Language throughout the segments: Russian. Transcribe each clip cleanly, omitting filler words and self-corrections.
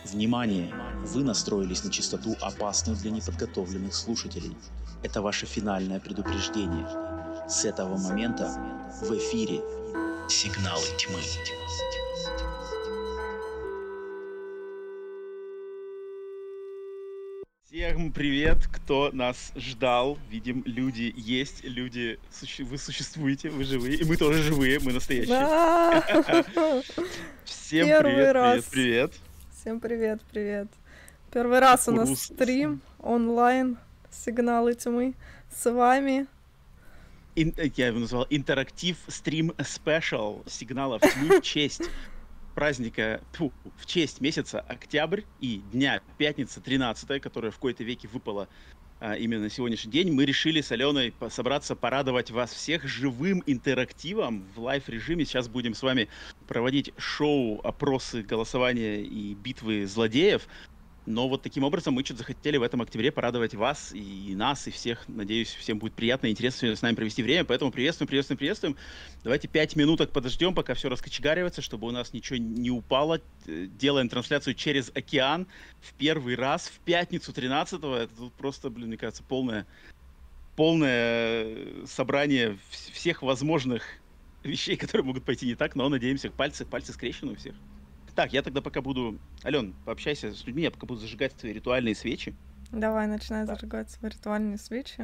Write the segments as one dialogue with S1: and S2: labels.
S1: Внимание! Вы настроились на частоту, опасную для неподготовленных слушателей. Это ваше финальное предупреждение. С этого момента в эфире «Сигналы тьмы».
S2: Всем привет, кто нас ждал. Видим, люди есть, люди, вы существуете, вы живые, и мы тоже живые, мы настоящие.
S3: Да.
S2: Всем
S3: Первый
S2: привет,
S3: раз.
S2: привет.
S3: Всем привет, привет. Первый раз у нас стрим онлайн «Сигналы тьмы» с вами.
S2: Я его назвал интерактив стрим спешл «Сигналов тьмы» в честь праздника, в честь месяца октябрь и дня пятница 13, которая в кои-то веке выпала именно на сегодняшний день. Мы решили с Аленой собраться, порадовать вас всех живым интерактивом в лайв-режиме. Сейчас будем с вами проводить шоу, опросы, голосования и битвы злодеев. Но вот таким образом мы что-то захотели в этом октябре порадовать вас и нас, и всех. Надеюсь, всем будет приятно и интересно с нами провести время. Поэтому приветствуем. Давайте 5 минуток подождем, пока все раскочегаривается, чтобы у нас ничего не упало. Делаем трансляцию через океан в первый раз в пятницу 13-го. Это тут просто, мне кажется, полное собрание всех возможных вещей, которые могут пойти не так, но надеемся, пальцы скрещены у всех. Так, я тогда пока буду... Ален, пообщайся с людьми, я пока буду зажигать свои ритуальные свечи.
S3: Давай, начинай зажигать свои ритуальные свечи.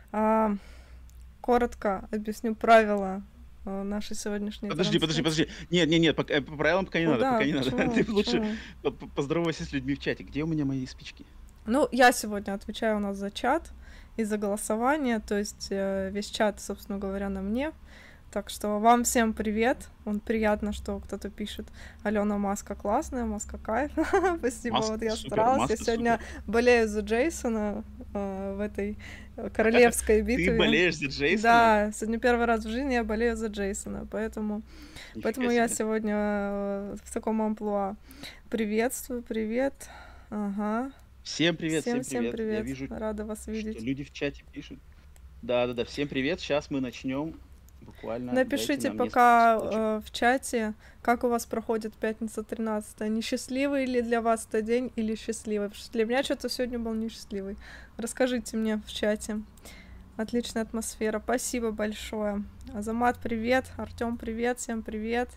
S3: Коротко объясню правила нашей сегодняшней
S2: трансляции. Подожди. Нет, по правилам пока не надо. Ты лучше поздоровайся с людьми в чате. Где у меня мои спички?
S3: Ну, я сегодня отвечаю у нас за чат и за голосование, то есть весь чат, собственно говоря, на мне. Так что вам всем привет. Приятно, что кто-то пишет: Алена, маска классная, маска кайф. Спасибо,
S2: маска
S3: вот я
S2: супер,
S3: старалась. Я сегодня болею за Джейсона в этой королевской битве.
S2: Ты болеешь за Джейсона?
S3: Да, сегодня первый раз в жизни я болею за Джейсона, поэтому я сегодня в таком амплуа. Приветствую, привет. Ага.
S2: Всем привет.
S3: привет. Я вижу, рада вас видеть.
S2: Люди в чате пишут. Да, всем привет. Сейчас мы начнем. Буквально.
S3: Напишите пока в чате, как у вас проходит пятница 13. Несчастливый ли для вас этот день или счастливый? Потому что для меня что-то сегодня был несчастливый. Расскажите мне в чате. Отличная атмосфера. Спасибо большое. Азамат, привет. Артём, привет. Всем привет.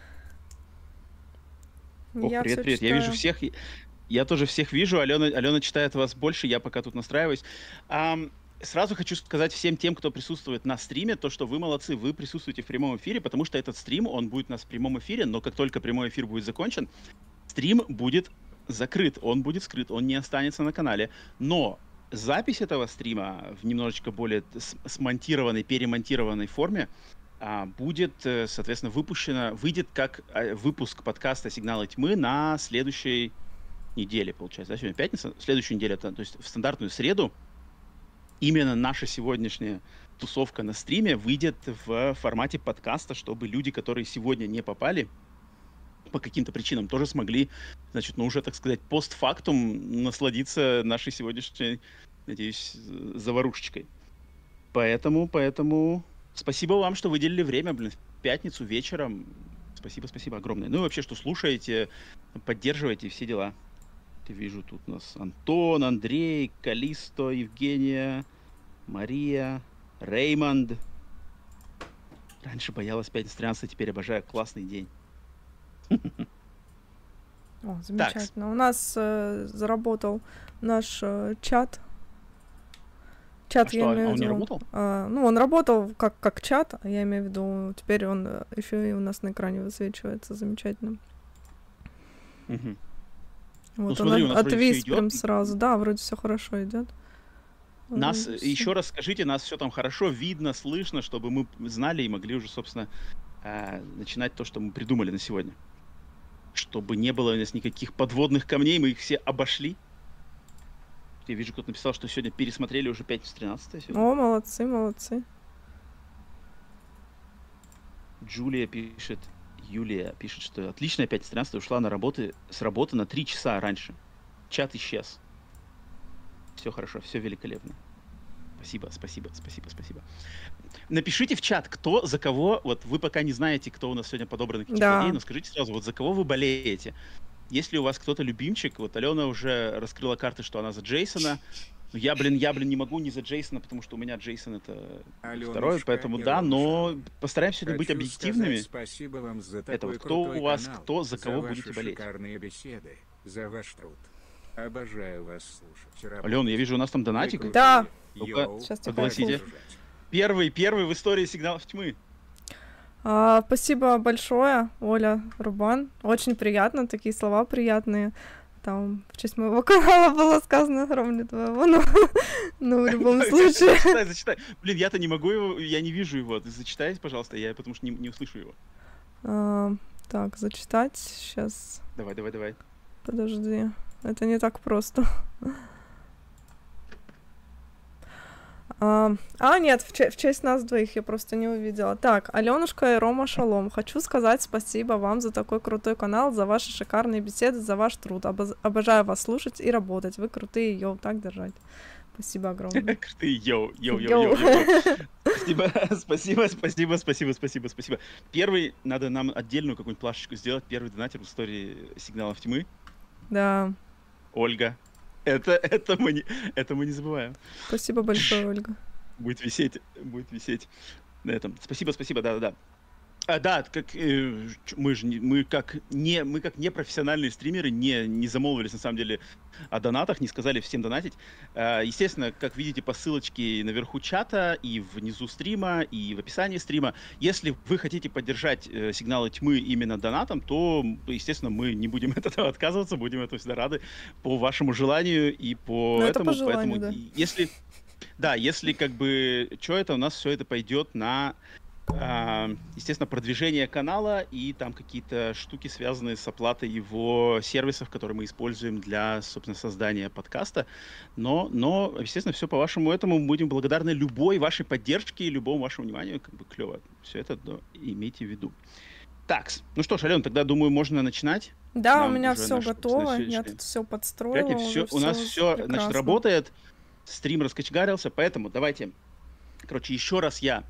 S2: Привет. Я вижу всех. Я тоже всех вижу. Алена читает вас больше. Я пока тут настраиваюсь. Сразу хочу сказать всем тем, кто присутствует на стриме, то, что вы молодцы, вы присутствуете в прямом эфире, потому что этот стрим, он будет у нас в прямом эфире, но как только прямой эфир будет закончен, стрим будет закрыт, он будет скрыт, он не останется на канале. Но запись этого стрима в немножечко более смонтированной, перемонтированной форме будет, соответственно, выйдет как выпуск подкаста «Сигналы тьмы» на следующей неделе, получается. Да? Сегодня пятница, следующую неделю, то есть в стандартную среду. Именно наша сегодняшняя тусовка на стриме выйдет в формате подкаста, чтобы люди, которые сегодня не попали по каким-то причинам, тоже смогли, уже, так сказать, постфактум насладиться нашей сегодняшней, надеюсь, заварушечкой. Поэтому спасибо вам, что выделили время, в пятницу вечером. Спасибо огромное. Ну и вообще, что слушаете, поддерживаете, все дела. Я вижу тут у нас Антон, Андрей, Калисто, Евгения, Мария, Реймонд. Раньше боялась пятница 13, теперь обожаю. Классный день.
S3: О, замечательно. У нас заработал наш чат.
S2: Я имею в виду. Он не работал?
S3: Он работал как чат, я имею в виду, теперь он еще и у нас на экране высвечивается. Замечательно.
S2: Угу.
S3: Вот смотри, он отвис прям сразу. Да, вроде все хорошо идет.
S2: Нас еще раз скажите, нас все там хорошо видно, слышно, чтобы мы знали и могли уже, собственно, начинать то, что мы придумали на сегодня. Чтобы не было у нас никаких подводных камней, мы их все обошли. Я вижу, кто-то написал, что сегодня пересмотрели уже пятницу 13 сегодня.
S3: О, молодцы.
S2: Юлия пишет, что отличная пятница 13 ушла с работы на 3 часа раньше. Чат исчез. Все хорошо, все великолепно. Спасибо. Напишите в чат, кто за кого, вот вы пока не знаете, кто у нас сегодня подобран, какие злодеи, но скажите сразу, вот за кого вы болеете. если у вас кто-то любимчик, вот Алена уже раскрыла карты, что она за Джейсона. Ну, я, блин, не могу не за Джейсона, потому что у меня Джейсон это второй, поэтому да, но постараемся сегодня быть объективными.
S4: Спасибо вам за
S2: Это
S4: такой
S2: вот кто у вас,
S4: канал,
S2: кто, за кого будете
S4: ваши
S2: болеть.
S4: шикарные беседы, за ваш труд. Обожаю вас слушать.
S2: Алена, я вижу, у нас там донатик.
S3: Да.
S2: Ну-ка,
S3: Сейчас
S2: согласите. Первый в истории сигналов тьмы.
S3: Спасибо большое, Оля Рубан. Очень приятно, такие слова приятные. Там в честь моего канала было сказано огромное твоего, но в любом случае.
S2: Зачитай. Блин, я-то не могу его, я не вижу его. Ты зачитай, пожалуйста, я потому что не услышу его.
S3: Так, зачитать сейчас.
S2: Давай.
S3: Подожди, это не так просто. Нет, в честь нас двоих я просто не увидела. Так, Алёнушка и Рома Шалом. Хочу сказать спасибо вам за такой крутой канал, за ваши шикарные беседы, за ваш труд. Обожаю вас слушать и работать. Вы крутые, йоу, так держать. Спасибо огромное.
S2: Крутые, йоу. Спасибо. Первый, надо нам отдельную какую-нибудь плашечку сделать. Первый донатер в истории сигналов тьмы.
S3: Да.
S2: Ольга. Это мы не забываем.
S3: Спасибо большое, Ольга.
S2: Будет висеть на этом. Спасибо, да. Да, как мы как непрофессиональные стримеры не замолвились на самом деле о донатах, не сказали всем донатить. Естественно, как видите по ссылочке наверху чата и внизу стрима, и в описании стрима, если вы хотите поддержать сигналы тьмы именно донатом, то, естественно, мы не будем от этого отказываться, будем этого всегда рады по вашему желанию и по этому.
S3: Это по желанию,
S2: поэтому,
S3: да.
S2: Если как бы что это, у нас все это пойдет на естественно, продвижение канала и там какие-то штуки, связанные с оплатой его сервисов, которые мы используем для, собственно, создания подкаста. Но естественно, все по вашему этому. Мы будем благодарны любой вашей поддержке и любому вашему вниманию. Как бы клево. Все это имейте в виду. Так, ну что ж, Алена, тогда, думаю, можно начинать.
S3: Да, у меня все готово. Я тут все подстроила.
S2: У нас все, значит, работает. Стрим раскочегарился, поэтому давайте. Короче, еще раз я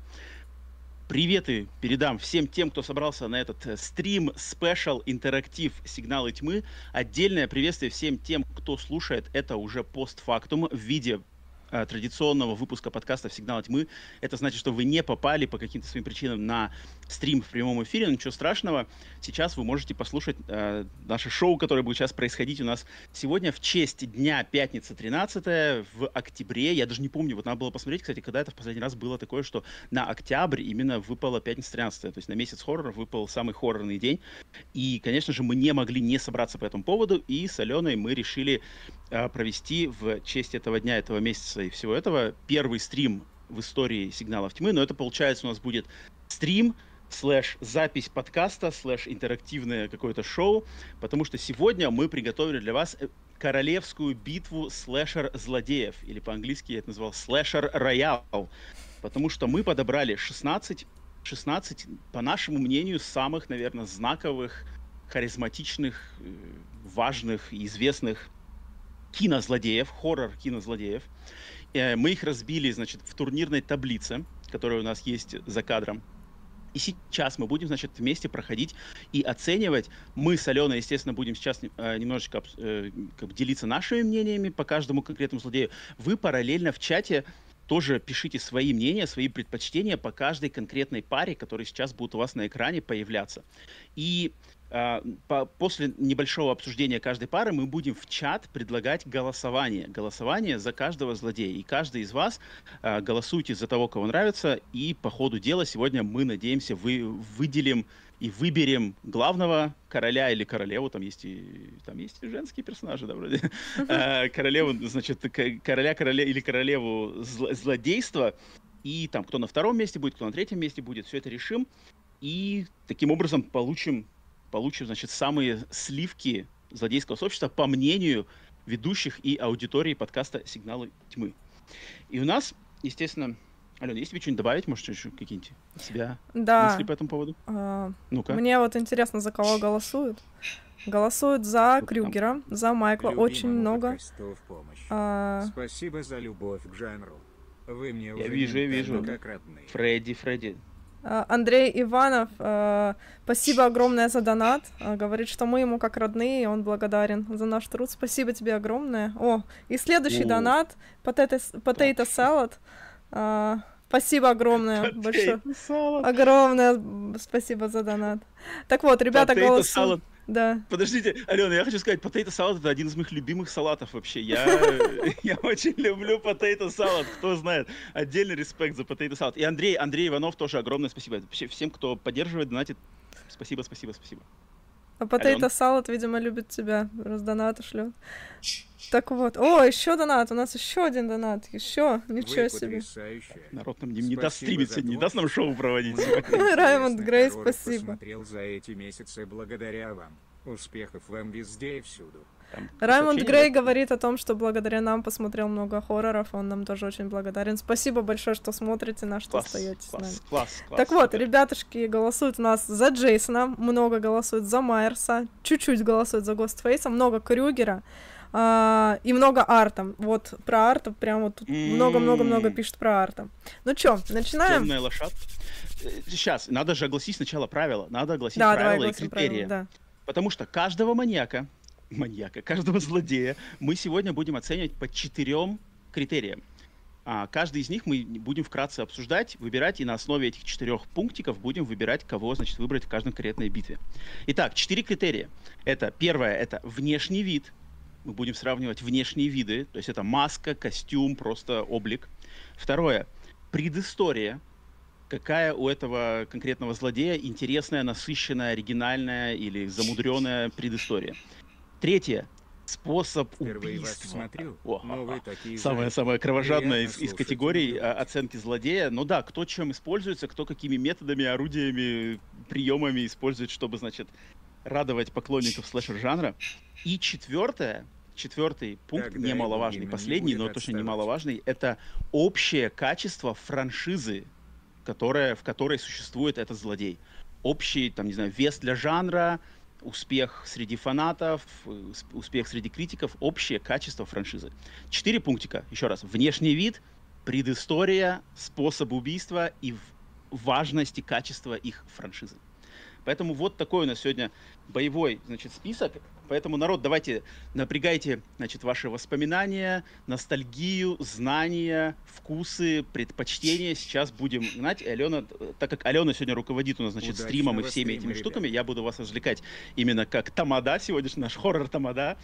S2: приветы передам всем тем, кто собрался на этот стрим, спешл, интерактив «Сигналы тьмы». Отдельное приветствие всем тем, кто слушает это уже постфактум в виде традиционного выпуска подкаста «Сигналы тьмы». Это значит, что вы не попали по каким-то своим причинам на стрим в прямом эфире, но ничего страшного. Сейчас вы можете послушать наше шоу, которое будет сейчас происходить у нас сегодня в честь дня пятница 13 в октябре. Я даже не помню, вот надо было посмотреть, кстати, когда это в последний раз было такое, что на октябрь именно выпала пятница 13, то есть на месяц хоррора выпал самый хоррорный день. И, конечно же, мы не могли не собраться по этому поводу, и с Аленой мы решили провести в честь этого дня, этого месяца и всего этого первый стрим в истории сигналов тьмы, но это, получается, у нас будет стрим / запись подкаста / интерактивное какое-то шоу, потому что сегодня мы приготовили для вас королевскую битву слэшер-злодеев, или по-английски я это назвал слэшер-роял, потому что мы подобрали 16, по нашему мнению, самых, наверное, знаковых, харизматичных, важных и известных кинозлодеев, хоррор-кинозлодеев. Мы их разбили, значит, в турнирной таблице, которая у нас есть за кадром. И сейчас мы будем, значит, вместе проходить и оценивать. Мы с Аленой, естественно, будем сейчас немножечко делиться нашими мнениями по каждому конкретному злодею. Вы параллельно в чате тоже пишите свои мнения, свои предпочтения по каждой конкретной паре, которые сейчас будут у вас на экране появляться. И после небольшого обсуждения каждой пары мы будем в чат предлагать голосование за каждого злодея. И каждый из вас голосуйте за того, кого нравится, и по ходу дела сегодня мы, надеемся, выделим и выберем главного короля или королеву, там есть и женские персонажи, да, вроде, королеву, значит, короля или королеву злодейства, и там кто на втором месте будет, кто на третьем месте будет, все это решим, и таким образом получим, значит, самые сливки злодейского сообщества по мнению ведущих и аудитории подкаста «Сигналы тьмы». И у нас, естественно, Алена, есть тебе что-нибудь добавить? Может, еще какие-нибудь от себя мысли по этому поводу? Ну-ка.
S3: Мне вот интересно, за кого голосуют. Голосуют за Крюгера, за Майкла, очень много.
S4: Спасибо за любовь к жанру. Вы мне
S2: я вижу.
S4: как родные.
S2: Фредди.
S3: Андрей Иванов, спасибо огромное за донат. Говорит, что мы ему как родные, и он благодарен за наш труд. Спасибо тебе огромное. О, и следующий донат. Potato Salad. Спасибо огромное. Большое. Огромное спасибо за донат. Так вот, ребята, голосуют. Да.
S2: Подождите, Алена, я хочу сказать, potato salad — это один из моих любимых салатов вообще. Я очень люблю potato salad, кто знает. Отдельный респект за potato salad. И Андрей Иванов тоже огромное спасибо. Всем, кто поддерживает, донатит, спасибо.
S3: А potato salad, видимо, любит тебя, раз донаты шлет. Так вот. О, еще донат. У нас еще один донат. Еще. Ничего себе.
S2: Народ нам не даст стримиться, не даст нам шоу проводить.
S3: Раймонд Грей, спасибо.
S4: Посмотрел за эти месяцы благодаря вам. Успехов вам везде и всюду.
S3: Раймонд Грей говорит о том, что благодаря нам посмотрел много хорроров. Он нам тоже очень благодарен. Спасибо большое, что смотрите нас, что остаетесь с нами.
S2: Класс.
S3: Так вот, ребятушки голосуют у нас за Джейсона, много голосуют за Майерса, чуть-чуть голосуют за Гостфейса, много Крюгера. И много арта. Вот про арта прям вот тут много-много-много пишет про арта. Ну чё, начинаем?
S2: Темная лошадка. Сейчас, надо же огласить сначала правила. Надо огласить правила и критерии.
S3: Да.
S2: Потому что каждого маньяка, каждого злодея мы сегодня будем оценивать по 4 критериям. Каждый из них мы будем вкратце обсуждать, выбирать, и на основе этих 4 пунктиков будем выбирать, кого, значит, выбрать в каждой конкретной битве. Итак, 4 критерия. Это первое, это внешний вид. Мы будем сравнивать внешние виды, то есть это маска, костюм, просто облик. Второе, предыстория. Какая у этого конкретного злодея интересная, насыщенная, оригинальная или замудренная предыстория. Третье, способ убийства.
S4: Смотрю,
S2: самая кровожадная из категорий оценки злодея. Ну да, кто чем используется, кто какими методами, орудиями, приемами использует, чтобы, значит, радовать поклонников слэшер-жанра. И четвертый пункт, немаловажный, последний, но точно немаловажный, это общее качество франшизы, в которой существует этот злодей. Общий, там, не знаю, вес для жанра, успех среди фанатов, успех среди критиков, общее качество франшизы. 4 пунктика, еще раз. Внешний вид, предыстория, способ убийства и важность и качество их франшизы. Поэтому вот такой у нас сегодня боевой, значит, список. Поэтому, народ, давайте напрягайте, значит, ваши воспоминания, ностальгию, знания, вкусы, предпочтения. Сейчас будем гнать. И Алена, так как Алена сегодня руководит у нас, значит, стримом и всеми этими штуками, я буду вас развлекать именно как тамада сегодняшний, наш хоррор тамада.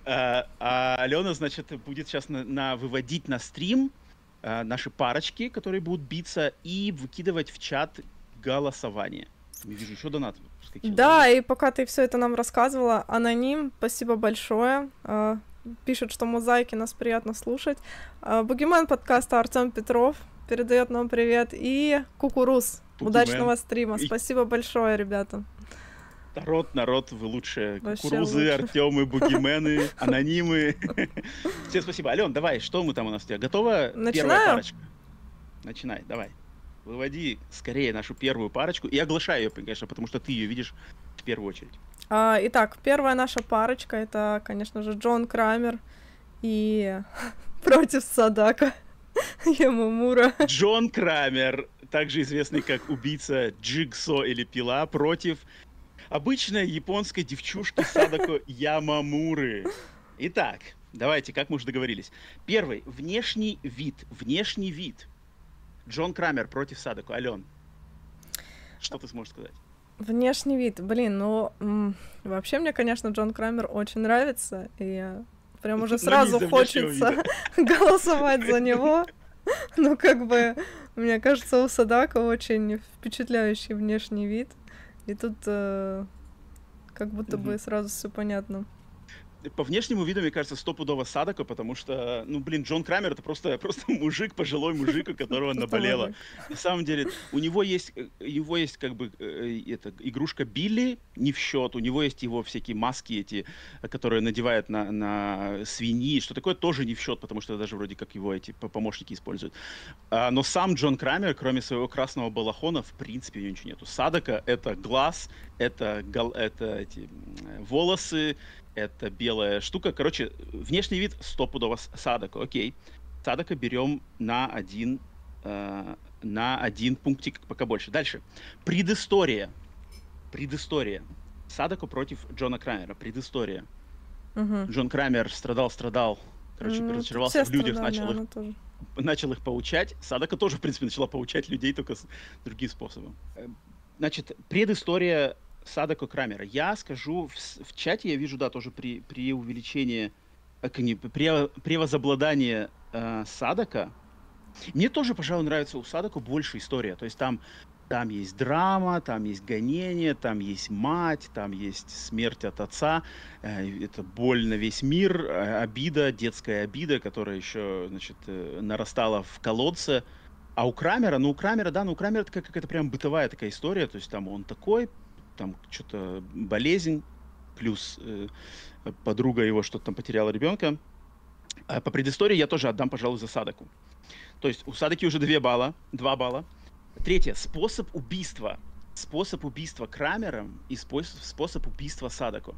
S2: А Алена, значит, будет сейчас выводить на стрим наши парочки, которые будут биться, и выкидывать в чат голосование. Я вижу, еще донат вскочил.
S3: Да, и пока ты все это нам рассказывала, Аноним, спасибо большое. Пишет, что мозаики нас приятно слушать. Бугимен подкаста Артем Петров передает нам привет. И Кукуруз. Удачного стрима. Спасибо большое, ребята.
S2: Народ, вы лучшие. Кукурузы, Артемы, Бугимены, Анонимы. Всем спасибо. Ален, давай, что мы там у нас у тебя? Готова? Первая парочка? Начинай, давай. Выводи скорее нашу первую парочку и оглашай ее, конечно, потому что ты ее видишь в первую очередь.
S3: Итак, первая наша парочка — это, конечно же, Джон Крамер и против Садако Ямамура.
S2: Джон Крамер, также известный как убийца Джигсо или Пила, против обычной японской девчушки Садако Ямамуры. Итак, давайте, как мы уже договорились. Первый — внешний вид. Джон Крамер против Садако. Ален, что ты сможешь сказать?
S3: Внешний вид. Вообще мне, конечно, Джон Крамер очень нравится, и прям уже сразу хочется голосовать за него. Но как бы, мне кажется, у Садако очень впечатляющий внешний вид, и тут как будто бы сразу все понятно.
S2: По внешнему виду, мне кажется, стопудово Садако, потому что, Джон Крамер — это просто мужик, пожилой мужик, у которого наболело. На самом деле, у него есть как бы игрушка Билли, не в счет, у него есть его всякие маски эти, которые надевают на свиньи, что такое, тоже не в счет, потому что даже вроде как его эти помощники используют. Но сам Джон Крамер, кроме своего красного балахона, в принципе, у него ничего нету. Садако — это глаз, это эти волосы, это белая штука. Короче, внешний вид стопудово Садако. Окей. Садако берем на 1 на один пунктик пока больше. Дальше. Предыстория. Садако против Джона Крамера. Предыстория. Джон Крамер страдал. Короче, разочаровался в людях, начал их поучать. Садако тоже, в принципе, начала поучать людей, только с другим способом. Значит, предыстория Садако Крамера. Я скажу, в чате я вижу, да, тоже при увеличении, при возобладании Садако. Мне тоже, пожалуй, нравится у Садако больше история. То есть там есть драма, там есть гонение, там есть мать, там есть смерть от отца. Это боль на весь мир, обида, детская обида, которая еще, значит, нарастала в колодце. А у Крамера это какая-то прям бытовая такая история. То есть там он такой, там что-то болезнь, плюс подруга его что-то там потеряла ребенка. А по предыстории я тоже отдам, пожалуй, за Садаку. То есть у Садаки уже 2 балла. Третье. Способ убийства. Способ убийства Крамером и способ убийства Садако.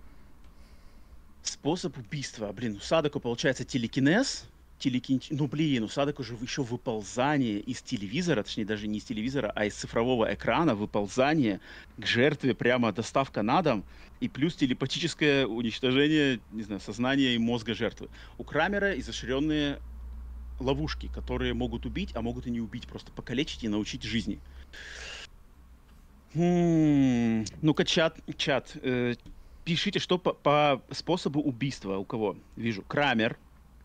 S2: Способ убийства. У Садако получается телекинез. У Садако же еще выползание из телевизора, точнее даже не из телевизора, а из цифрового экрана, выползание к жертве, прямо доставка на дом, и плюс телепатическое уничтожение, не знаю, сознания и мозга жертвы. У Крамера изощренные ловушки, которые могут убить, а могут и не убить, просто покалечить и научить жизни. Ну-ка, чат. Пишите, что по способу убийства у кого. Вижу. Крамер.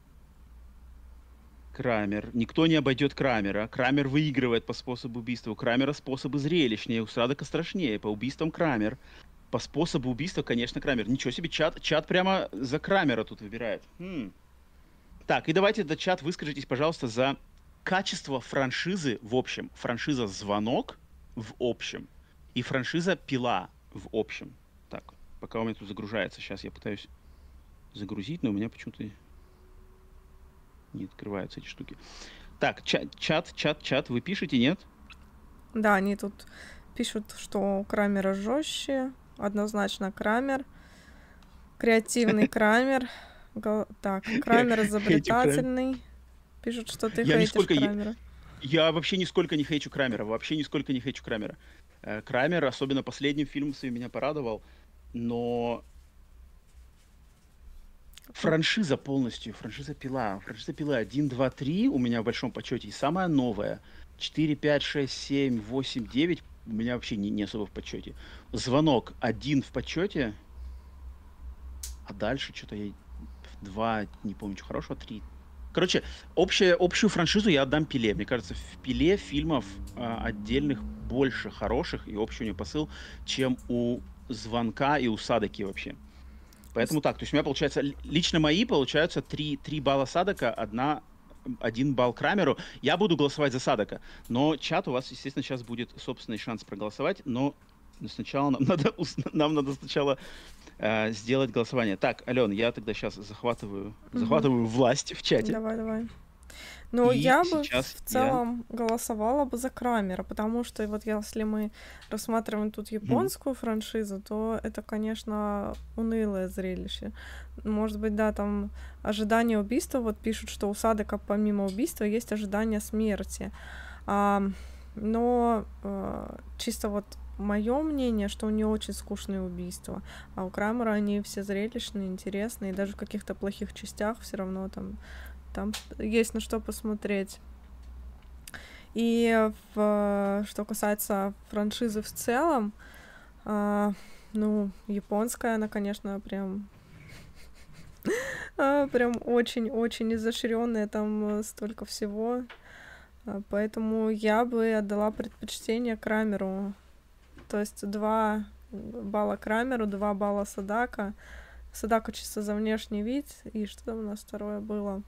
S2: Никто не обойдет Крамера. Крамер выигрывает по способу убийства. У Крамера способы зрелищнее, у Садако страшнее. По убийствам Крамер. По способу убийства, конечно, Крамер. Ничего себе, чат прямо за Крамера тут выбирает. Так, и давайте, чат, выскажитесь, пожалуйста, за качество франшизы в общем. Франшиза «Звонок» в общем. И франшиза «Пила» в общем. Так, пока у меня тут загружается. Сейчас я пытаюсь загрузить, но у меня почему-то не открываются эти штуки. Так, чат, вы пишете, нет?
S3: Да, они тут пишут, что у Крамера жестче. Однозначно Крамер. Креативный Крамер. Так, Крамер изобретательный. Пишут, что ты хейтишь Крамера.
S2: Я вообще нисколько не хейчу Крамера. Крамер, особенно последним фильмом своим, меня порадовал. Но франшиза полностью, франшиза «Пила». Франшиза «Пила» 1, 2, 3 у меня в большом почете. И самая новая 4, 5, 6, 7, 8, 9 у меня вообще не особо в почете. «Звонок» 1 в почете. А дальше что-то я 2, не помню, что хорошего, 3. Короче, общую франшизу я отдам «Пиле». Мне кажется, в «Пиле» фильмов отдельных больше хороших, и общий у него посыл, чем у «Звонка» и у Садаки вообще. Поэтому так, то есть у меня получается, лично мои получаются 3 балла Садака, 1 балл Крамеру. Я буду голосовать за Садака, но чат у вас, естественно, сейчас будет собственный шанс проголосовать, но сначала нам надо сначала сделать голосование. Так, Ален, я тогда сейчас захватываю власть в чате.
S3: Давай. Ну, я бы в целом голосовала бы за Крамера, потому что вот если мы рассматриваем тут японскую франшизу, то это, конечно, унылое зрелище. Может быть, да, там ожидание убийства, вот пишут, что у Садака помимо убийства есть ожидание смерти. Но чисто вот мое мнение, что у нее очень скучные убийства, а у Крамера они все зрелищные, интересные, и даже в каких-то плохих частях все равно там есть на что посмотреть. И что касается франшизы в целом, японская, она, конечно, прям очень-очень изощренная, там столько всего. Поэтому я бы отдала предпочтение Крамеру. То есть 2 балла Крамеру, 2 балла Садако. Садако чисто за внешний вид. И что там у нас второе было?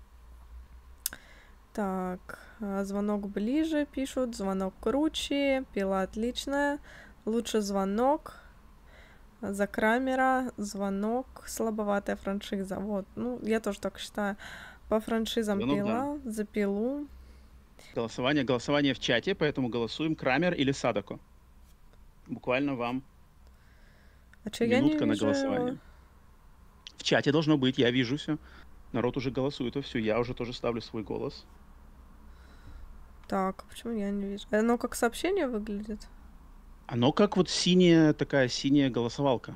S3: Так, «Звонок» ближе, пишут. «Звонок» круче. «Пила» отличная. Лучше «Звонок». За Крамера. «Звонок» слабоватая франшиза. Вот, я тоже так считаю. По франшизам «Пила», за «Пилу».
S2: Голосование в чате, поэтому голосуем Крамер или Садако. Буквально вам минутка на голосование. В чате должно быть, я вижу все. Народ уже голосует, все, я уже тоже ставлю свой голос.
S3: Так, почему я не вижу? Оно как сообщение выглядит?
S2: Оно как вот синяя, такая синяя голосовалка.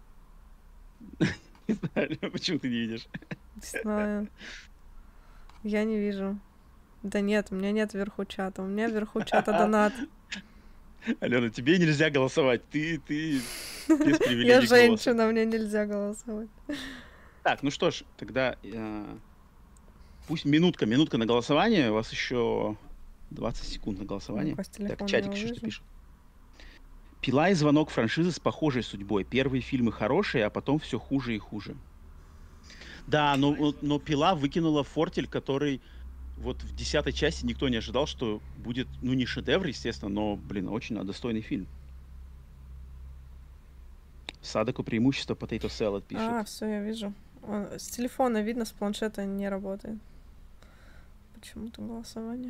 S2: Не знаю, почему ты не видишь.
S3: Не знаю. Я не вижу. Да нет, у меня нет вверху чата. У меня вверху чата донат.
S2: Алена, тебе нельзя голосовать. Ты без
S3: Я
S2: привилегий голоса.
S3: женщина, мне нельзя голосовать.
S2: Так, ну что ж, тогда пусть минутка на голосование. У вас еще 20 секунд на голосование.
S3: Ну-ка, с
S2: Так,
S3: телефона
S2: чатик
S3: я
S2: еще что
S3: увижу.
S2: пишет. «Пила» и «Звонок» франшизы с похожей судьбой. Первые фильмы хорошие, а потом все хуже и хуже. Да, но «Пила» выкинула фортель, который вот в 10-й части никто не ожидал, что будет, ну, не шедевр, естественно, но, блин, очень достойный фильм. Садаку преимущество Potato Salad пишет.
S3: А, все, я вижу. С телефона видно, с планшета не работает. Почему-то голосование.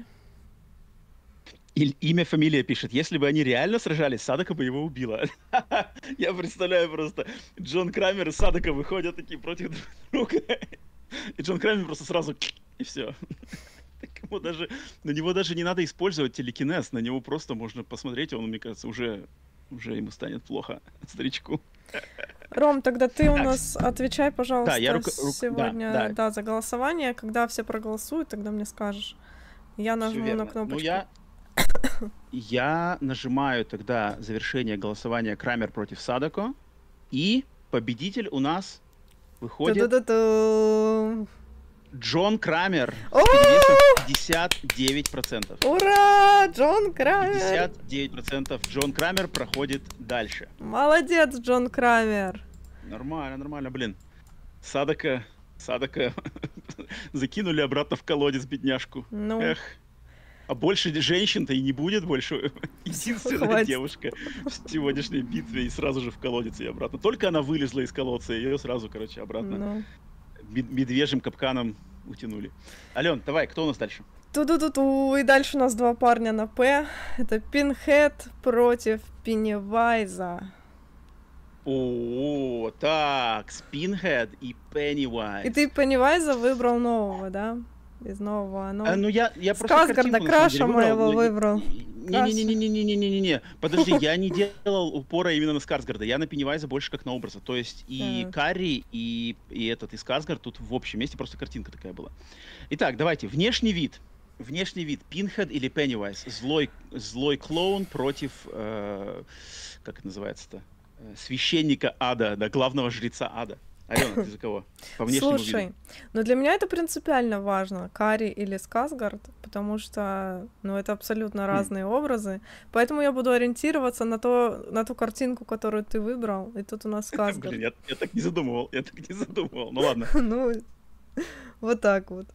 S2: Имя, фамилия пишет. Если бы они реально сражались, Садака бы его убила. Я представляю просто. Джон Крамер и Садака выходят такие против друг друга. И Джон Крамер просто сразу... И все. На него даже не надо использовать телекинез. На него просто можно посмотреть, он, мне кажется, уже ему станет плохо, старичку.
S3: Ром, тогда ты у нас отвечай, пожалуйста,
S2: Да, я
S3: сегодня да, за голосование. Когда все проголосуют, тогда мне скажешь. Я нажму на кнопочку.
S2: Ну, я нажимаю тогда завершение голосования Крамер против Садако. И победитель у нас выходит
S3: Ту-ду-ду-ду.
S2: Джон Крамер
S3: О!
S2: с перевесом 59%.
S3: Ура! Джон Крамер!
S2: 59% Джон Крамер проходит дальше.
S3: Молодец, Джон Крамер!
S2: Нормально, блин. Садака закинули обратно в колодец, бедняжку.
S3: Ну.
S2: Эх. А больше женщин-то и не будет больше. Единственная
S3: хватит.
S2: девушка в сегодняшней битве и сразу же в колодец и обратно. Только она вылезла из колодца, ее сразу, короче, обратно
S3: Ну.
S2: медвежьим капканом утянули. Ален, давай, кто у нас дальше?
S3: Ту-ду-ду-ду. И дальше у нас два парня на П. Это Пинхед против Пеннивайза.
S2: О, так, Спинхед и Пеннивайз.
S3: И ты Пеннивайза выбрал нового, да? Из нового.
S2: Ну, я просто
S3: Скарсгарда,
S2: картинку, на самом
S3: Краша
S2: деле,
S3: моего
S2: но
S3: выбрал.
S2: Не-не-не-не-не-не-не-не. Подожди, я не делал упора именно на Скарсгарда. Я на Пеннивайза больше как на образа. То есть и Карри, и Скарсгард тут в общем месте просто картинка такая была. Итак, давайте. Внешний вид. Пинхед или Пеннивайз? Злой клоун против... как это называется-то? Священника ада, да, главного жреца ада. Алена, ты за кого? По внешнему
S3: Слушай,
S2: виду.
S3: ну для меня это принципиально важно, Карри или Скарсгард, потому что, ну, это абсолютно разные образы, поэтому я буду ориентироваться на ту картинку, которую ты выбрал, и тут у нас Скарсгард.
S2: Блин, я так не задумывал, ну ладно.
S3: Ну, вот так вот.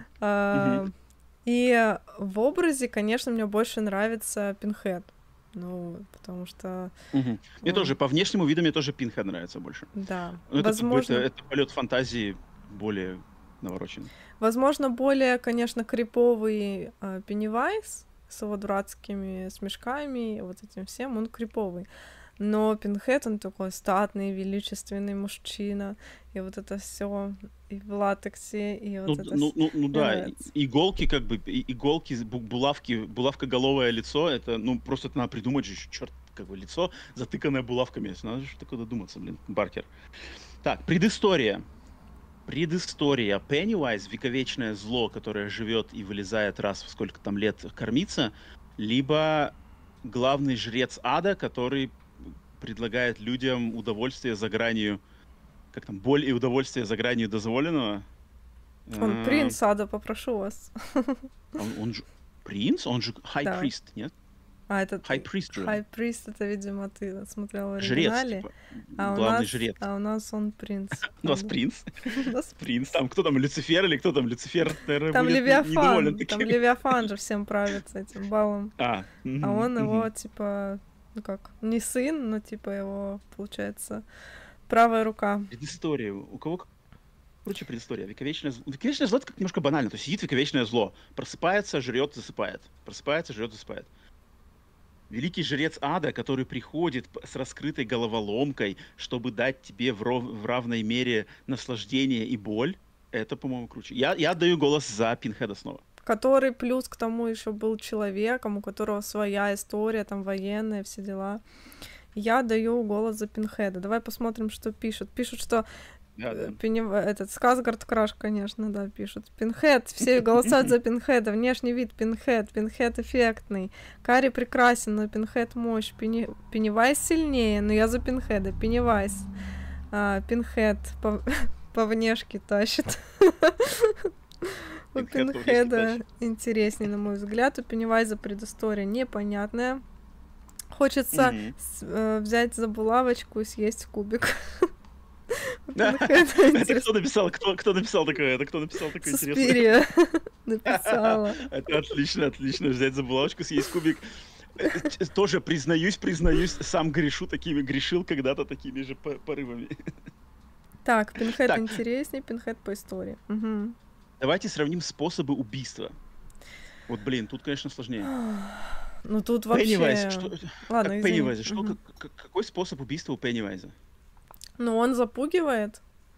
S3: И в образе, конечно, мне больше нравится Пинхед. Ну, потому что...
S2: Мне тоже, по внешнему виду мне тоже Пинхед нравится больше.
S3: Да,
S2: возможно... Это полет фантазии более навороченный.
S3: Возможно, более, конечно, криповый Пеннивайз с его дурацкими смешками, вот этим всем, он криповый. Но Пинхед, он такой статный, величественный мужчина, и вот это все и в латексе, и вот это...
S2: Ну да, иголки, как бы, иголки, булавкоголовое лицо, это, ну, просто это надо придумать же, черт, как бы, лицо, затыканное булавками. Надо же такое додуматься, блин, Баркер. Так, предыстория. Пеннивайз, вековечное зло, которое живет и вылезает раз в сколько там лет кормиться, либо главный жрец ада, который предлагает людям удовольствие за гранью, как там, боль и удовольствие за гранью дозволенного.
S3: Он принц ада, попрошу вас.
S2: Он же принц? Он же high priest, нет?
S3: А, это...
S2: High priest же.
S3: High priest, это, видимо, ты смотрел в
S2: Жрец,
S3: оригинале.
S2: типа, главный жрец.
S3: А у нас он принц.
S2: У нас принц. Принц. Там кто там, Люцифер или кто там? Люцифер, наверное,
S3: там
S2: будет недоволен таким.
S3: Там Левиафан же всем правит с этим балом. А он его, типа, ну как, не сын, но, типа, его, получается, правая рука.
S2: Предыстория. У кого... Короче, предыстория. Вековечное зло. Вековечное зло — это как немножко банально. То есть сидит вековечное зло. Просыпается, жрет, засыпает. Просыпается, жрет, засыпает. Великий жрец ада, который приходит с раскрытой головоломкой, чтобы дать тебе в равной мере наслаждение и боль, это, по-моему, круче. Я отдаю голос за Пинхеда снова.
S3: который плюс к тому еще был человеком, у которого своя история, там военная, все дела. Я даю голос за Пинхеда. Давай посмотрим, что пишут. Пишут, что этот Сказгард Краш, конечно, да, пишут. Пинхед, все голосуют за Пинхеда. Внешний вид Пинхед. Пинхед эффектный. Карри прекрасен, но Пинхед мощь. Пеннивайз сильнее, но я за Пинхеда. Пеннивайз. Пинхед по внешке тащит. У Пинхеда интереснее, на мой взгляд. У Пеннивайза предыстория непонятная. Хочется взять за булавочку и съесть кубик.
S2: Это кто написал? Кто написал такое? Это кто написал такое интересное?
S3: Суспирия написала.
S2: Это отлично. Взять за булавочку, съесть кубик. Тоже признаюсь, сам грешил когда-то такими же порывами.
S3: Так, Пинхед интереснее, Пинхед по истории.
S2: Давайте сравним способы убийства. Вот, блин, тут, конечно, сложнее.
S3: Ну тут вообще...
S2: Пеннивайз,
S3: Ладно,
S2: как Пеннивайз, какой способ убийства у Пеннивайза?
S3: Ну, он запугивает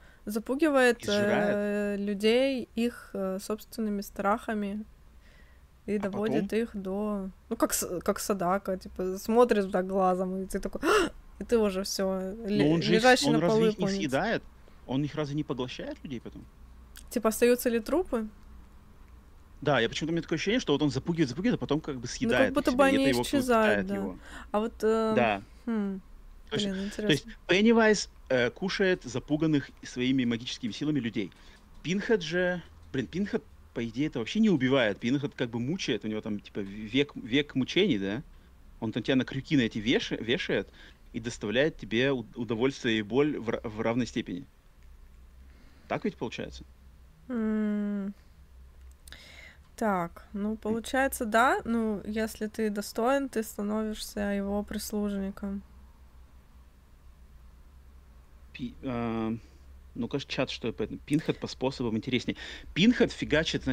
S3: людей их собственными страхами и доводит их до... Ну, как Садака, типа, смотришь так глазом, и ты такой... И ты уже все лежащий на полу.
S2: Он разве их не съедает? Он их разве не поглощает людей потом?
S3: Типа, остаются ли трупы?
S2: Да, я почему-то у меня такое ощущение, что вот он запугивает, а потом как бы съедает.
S3: Ну, как будто бы они исчезают, да.
S2: Его.
S3: А вот...
S2: Да.
S3: Блин, интересно.
S2: То есть Пеннивайз кушает запуганных своими магическими силами людей. Пинхед же... Пинхед, по идее, это вообще не убивает. Пинхед как бы мучает, у него там типа век мучений, да? Он там тебя на крюки на эти вешает и доставляет тебе удовольствие и боль в равной степени. Так ведь получается?
S3: Так, ну, получается, да. Ну, если ты достоин, ты становишься его прислужником.
S2: Ну-ка, чат, что это? Пинхед по способам интереснее. Пинхед фигачит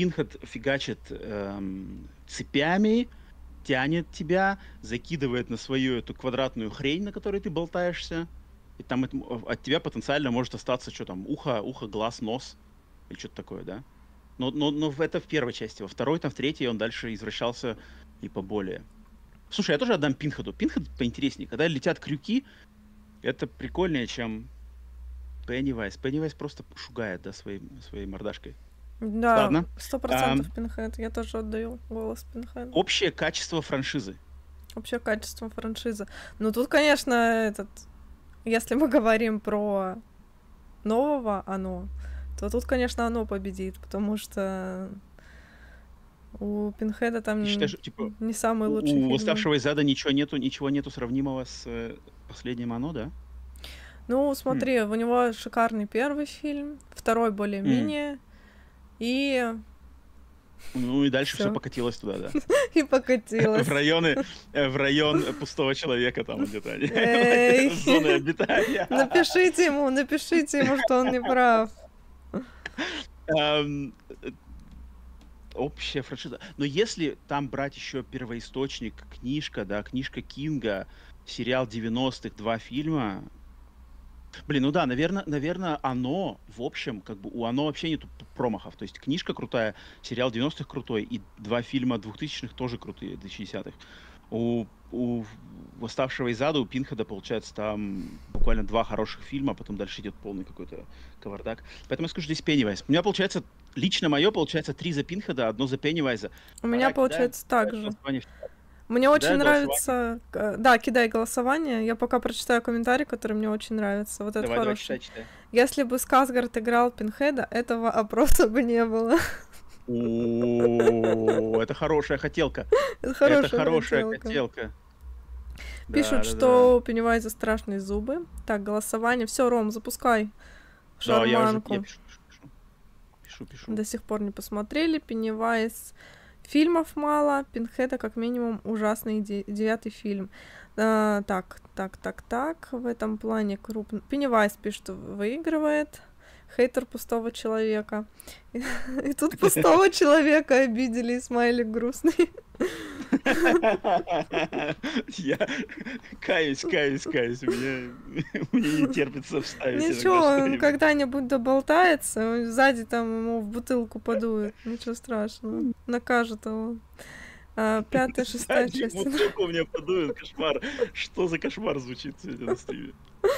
S2: цепями, тянет тебя, закидывает на свою эту квадратную хрень, на которой ты болтаешься. И там от тебя потенциально может остаться, что там, ухо, глаз, нос. Или что-то такое, да? Но это в первой части. Во второй, там, в третьей он дальше извращался и поболее. Слушай, я тоже отдам Пинхеду. Пинхед поинтереснее. Когда летят крюки, это прикольнее, чем Пеннивайз. Пеннивайз просто шугает, да, своей мордашкой.
S3: Да, 100% Пинхед. Я тоже отдаю голос Пинхеду.
S2: Общее качество франшизы.
S3: Общее качество франшизы. Ну, тут, конечно, если мы говорим про нового «Оно», то тут, конечно, «Оно» победит, потому что у Пинхеда там
S2: считаешь, типа,
S3: не самый лучший фильм.
S2: У «Восставшего из ада» ничего нету сравнимого с последним «Оно», да?
S3: Ну, смотри, у него шикарный первый фильм, второй более-менее, и...
S2: Ну и дальше все покатилось туда, да.
S3: И покатилось.
S2: В район пустого человека там где-то. Зоны обитания.
S3: Напишите ему, что он не прав.
S2: Общая франшиза. Но если там брать еще первоисточник, книжка Кинга, сериал 90-х, 2 фильма. Блин, ну да, наверное, «Оно», в общем, как бы у «Оно» вообще нету промахов. То есть книжка крутая, сериал 90-х крутой, и 2 фильма 2000-х тоже крутые, 2010-х. У «Восставшего из ада», у Пинхеда, получается, там буквально 2 хороших фильма, а потом дальше идет полный какой-то кавардак. Поэтому я скажу, здесь Пеннивайз. У меня, получается, лично мое, получается, 3 за Пинхеда, 1 за Пеннивайза.
S3: У меня, получается, так же. Мне очень нравится... Да, кидай голосование. Я пока прочитаю комментарий, который мне очень нравится. Вот это хороший.
S2: Читай.
S3: Если бы Сказгард играл Пинхеда, этого опроса бы не было.
S2: О, это хорошая хотелка. Это хорошая хотелка.
S3: Пишут, что у Пеннивайза страшные зубы. Так, голосование. Все, Ром, запускай шарманку.
S2: Я пишу.
S3: До сих пор не посмотрели. Пеннивайз. Фильмов мало. Пинхеда, как минимум, ужасный 9-й фильм. Так. В этом плане крупно. Пеннивайз пишет, что выигрывает. Хейтер пустого человека. И тут пустого человека обидели, и смайлик грустный.
S2: Я каюсь. Мне не терпится вставить.
S3: Ничего, он когда-нибудь доболтается, сзади там ему в бутылку подует. Ничего страшного. Накажут его. 5-я, 6-я часть.
S2: Бутылку мне подует, кошмар. Что за кошмар звучит сегодня на стриме?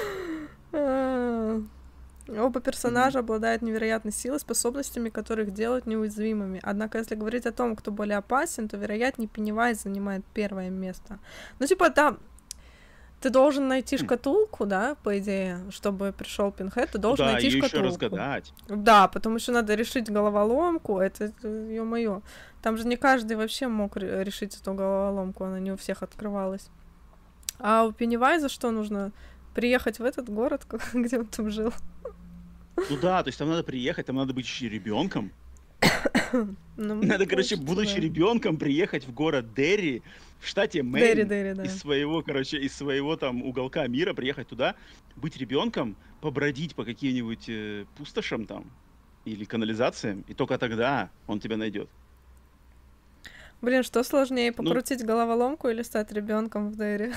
S3: Оба персонажа обладают невероятной силой, способностями, которых делают неуязвимыми. Однако, если говорить о том, кто более опасен, то, вероятнее, Пеннивайз занимает первое место. Ну, типа, там ты должен найти шкатулку, да, по идее, чтобы пришел Пинхед, ты должен найти
S2: её
S3: шкатулку.
S2: ещё разгадать.
S3: Да, потому что надо решить головоломку, это ё-моё. Там же не каждый вообще мог решить эту головоломку, она не у всех открывалась. А у Пеннивайза что нужно? Приехать в этот город, где он там жил?
S2: Ну да, то есть там надо приехать, там надо быть еще ребенком. Надо, короче, будучи ребенком, приехать в город Дерри, в штате Мэйн,
S3: да.
S2: из своего там уголка мира, приехать туда, быть ребенком, побродить по каким-нибудь пустошам там или канализациям, и только тогда он тебя найдет.
S3: Блин, что сложнее, покрутить головоломку или стать ребенком в Дерри?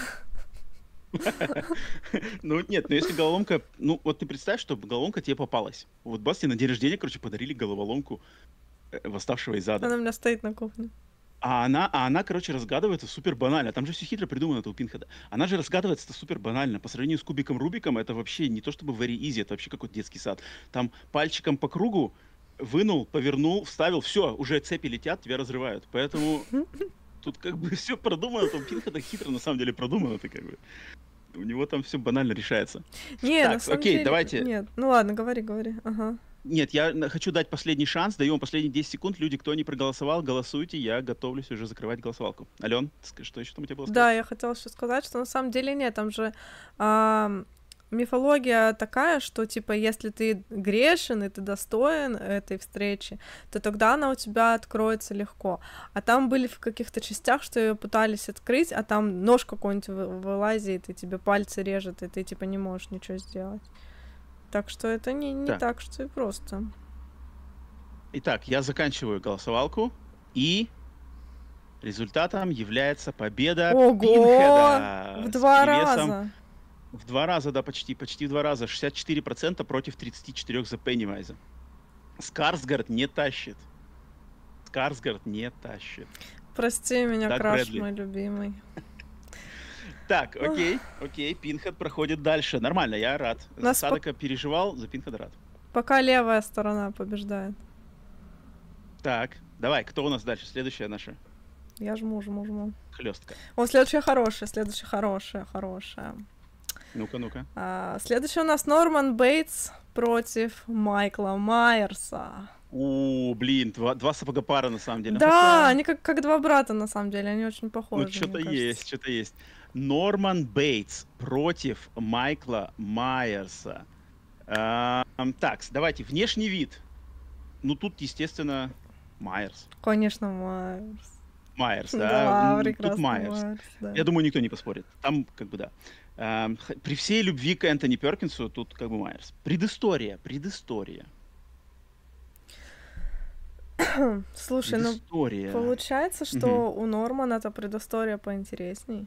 S2: Ну нет, но если головоломка... Ну вот ты представь, что головоломка тебе попалась. Вот бас тебе на день рождения, короче, подарили головоломку восставшего из ада.
S3: Она у меня стоит на кухне.
S2: А она, короче, разгадывается супер банально. Там же все хитро придумано, это у Пинхеда. Она же разгадывается супер банально. По сравнению с кубиком Рубиком, это вообще не то чтобы very easy, это вообще какой-то детский сад. Там пальчиком по кругу вынул, повернул, вставил, все, уже цепи летят, тебя разрывают. Поэтому тут как бы все продумано, там Пинхеда хитро на самом деле продумано, это как бы. У него там все банально решается.
S3: Не,
S2: так,
S3: на самом
S2: окей,
S3: деле...
S2: давайте.
S3: Нет, ну ладно, говори. Ага.
S2: Нет, я хочу дать последний шанс, даю вам последние 10 секунд. Люди, кто не проголосовал, голосуйте, я готовлюсь уже закрывать голосовалку. Алён, что еще там у тебя было сказать?
S3: Да, я хотела еще сказать, что на самом деле нет, там же мифология такая, что, типа, если ты грешен и ты достоин этой встречи, то тогда она у тебя откроется легко. А там были в каких-то частях, что ее пытались открыть, а там нож какой-нибудь вылазит, и тебе пальцы режет, и ты, типа, не можешь ничего сделать. Так что это не так, что и просто.
S2: Итак, я заканчиваю голосовалку, и результатом является победа Пинхеда.
S3: В 2 раза!
S2: В 2 раза, да, почти в 2 раза. 64% против 34% за Пеннивайза. Скарсгард не тащит.
S3: Прости меня,
S2: Даг
S3: Краш,
S2: Брэдли.
S3: мой любимый.
S2: Так, окей, Пинхед проходит дальше. Нормально, я рад. За Садека переживал, за Пинхеда рад.
S3: Пока левая сторона побеждает.
S2: Так, давай, кто у нас дальше? Следующая наша
S3: Я жму.
S2: хлестка.
S3: О, следующая хорошая.
S2: Ну-ка.
S3: Следующий у нас Норман Бейтс против Майкла Майерса.
S2: Блин, два сапогопара на самом деле.
S3: Да, они как 2 брата на самом деле, они очень похожи.
S2: Ну, что-то есть. Норман Бейтс против Майкла Майерса. Так, давайте, внешний вид. Ну, тут, естественно, Майерс.
S3: Конечно, Майерс.
S2: Майерс, да?
S3: Да, прекрасно,
S2: Тут Майерс.
S3: да.
S2: Я думаю, никто не поспорит. Там, как бы, да. При всей любви к Энтони Перкинсу, тут, как бы, Майерс. Предыстория.
S3: Слушай, ну, получается, что у Нормана эта предыстория поинтересней.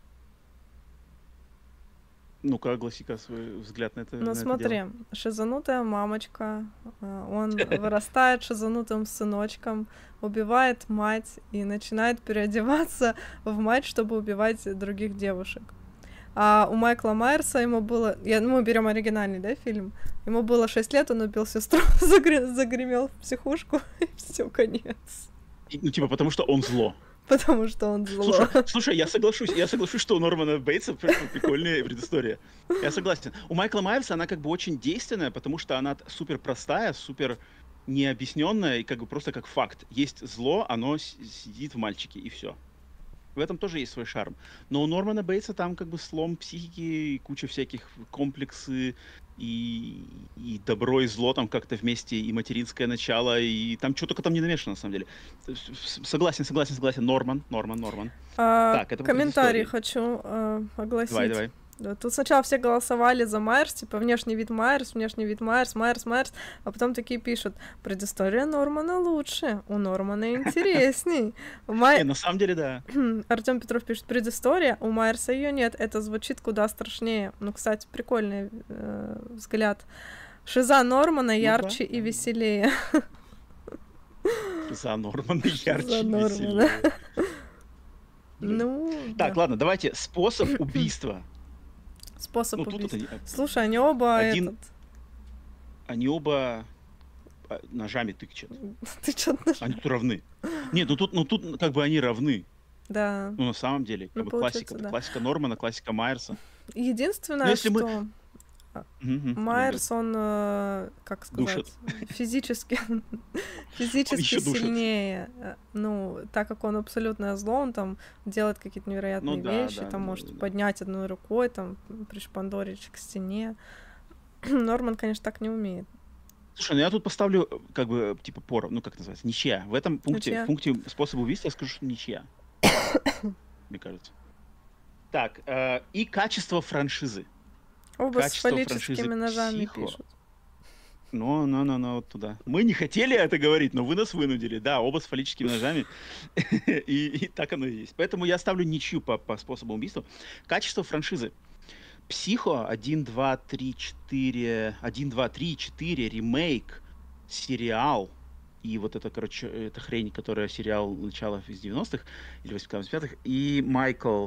S2: Ну-ка, огласи-ка свой взгляд на это.
S3: Ну, смотри, шизанутая мамочка, он вырастает шизанутым сыночком, убивает мать и начинает переодеваться в мать, чтобы убивать других девушек. А у Майкла Майерса ему было... мы берем оригинальный, да, фильм? Ему было 6 лет, он убил сестру, загремел в психушку, и все, конец.
S2: Ну, типа, потому что он зло.
S3: Потому что он зло.
S2: Слушай, я соглашусь, что у Нормана Бейтса прикольная предыстория. Я согласен. У Майкла Майерса она как бы очень действенная, потому что она супер простая, супер необъясненная и как бы просто как факт. Есть зло, оно сидит в мальчике, и все. В этом тоже есть свой шарм. Но у Нормана Бейтса там как бы слом психики, куча всяких комплексы, и добро, и зло там как-то вместе, и материнское начало, и там что только там не намешано, на самом деле. Согласен. Норман. Так, это
S3: комментарий хочу огласить.
S2: Давай.
S3: Да, тут сначала все голосовали за Майерс, типа внешний вид Майерс, Майерс, а потом такие пишут: предыстория Нормана лучше, у Нормана интересней.
S2: На самом деле, да.
S3: Артём Петров пишет: предыстория, у Майерса ее нет, это звучит куда страшнее. Ну, кстати, прикольный взгляд. Шиза Нормана ярче и веселее.
S2: За Нормана ярче и веселее.
S3: Ну,
S2: так, ладно, давайте способ убийства.
S3: Способ убийства. Слушай, они оба
S2: Они оба ножами тычат.
S3: Тычат ножами.
S2: Они тут равны. Нет, ну тут как бы они равны.
S3: Да.
S2: Ну, на самом деле, как бы классика. Да. Классика Нормана, классика Майерса.
S3: Единственное, что Майерс, он, как сказать,
S2: душит.
S3: физически сильнее. Ну, так как он абсолютное зло, он там делает какие-то невероятные вещи, там может поднять одной рукой, там пришпандорить к стене. Норман, конечно, так не умеет.
S2: Слушай, ну я тут поставлю, как бы, типа, поровну, ну, как называется, ничья. В этом пункте, в пункте способа убийства я скажу, что ничья. Мне кажется. Так, и качество франшизы.
S3: Оба с фаллическими ножами пишут.
S2: Ну, вот туда. Мы не хотели это говорить, но вы нас вынудили. Да, оба с фаллическими ножами. И так оно и есть. Поэтому я ставлю ничью по способу убийства. Качество франшизы. Психо 1, 2, 3, 4, ремейк, сериал. И вот это, короче, это хрень, которая сериал начала из 90-х или 85-х. И Майкл...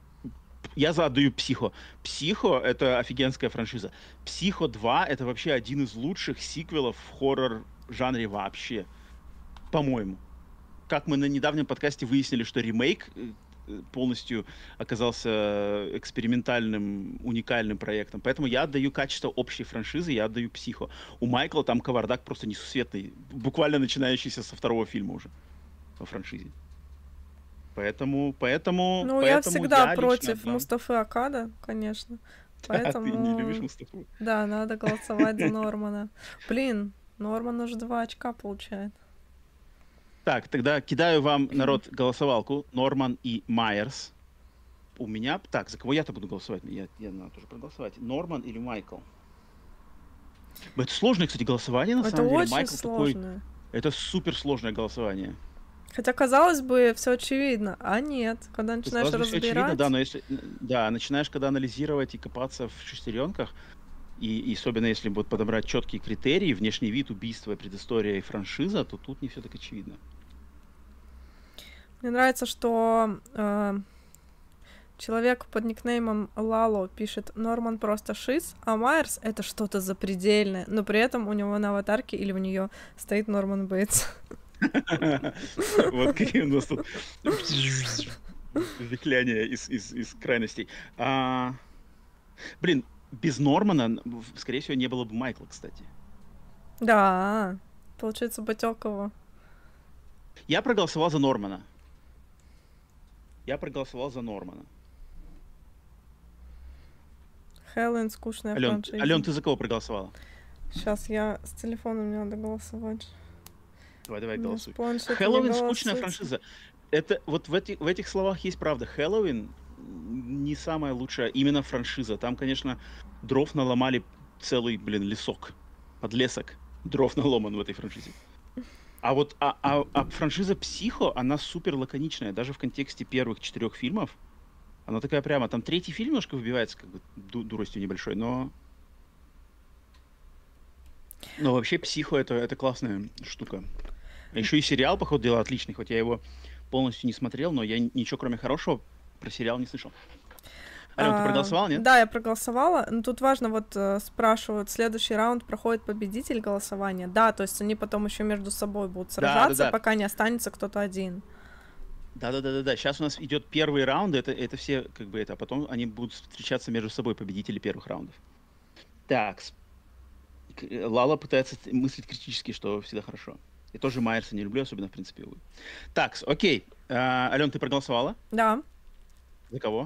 S2: Я задаю Психо. Психо — это офигенская франшиза. Психо 2 — это вообще один из лучших сиквелов в хоррор-жанре вообще. По-моему. Как мы на недавнем подкасте выяснили, что ремейк полностью оказался экспериментальным, уникальным проектом. Поэтому я отдаю качество общей франшизы, я отдаю Психо. У Майкла там кавардак просто несусветный. Буквально начинающийся со второго фильма уже по франшизе. Поэтому
S3: я всегда против Мустафы Акада, конечно. Поэтому...
S2: Ты не любишь Мустафу?
S3: Да, надо голосовать за Нормана. Блин, Норман уже 2 очка получает.
S2: Так, тогда кидаю вам, народ, голосовалку. Норман и Майерс. У меня... Так, за кого я-то буду голосовать? Я надо тоже проголосовать. Норман или Майкл? Это сложное, кстати, голосование, на самом деле.
S3: Это очень сложное.
S2: Это супер сложное голосование.
S3: Хотя, казалось бы, все очевидно, а нет. Когда начинаешь разбирать...
S2: Очевидно, да, но если... Да, начинаешь, когда анализировать и копаться в шестеренках, и особенно если вот подобрать четкие критерии, внешний вид, убийство, предыстория и франшиза, то тут не все так очевидно.
S3: Мне нравится, что человек под никнеймом Лало пишет: Норман просто шиз, а Майерс — это что-то запредельное, но при этом у него на аватарке или у нее стоит Норман Бейтс.
S2: Вот какие у нас тут вихляния из крайностей. Блин, без Нормана, скорее всего, не было бы Майкла, кстати.
S3: Да, получается, Батёкова.
S2: Я проголосовал за Нормана.
S3: Хэллоуин — скучная франшиза.
S2: Алён, ты за кого проголосовала?
S3: Сейчас я с телефоном, мне надо голосовать.
S2: Давай, голосуй. Хэллоуин — скучная франшиза. Это вот в этих словах есть правда. Хэллоуин не самая лучшая именно франшиза. Там, конечно, дров наломали целый, лесок. Подлесок дров наломан в этой франшизе. А вот франшиза Психо, она супер лаконичная. Даже в контексте первых 4 фильмов. Она такая прямо. Там 3-й фильм немножко выбивается как бы дуростью небольшой, но вообще Психо это классная штука. А еще и сериал, по ходу дела, отличный. Хоть я его полностью не смотрел, но я ничего кроме хорошего про сериал не слышал. Алён, ты проголосовала, нет?
S3: Да, я проголосовала. Но тут важно, вот спрашивают, следующий раунд проходит победитель голосования. Да, то есть они потом еще между собой будут сражаться, пока не останется кто-то один.
S2: Да. Сейчас у нас идет первый раунд, это все как бы это, а потом они будут встречаться между собой, победители первых раундов. Так. Лала пытается мыслить критически, что всегда хорошо. Я тоже Майерса не люблю, особенно в принципе. Так, окей. Алён, ты проголосовала?
S3: Да.
S2: За кого?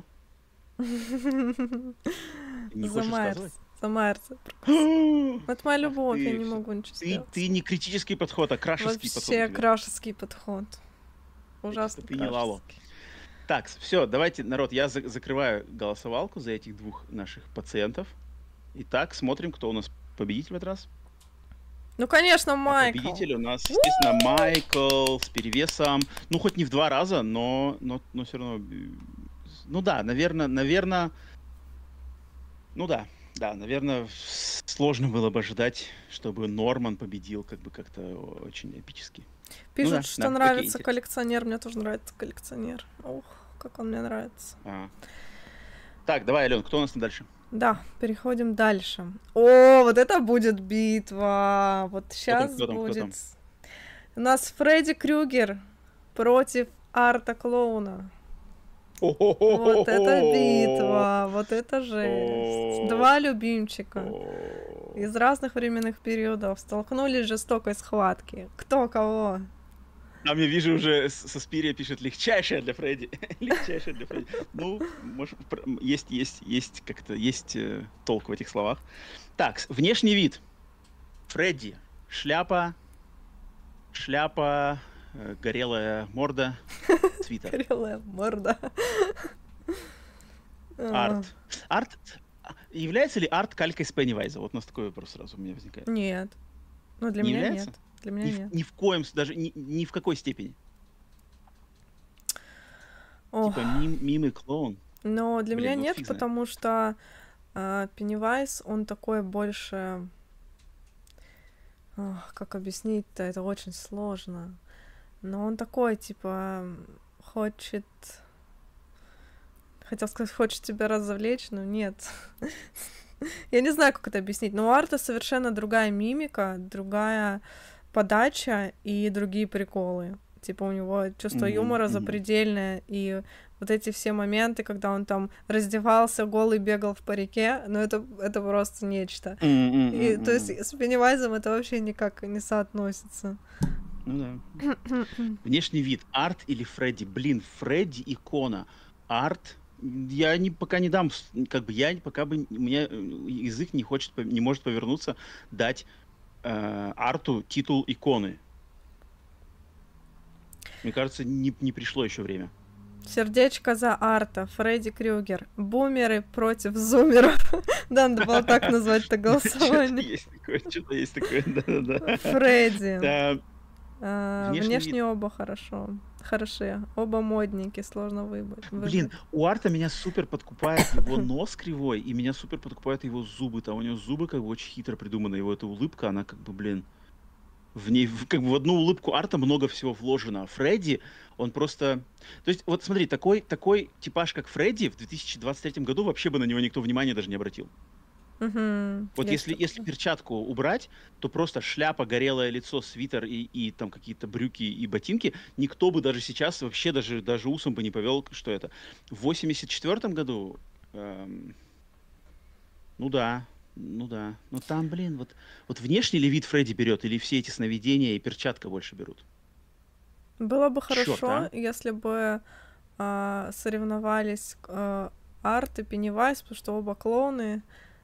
S2: Не
S3: за
S2: хочешь
S3: Майерса. За Майерса. Это моя любовь, я не могу ничего сделать.
S2: Ты не критический подход, а крашевский подход.
S3: Вообще крашевский подход. Ужасно.
S2: Ты не Лало. Так, все, давайте, народ, я закрываю голосовалку за этих двух наших пациентов. Итак, смотрим, кто у нас победитель в этот раз.
S3: Ну, конечно,
S2: А
S3: Майкл.
S2: победитель у нас, естественно, Майкл с перевесом. Ну, хоть не в 2 раза, но все равно... Ну да, наверное... Ну да, наверное, сложно было бы ожидать, чтобы Норман победил как бы как-то очень эпически.
S3: Пишут,
S2: Ну да,
S3: что
S2: да,
S3: нравится
S2: окей,
S3: коллекционер. Мне тоже нравится коллекционер. Ух, как он мне нравится.
S2: Так, давай, Ален, кто у нас там дальше?
S3: Да, переходим дальше. О, вот это будет битва. Вот сейчас
S2: Кто там?
S3: будет. У нас Фредди Крюгер против Арта Клоуна. Вот это битва, вот это жесть. Два любимчика из разных временных периодов столкнулись в жестокой схватке. Кто кого?
S2: Там я вижу уже со Спирия пишет легчайшая для Фредди. Легчайшая для Фредди. Ну, может, есть как-то, есть толк в этих словах. Так, внешний вид. Фредди. Шляпа, горелая морда, свитер.
S3: Горелая морда.
S2: Арт. Является ли арт калькой с Пеннивайза? Вот у нас такой вопрос сразу у меня возникает.
S3: Нет. Ну, для меня
S2: является?
S3: нет. Для меня нет.
S2: Ни в коем, даже ни в какой степени. Типа мимы клоун.
S3: Но для меня
S2: вот
S3: нет,
S2: фиг
S3: потому что Пеннивайз, он такой больше... как объяснить-то? Это очень сложно. Но он такой, типа, хочет... Хотел сказать, хочет тебя развлечь, но нет. Я не знаю, как это объяснить. Но у Арта совершенно другая мимика, другая подача и другие приколы. Типа у него чувство юмора запредельное, и вот эти все моменты, когда он там раздевался, голый бегал в парике, ну это просто нечто. И то есть с Пеннивайзом это вообще никак не соотносится.
S2: Ну да. Внешний вид. Арт или Фредди? Блин, Фредди икона. Арт. Я пока не дам, как бы пока бы у меня язык не может повернуться дать Арту титул иконы. Мне кажется, не пришло еще время.
S3: Сердечко за Арта, Фредди Крюгер. Бумеры против зумеров. Да, надо было так назвать это голосование.
S2: Что-то есть такое, да.
S3: Фредди. Внешне оба хороши. Оба модненькие, сложно выбрать.
S2: Блин, у Арта меня супер подкупает его нос кривой, и меня супер подкупают его зубы. Там у него зубы как бы очень хитро придуманы. Его эта улыбка, она как бы, блин, в ней, как бы в одну улыбку Арта много всего вложено. А Фредди, он просто... То есть, вот смотри, такой типаж, как Фредди, в 2023 году вообще бы на него никто внимания даже не обратил. Вот если перчатку убрать, то просто шляпа, горелое лицо, свитер и там какие-то брюки и ботинки, никто бы даже сейчас вообще даже усом бы не повел, что это. В 84-м году, ну да. Но там, блин, вот внешний ли вид Фредди берет, или все эти сновидения и перчатка больше берут?
S3: Было бы хорошо, если бы соревновались Арт и Пеннивайз, потому что оба клоуны.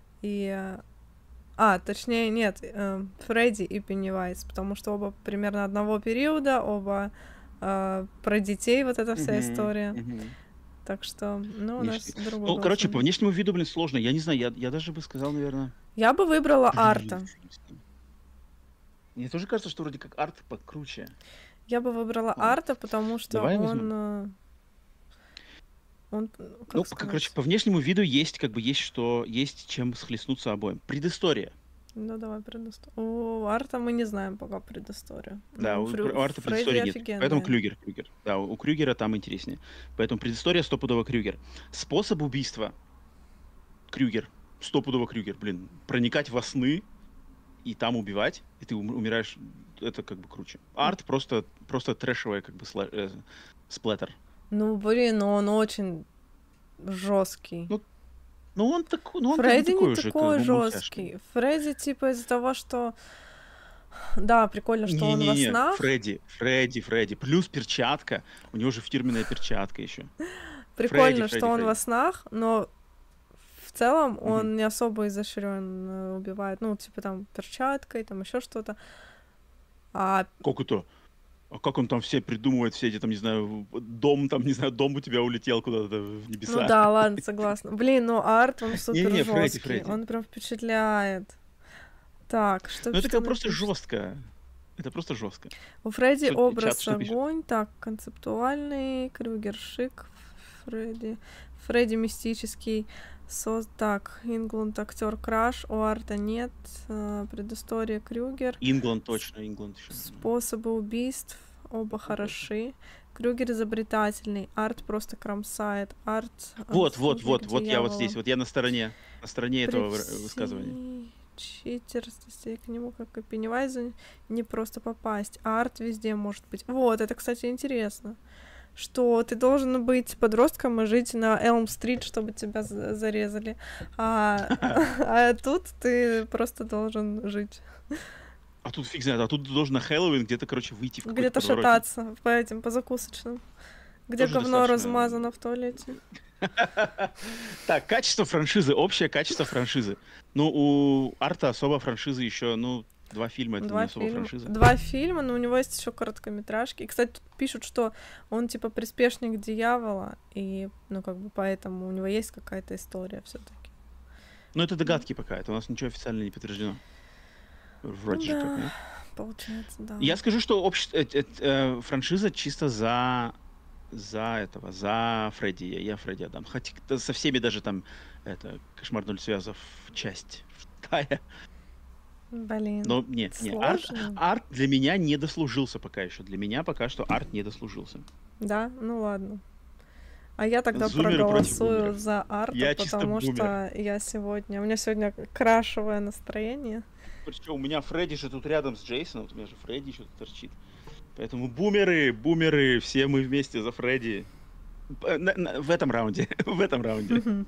S3: Точнее, нет, Фредди и Пеннивайз, потому что оба примерно одного периода, оба про детей, вот эта вся история. Так что, у нас другой.
S2: Ну, короче, по внешнему виду, блин, сложно. Я не знаю, я даже бы сказал, наверное...
S3: Я бы выбрала Арта.
S2: Мне тоже кажется, что вроде как Арт покруче.
S3: Я бы выбрала Арта, потому что
S2: короче, по внешнему виду есть чем схлестнуться обоим. Предыстория.
S3: Ну, давай предысторию. У Арта мы не знаем пока предысторию.
S2: Да, у Арта предыстории нет. Поэтому Крюгер. Да, у Крюгера там интереснее. Поэтому предыстория стопудово Крюгер. Способ убийства Крюгер. Стопудово Крюгер. Блин, проникать во сны и там убивать, и ты умираешь, это как бы круче. Арт просто трэшевая как бы сплэттер.
S3: Ну, блин, он очень жесткий.
S2: Ну, он такой,
S3: Фредди
S2: не
S3: такой жесткий. Фредди, типа, из-за того, что... Да, прикольно, что он во снах.
S2: Фредди. Плюс перчатка. У него же фирменная перчатка еще.
S3: Прикольно, что он во снах, но в целом он не особо изощрен убивает. Ну, типа, там, перчаткой, там, еще что-то.
S2: Как это? А как он там все придумывает, все эти, там, не знаю, дом, там, не знаю, дом у тебя улетел куда-то в
S3: Ну
S2: небеса.
S3: да, ладно, согласна. Блин, ну арт, он супер
S2: Не-не, Фредди,
S3: жесткий,
S2: Фредди.
S3: он прям впечатляет. Так, что
S2: Ну это
S3: кто
S2: как просто
S3: напишет?
S2: жестко. Это просто жестко.
S3: У Фредди
S2: Чат
S3: образ
S2: что пишет?
S3: огонь, так, концептуальный, Крюгер шик, Фредди мистический, так, Ингланд актер краш, у арта нет, предыстория Крюгер,
S2: Ингланд точно, Ингланд еще.
S3: способы убийств, оба хороши. Крюгер изобретательный, арт просто кромсает, арт...
S2: Вот,
S3: служит
S2: я вот здесь,
S3: дьяволу.
S2: вот я на стороне этого высказывания.
S3: Читер, я к нему как и Пеннивайзу не просто попасть, а арт везде может быть. Вот, это, кстати, интересно, что ты должен быть подростком и жить на Элм-стрит, чтобы тебя зарезали, а тут ты просто должен жить.
S2: А тут фиг знает, а тут ты должен на Хэллоуин где-то, короче, выйти в какой-то
S3: Где-то
S2: подворотне.
S3: шататься по закусочным, где
S2: Тоже
S3: говно
S2: достаточно.
S3: размазано в туалете.
S2: Так, качество франшизы, общее качество франшизы. Ну, у Арта особо франшизы еще, ну, 2 фильма, это не особо франшиза.
S3: 2 фильма, но у него есть еще короткометражки. И, кстати, тут пишут, что он типа приспешник дьявола, и, ну, как бы поэтому у него есть какая-то история все-таки.
S2: Ну, это догадки пока, это у нас ничего официально не подтверждено. Вроде же как, нет?
S3: Получается, да.
S2: Я скажу, что франшиза чисто за Фредди. Я Фредди отдам. Хотя со всеми даже там Кошмар 0 связов часть вторая.
S3: Блин,
S2: Но нет,
S3: сложно.
S2: арт для меня не дослужился пока еще. Для меня пока что арт не дослужился.
S3: Да? Ну ладно. А я тогда
S2: Зумеры против
S3: проголосую
S2: бумеров.
S3: за арта,
S2: Я чисто
S3: потому
S2: бумер.
S3: что у меня сегодня крашевое настроение.
S2: Причем у меня Фредди же тут рядом с Джейсоном, у меня же Фредди еще тут торчит. Поэтому бумеры, все мы вместе за Фредди. В этом раунде.
S3: Мгм.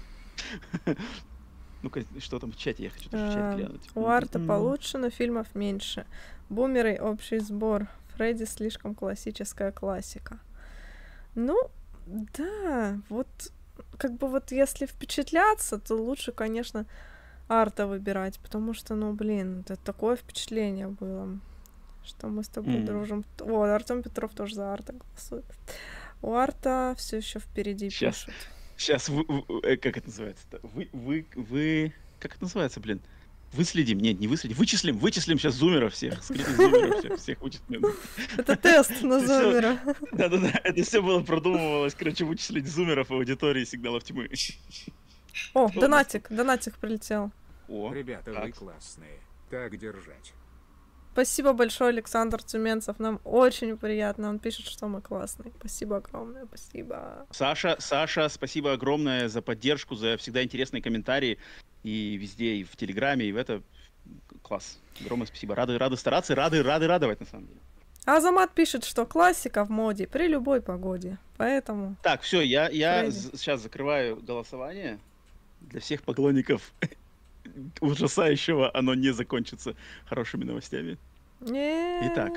S2: Ну-ка, что там в чате? Я хочу тоже в чате глянуть.
S3: У арта получше, но фильмов меньше. Бумеры — общий сбор. Фредди слишком классическая классика. Ну, да, вот как бы вот если впечатляться, то лучше, конечно, арта выбирать, потому что, ну, блин, это такое впечатление было, что мы с тобой дружим. Вот, Артем Петров тоже за арта голосует. У арта все еще впереди пишут.
S2: Сейчас, как это называется-то? Как это называется, блин? Выследим, нет, не выследим, вычислим сейчас зумеров всех, скрытых зумеров всех вычислим.
S3: Это тест на зумера.
S2: Да-да-да, это все было продумывалось, короче, вычислить зумеров в аудитории сигналов тьмы.
S3: О, донатик прилетел.
S2: О,
S4: Ребята, вы классные. Так держать.
S3: Спасибо большое, Александр Тюменцев. Нам очень приятно. Он пишет, что мы классные. Спасибо огромное, спасибо.
S2: Саша, спасибо огромное за поддержку, за всегда интересные комментарии. И везде, и в Телеграме, и в это. Класс. Огромное спасибо. Рады стараться, рады радовать, на самом деле.
S3: Азамат пишет, что классика в моде при любой погоде. Поэтому...
S2: Так, все, я
S3: Фредди.
S2: сейчас закрываю голосование. Для всех поклонников ужасающего оно не закончится хорошими новостями.
S3: Нет.
S2: Итак.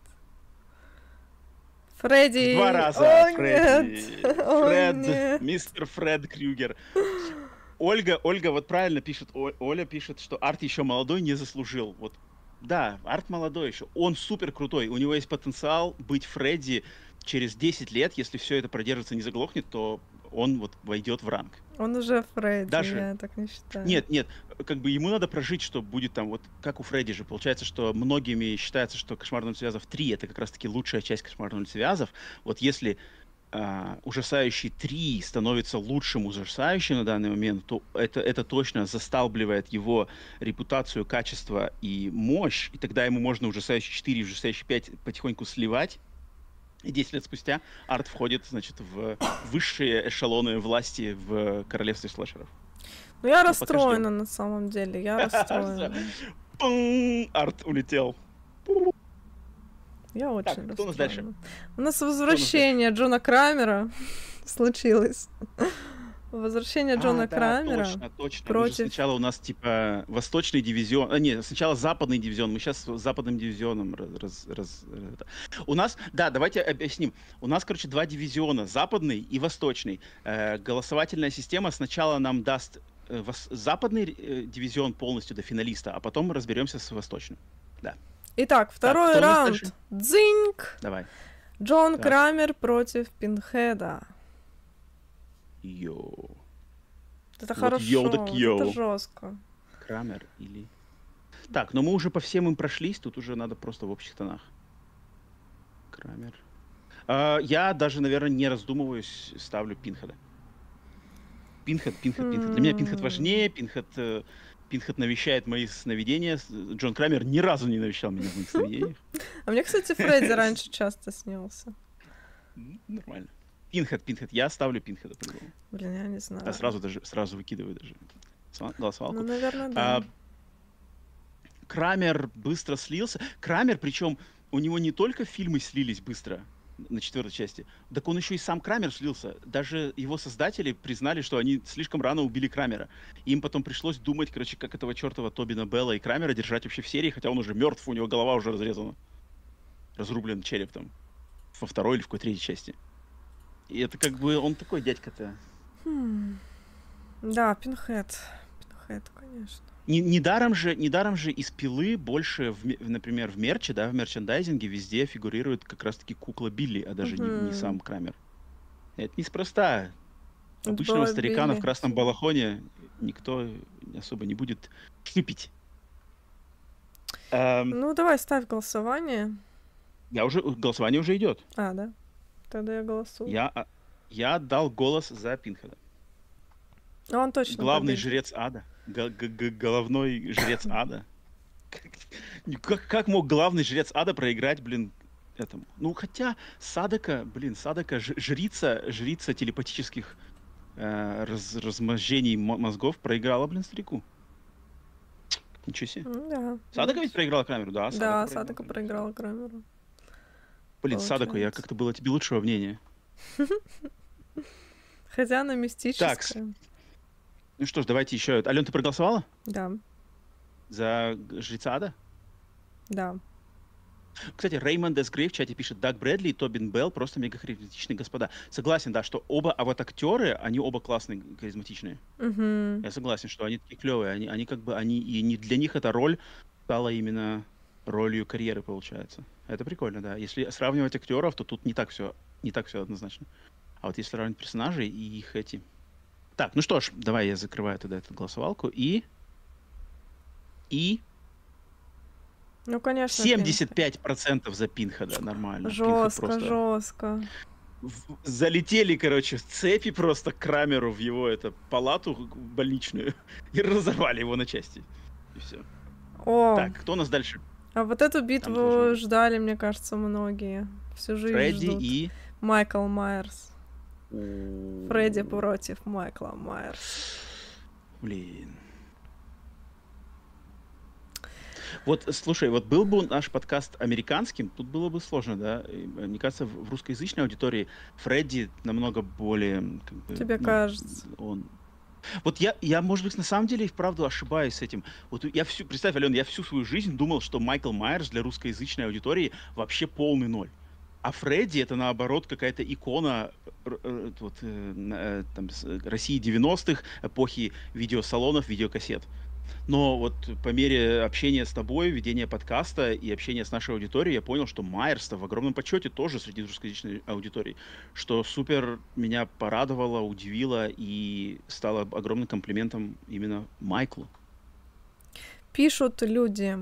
S3: Фредди.
S2: В 2 раза.
S3: О,
S2: Фредди.
S3: нет. О,
S2: Фред.
S3: нет.
S2: Мистер Фред Крюгер. Ольга вот правильно пишет. Оля пишет, что арт еще молодой, не заслужил. Вот. Да, арт молодой еще. Он супер крутой. У него есть потенциал быть Фредди через 10 лет. Если все это продержится, не заглохнет, то он вот войдет в ранг.
S3: Он уже Фредди,
S2: Даже...
S3: я так не считаю.
S2: Нет, как бы ему надо прожить, что будет там, вот как у Фредди же. Получается, что многими считается, что «Кошмар 0 связов 3» — это как раз-таки лучшая часть «Кошмар 0 связов». Вот если «Ужасающий 3» становится лучшим ужасающим на данный момент, то это точно засталбливает его репутацию, качество и мощь, и тогда ему можно «Ужасающий 4» и «Ужасающий 5» потихоньку сливать. И 10 лет спустя арт входит, значит, в высшие эшелоны власти в королевстве слэшеров.
S3: Ну, я
S2: Ну,
S3: расстроена на самом деле, я расстроена.
S2: Арт улетел.
S3: Я очень
S2: Так, кто у нас дальше?
S3: расстроена. У нас возвращение Джона Крамера случилось. Возвращение Джона Крамера.
S2: Точно.
S3: Против...
S2: Сначала у нас типа восточный дивизион. Нет, сначала западный дивизион. Мы сейчас с западным дивизионом У нас, да, давайте объясним. У нас, короче, 2 дивизиона, западный и восточный. Голосовательная система сначала нам даст западный дивизион полностью до финалиста, а потом разберемся с восточным. Да.
S3: Итак, второй
S2: кто у нас
S3: раунд.
S2: дальше?
S3: Дзиньк.
S2: Давай.
S3: Джон
S2: Так.
S3: Крамер против Пинхеда.
S2: Йоу.
S3: Это
S2: Вот
S3: хорошо,
S2: йоу так
S3: вот это
S2: йоу.
S3: жестко.
S2: Крамер или... Так, но мы уже по всем им прошлись, тут уже надо просто в общих тонах. Крамер. Я даже, наверное, не раздумываюсь, ставлю Пинхеда. Пинхед. Для меня Пинхед важнее, Пинхед навещает мои сновидения. Джон Крамер ни разу не навещал меня в моих сновидениях.
S3: А мне, кстати, Фредди раньше часто снился.
S2: Нормально. Пинхед. Я ставлю Пинхеда по-любому.
S3: Блин, я не знаю.
S2: А сразу выкидываю даже голосовалку.
S3: Ну, наверное, да.
S2: Крамер быстро слился. Крамер, причем у него не только фильмы слились быстро на 4-й части, так он еще и сам Крамер слился. Даже его создатели признали, что они слишком рано убили Крамера. Им потом пришлось думать, короче, как этого чертова Тобина Белла и Крамера держать вообще в серии, хотя он уже мертв, у него голова уже разрезана. Разрублен череп там. Во 2-й или в какой 3-й части. И это как бы он такой дядька-то.
S3: Да, Пинхед. Пинхед, конечно.
S2: Недаром же из Пилы больше, например, в мерче, да, в мерчендайзинге везде фигурирует как раз-таки кукла Билли, а даже не сам Крамер. Это неспроста. Обычного старикана
S3: Билли.
S2: в красном балахоне никто особо не будет шипить.
S3: Ну, давай ставь голосование.
S2: Голосование уже идет.
S3: А, да? Тогда я голосую.
S2: Я отдал голос за Пинхеда.
S3: Он точно
S2: Главный
S3: победит.
S2: жрец ада. Головной жрец ада. Как мог главный жрец ада проиграть, блин, этому? Ну, хотя Садака, жрица телепатических размножений мозгов проиграла, блин, старику. Ничего себе.
S3: Да.
S2: Садака ведь проиграла Крамеру, да?
S3: Да, Садака проиграла Крамеру.
S2: Блин, Садаку, я как-то было тебе лучшего мнения.
S3: Хотя она мистическая.
S2: Так. Ну что ж, давайте еще. Ален, ты проголосовала?
S3: Да.
S2: За жреца ада?
S3: Да.
S2: Кстати, Реймонд С. Грей в чате пишет: Даг Брэдли и Тобин Белл просто мега харизматичные господа. Согласен, да, что оба, а вот актеры, они оба классные, харизматичные.
S3: Угу.
S2: Я согласен, что они такие клевые. Они как бы, и не для них эта роль стала именно ролью карьеры, получается. Это прикольно, да. Если сравнивать актеров, то тут не так все однозначно. А вот если сравнивать персонажей и их эти... Так, ну что ж, давай я закрываю тогда эту голосовалку. И...
S3: Ну, конечно.
S2: 75% за Пинхеда, нормально.
S3: Жестко.
S2: Залетели, короче, в цепи просто к Крамеру в его палату больничную и разорвали его на части. И все.
S3: О,
S2: Так, кто у нас дальше?
S3: а вот эту битву ждали, мне кажется, многие. Всю жизнь
S2: Фредди
S3: ждут.
S2: и...
S3: Майкл Майерс. Фредди против Майкла Майерс.
S2: Блин. Вот, слушай, вот был бы наш подкаст американским, тут было бы сложно, да? И, мне кажется, в русскоязычной аудитории Фредди намного более... Как бы,
S3: Тебе кажется?
S2: Вот я, может быть, на самом деле и вправду ошибаюсь с этим. Вот представь, Ален, я всю свою жизнь думал, что Майкл Майерс для русскоязычной аудитории вообще полный ноль. А Фредди это, наоборот, какая-то икона России 90-х, эпохи видеосалонов, видеокассет. Но вот по мере общения с тобой, ведения подкаста и общения с нашей аудиторией, я понял, что Майерс-то в огромном почете тоже среди русскоязычной аудитории, что супер меня порадовало, удивило и стало огромным комплиментом именно Майклу.
S3: Пишут люди,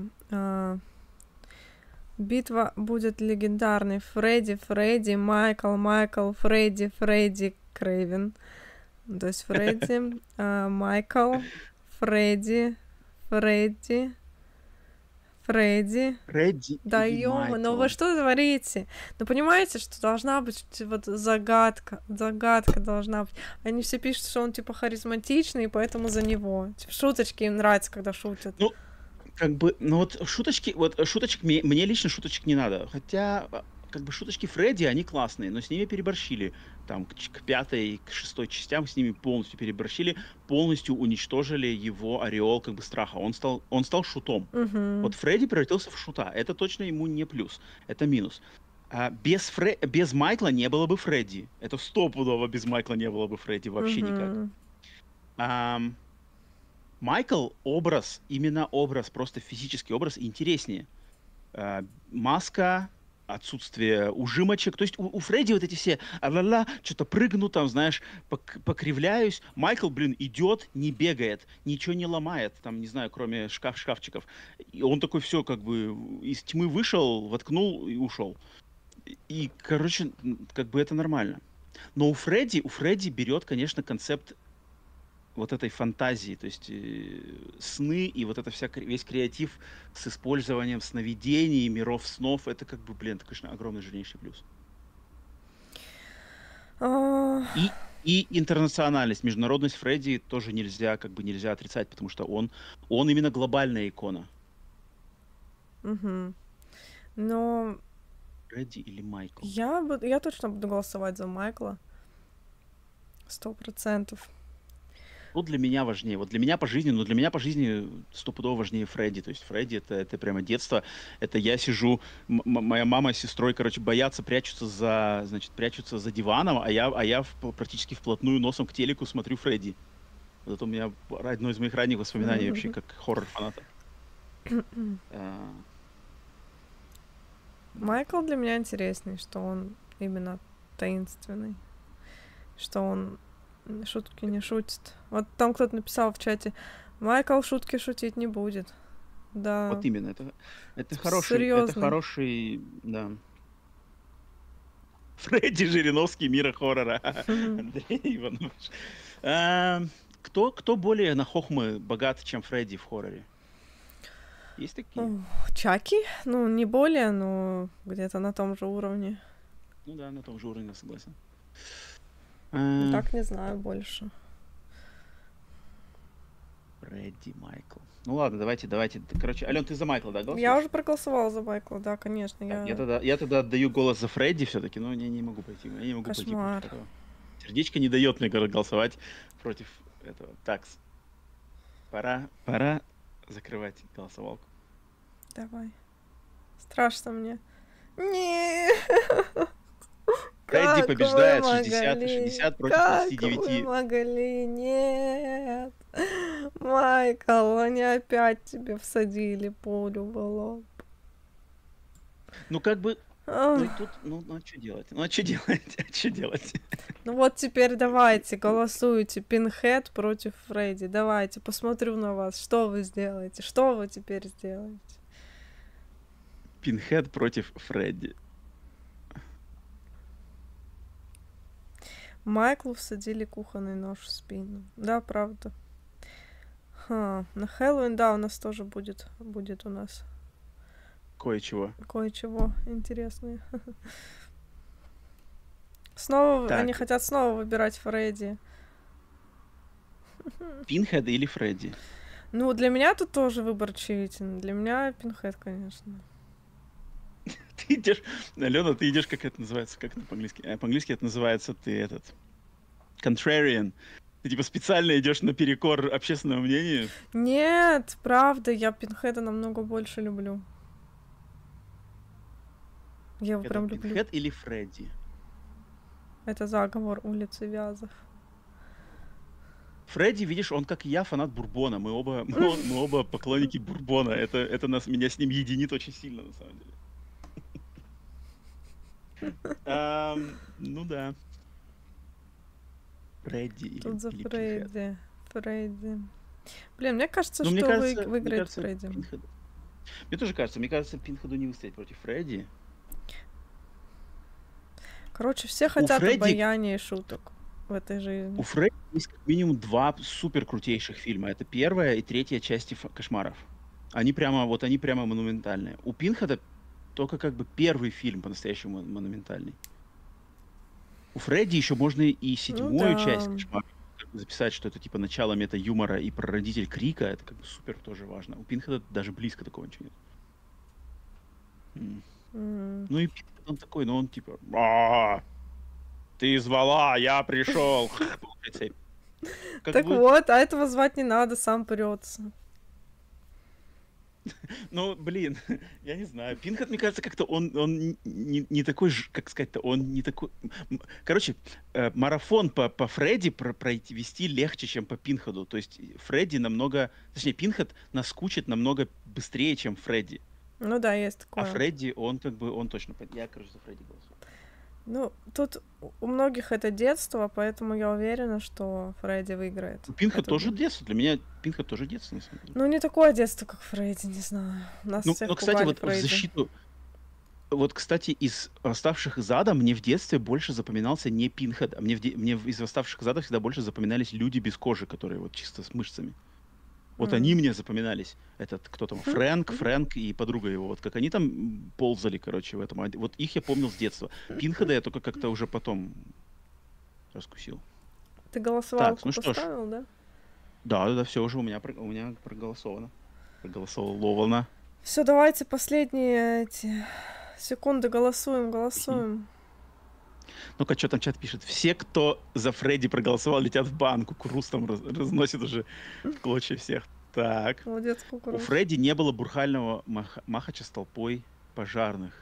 S3: битва будет легендарной. Фредди, Майкл, Фредди, Крейвен. То есть Фредди, Майкл, Фредди. Да ё-моё, ну вы что творите? Ну понимаете, что должна быть вот загадка должна быть. Они все пишут, что он типа харизматичный, и поэтому за него. Типа, шуточки им нравятся, когда шутят.
S2: Ну, как бы, ну вот шуточки, мне лично шуточек не надо. Хотя, как бы шуточки Фредди, они классные, но с ними переборщили. Там к 5-й, к 6-й частям с ними полностью переборщили, полностью уничтожили его ореол как бы страха. Он стал шутом. Вот Фредди превратился в шута. Это точно ему не плюс, это минус. Без Майкла не было бы Фредди. Это стопудово без Майкла не было бы Фредди вообще никак. Майкл именно образ, просто физический образ интереснее. маска, отсутствие ужимочек. То есть у Фредди вот эти все а-ла-ла, что-то прыгну там, знаешь, покривляюсь. Майкл, блин, идет, не бегает, ничего не ломает, там, не знаю, кроме шкафчиков. И он такой все как бы из тьмы вышел, воткнул и ушел. И, короче, как бы это нормально. Но у Фредди берет, конечно, концепт вот этой фантазии, то есть сны и вот это весь креатив с использованием сновидений, миров снов, это как бы, блин, это, конечно, огромный жирнейший плюс.
S3: А,
S2: И интернациональность, международность Фредди тоже нельзя отрицать, потому что он именно глобальная икона.
S3: мгм. Но
S2: Фредди или Майкл?
S3: я точно буду голосовать за Майкла. 100%.
S2: Вот для меня важнее. Вот для меня по жизни стопудово важнее Фредди. То есть Фредди это прямо детство. Это я сижу, моя мама с сестрой, короче, прячутся за диваном, а я практически вплотную носом к телеку смотрю Фредди. Вот это у меня одно из моих ранних воспоминаний вообще как хоррор-фаната.
S3: Майкл для меня интересней, что он именно таинственный, что он шутки не шутит. Вот там кто-то написал в чате: Майкл шутки шутить не будет. Да,
S2: Вот именно. Это
S3: серьезный.
S2: хороший, да. Фредди Жириновский мира хоррора. Андрей Иванович. Кто более на хохмы богат, чем Фредди в хорроре? Есть такие?
S3: Чаки? Ну, не более, но где-то на том же уровне.
S2: Ну да, на том же уровне, согласен.
S3: Так не знаю больше.
S2: Фредди, Майкл. Ну ладно, давайте. Короче, Алён, ты за Майкла, да, голосуешь?
S3: Я уже проголосовала за Майкла, да, конечно.
S2: Я тогда отдаю голос за Фредди все-таки, но я не могу пойти. Я не могу пойти
S3: Кошмар.
S2: против этого. Сердечко не дает мне голосовать против этого. Такс. Пора закрывать голосовалку.
S3: Давай. Страшно мне. Не.
S2: Фредди
S3: Как
S2: побеждает
S3: вы
S2: 60 против
S3: Как
S2: 29.
S3: вы могли? Нет. Майкл, они опять тебе всадили пулю в лоб.
S2: Ну как бы,
S3: Ах.
S2: ну и тут, а что делать? Ну а что делать? А что делать?
S3: Ну вот теперь давайте, голосуйте. Пинхед против Фредди. Давайте, посмотрю на вас. Что вы сделаете? Что вы теперь сделаете?
S2: Пинхед против Фредди.
S3: Майклу всадили кухонный нож в спину. Да, правда. На Хэллоуин, да, у нас тоже будет у нас
S2: Кое-чего.
S3: кое-чего интересное. Снова
S2: Так.
S3: они хотят снова выбирать Фредди.
S2: Пинхед или Фредди?
S3: Ну, для меня тут тоже выбор очевиден. Для меня Пинхед, конечно.
S2: Ты идешь, Алена, ты идешь, как это называется, как это по-английски? По-английски это называется, ты contrarian. Ты типа специально идешь наперекор общественному мнению?
S3: Нет, правда, я Пинхеда намного больше люблю. Я его
S2: Это
S3: прям люблю.
S2: Пинхед или Фредди?
S3: Это заговор улицы Вязов.
S2: Фредди, видишь, он как и я фанат бурбона. Мы оба поклонники бурбона. Меня с ним единит очень сильно, на самом деле. Ну да. Фредди
S3: Тут за
S2: или Пинхед?
S3: Фредди. Блин, мне кажется,
S2: Ну,
S3: что
S2: мне кажется,
S3: выиграет Фредди.
S2: Мне тоже кажется, Пинхеду не выстоять против Фредди.
S3: Короче, все хотят
S2: Фредди-
S3: обаяния и шуток в этой жизни.
S2: У Фредди есть как минимум 2 супер крутейших фильма. Это первая и третья части «Кошмаров». Они прямо монументальные. У Пинхеда только как бы первый фильм по-настоящему монументальный. У Фредди еще можно и 7-ю
S3: да.
S2: часть «Кошмаров» записать, что это типа начало мета-юмора и прародитель крика. Это как бы супер тоже важно. У Пинхеда даже близко такого ничего нет. Ну и Пинхед он такой, он типа: ты звала, я пришел.
S3: Так вот, а этого звать не надо, сам прется.
S2: Ну, блин, я не знаю. Пинхед, мне кажется, как-то он не такой, как сказать-то, он не такой... Короче, марафон по Фредди вести легче, чем по Пинхеду. То есть Фредди Пинхед наскучит намного быстрее, чем Фредди.
S3: Ну да, есть
S2: А
S3: такое.
S2: Фредди, он как бы, он точно... Я, короче, за Фредди голосую.
S3: Ну, тут у многих это детство, поэтому я уверена, что Фредди выиграет.
S2: Ну, Пинхед
S3: Это
S2: тоже
S3: да.
S2: детство. Для меня Пинхед тоже детство, на самом деле.
S3: Ну, не такое детство, как Фредди, не знаю. Нас
S2: Ну,
S3: всех
S2: кстати,
S3: пугали
S2: вот в
S3: Фредди.
S2: защиту... Вот, кстати, из «Восставших из ада» мне в детстве больше запоминался не Пинхед, а мне из «Восставших из ада» всегда больше запоминались люди без кожи, которые вот чисто с мышцами. Вот они мне запоминались. Этот, кто там, Фрэнк и подруга его. Вот как они там ползали, короче, в этом. Вот их я помнил с детства. Пинхеда я только как-то уже потом раскусил.
S3: Ты голосовалку
S2: Так, ну что ж.
S3: поставил, да?
S2: Да, все уже у меня проголосовано. Проголосовано.
S3: Все, давайте последние эти секунды голосуем.
S2: Ну-ка, что там чат пишет? Все, кто за Фредди проголосовал, летят в бан. Кукуруз там разносит уже в клочья всех. Так.
S3: Молодец,
S2: У
S3: Кукуруз.
S2: Фредди не было бурхального махача с толпой пожарных.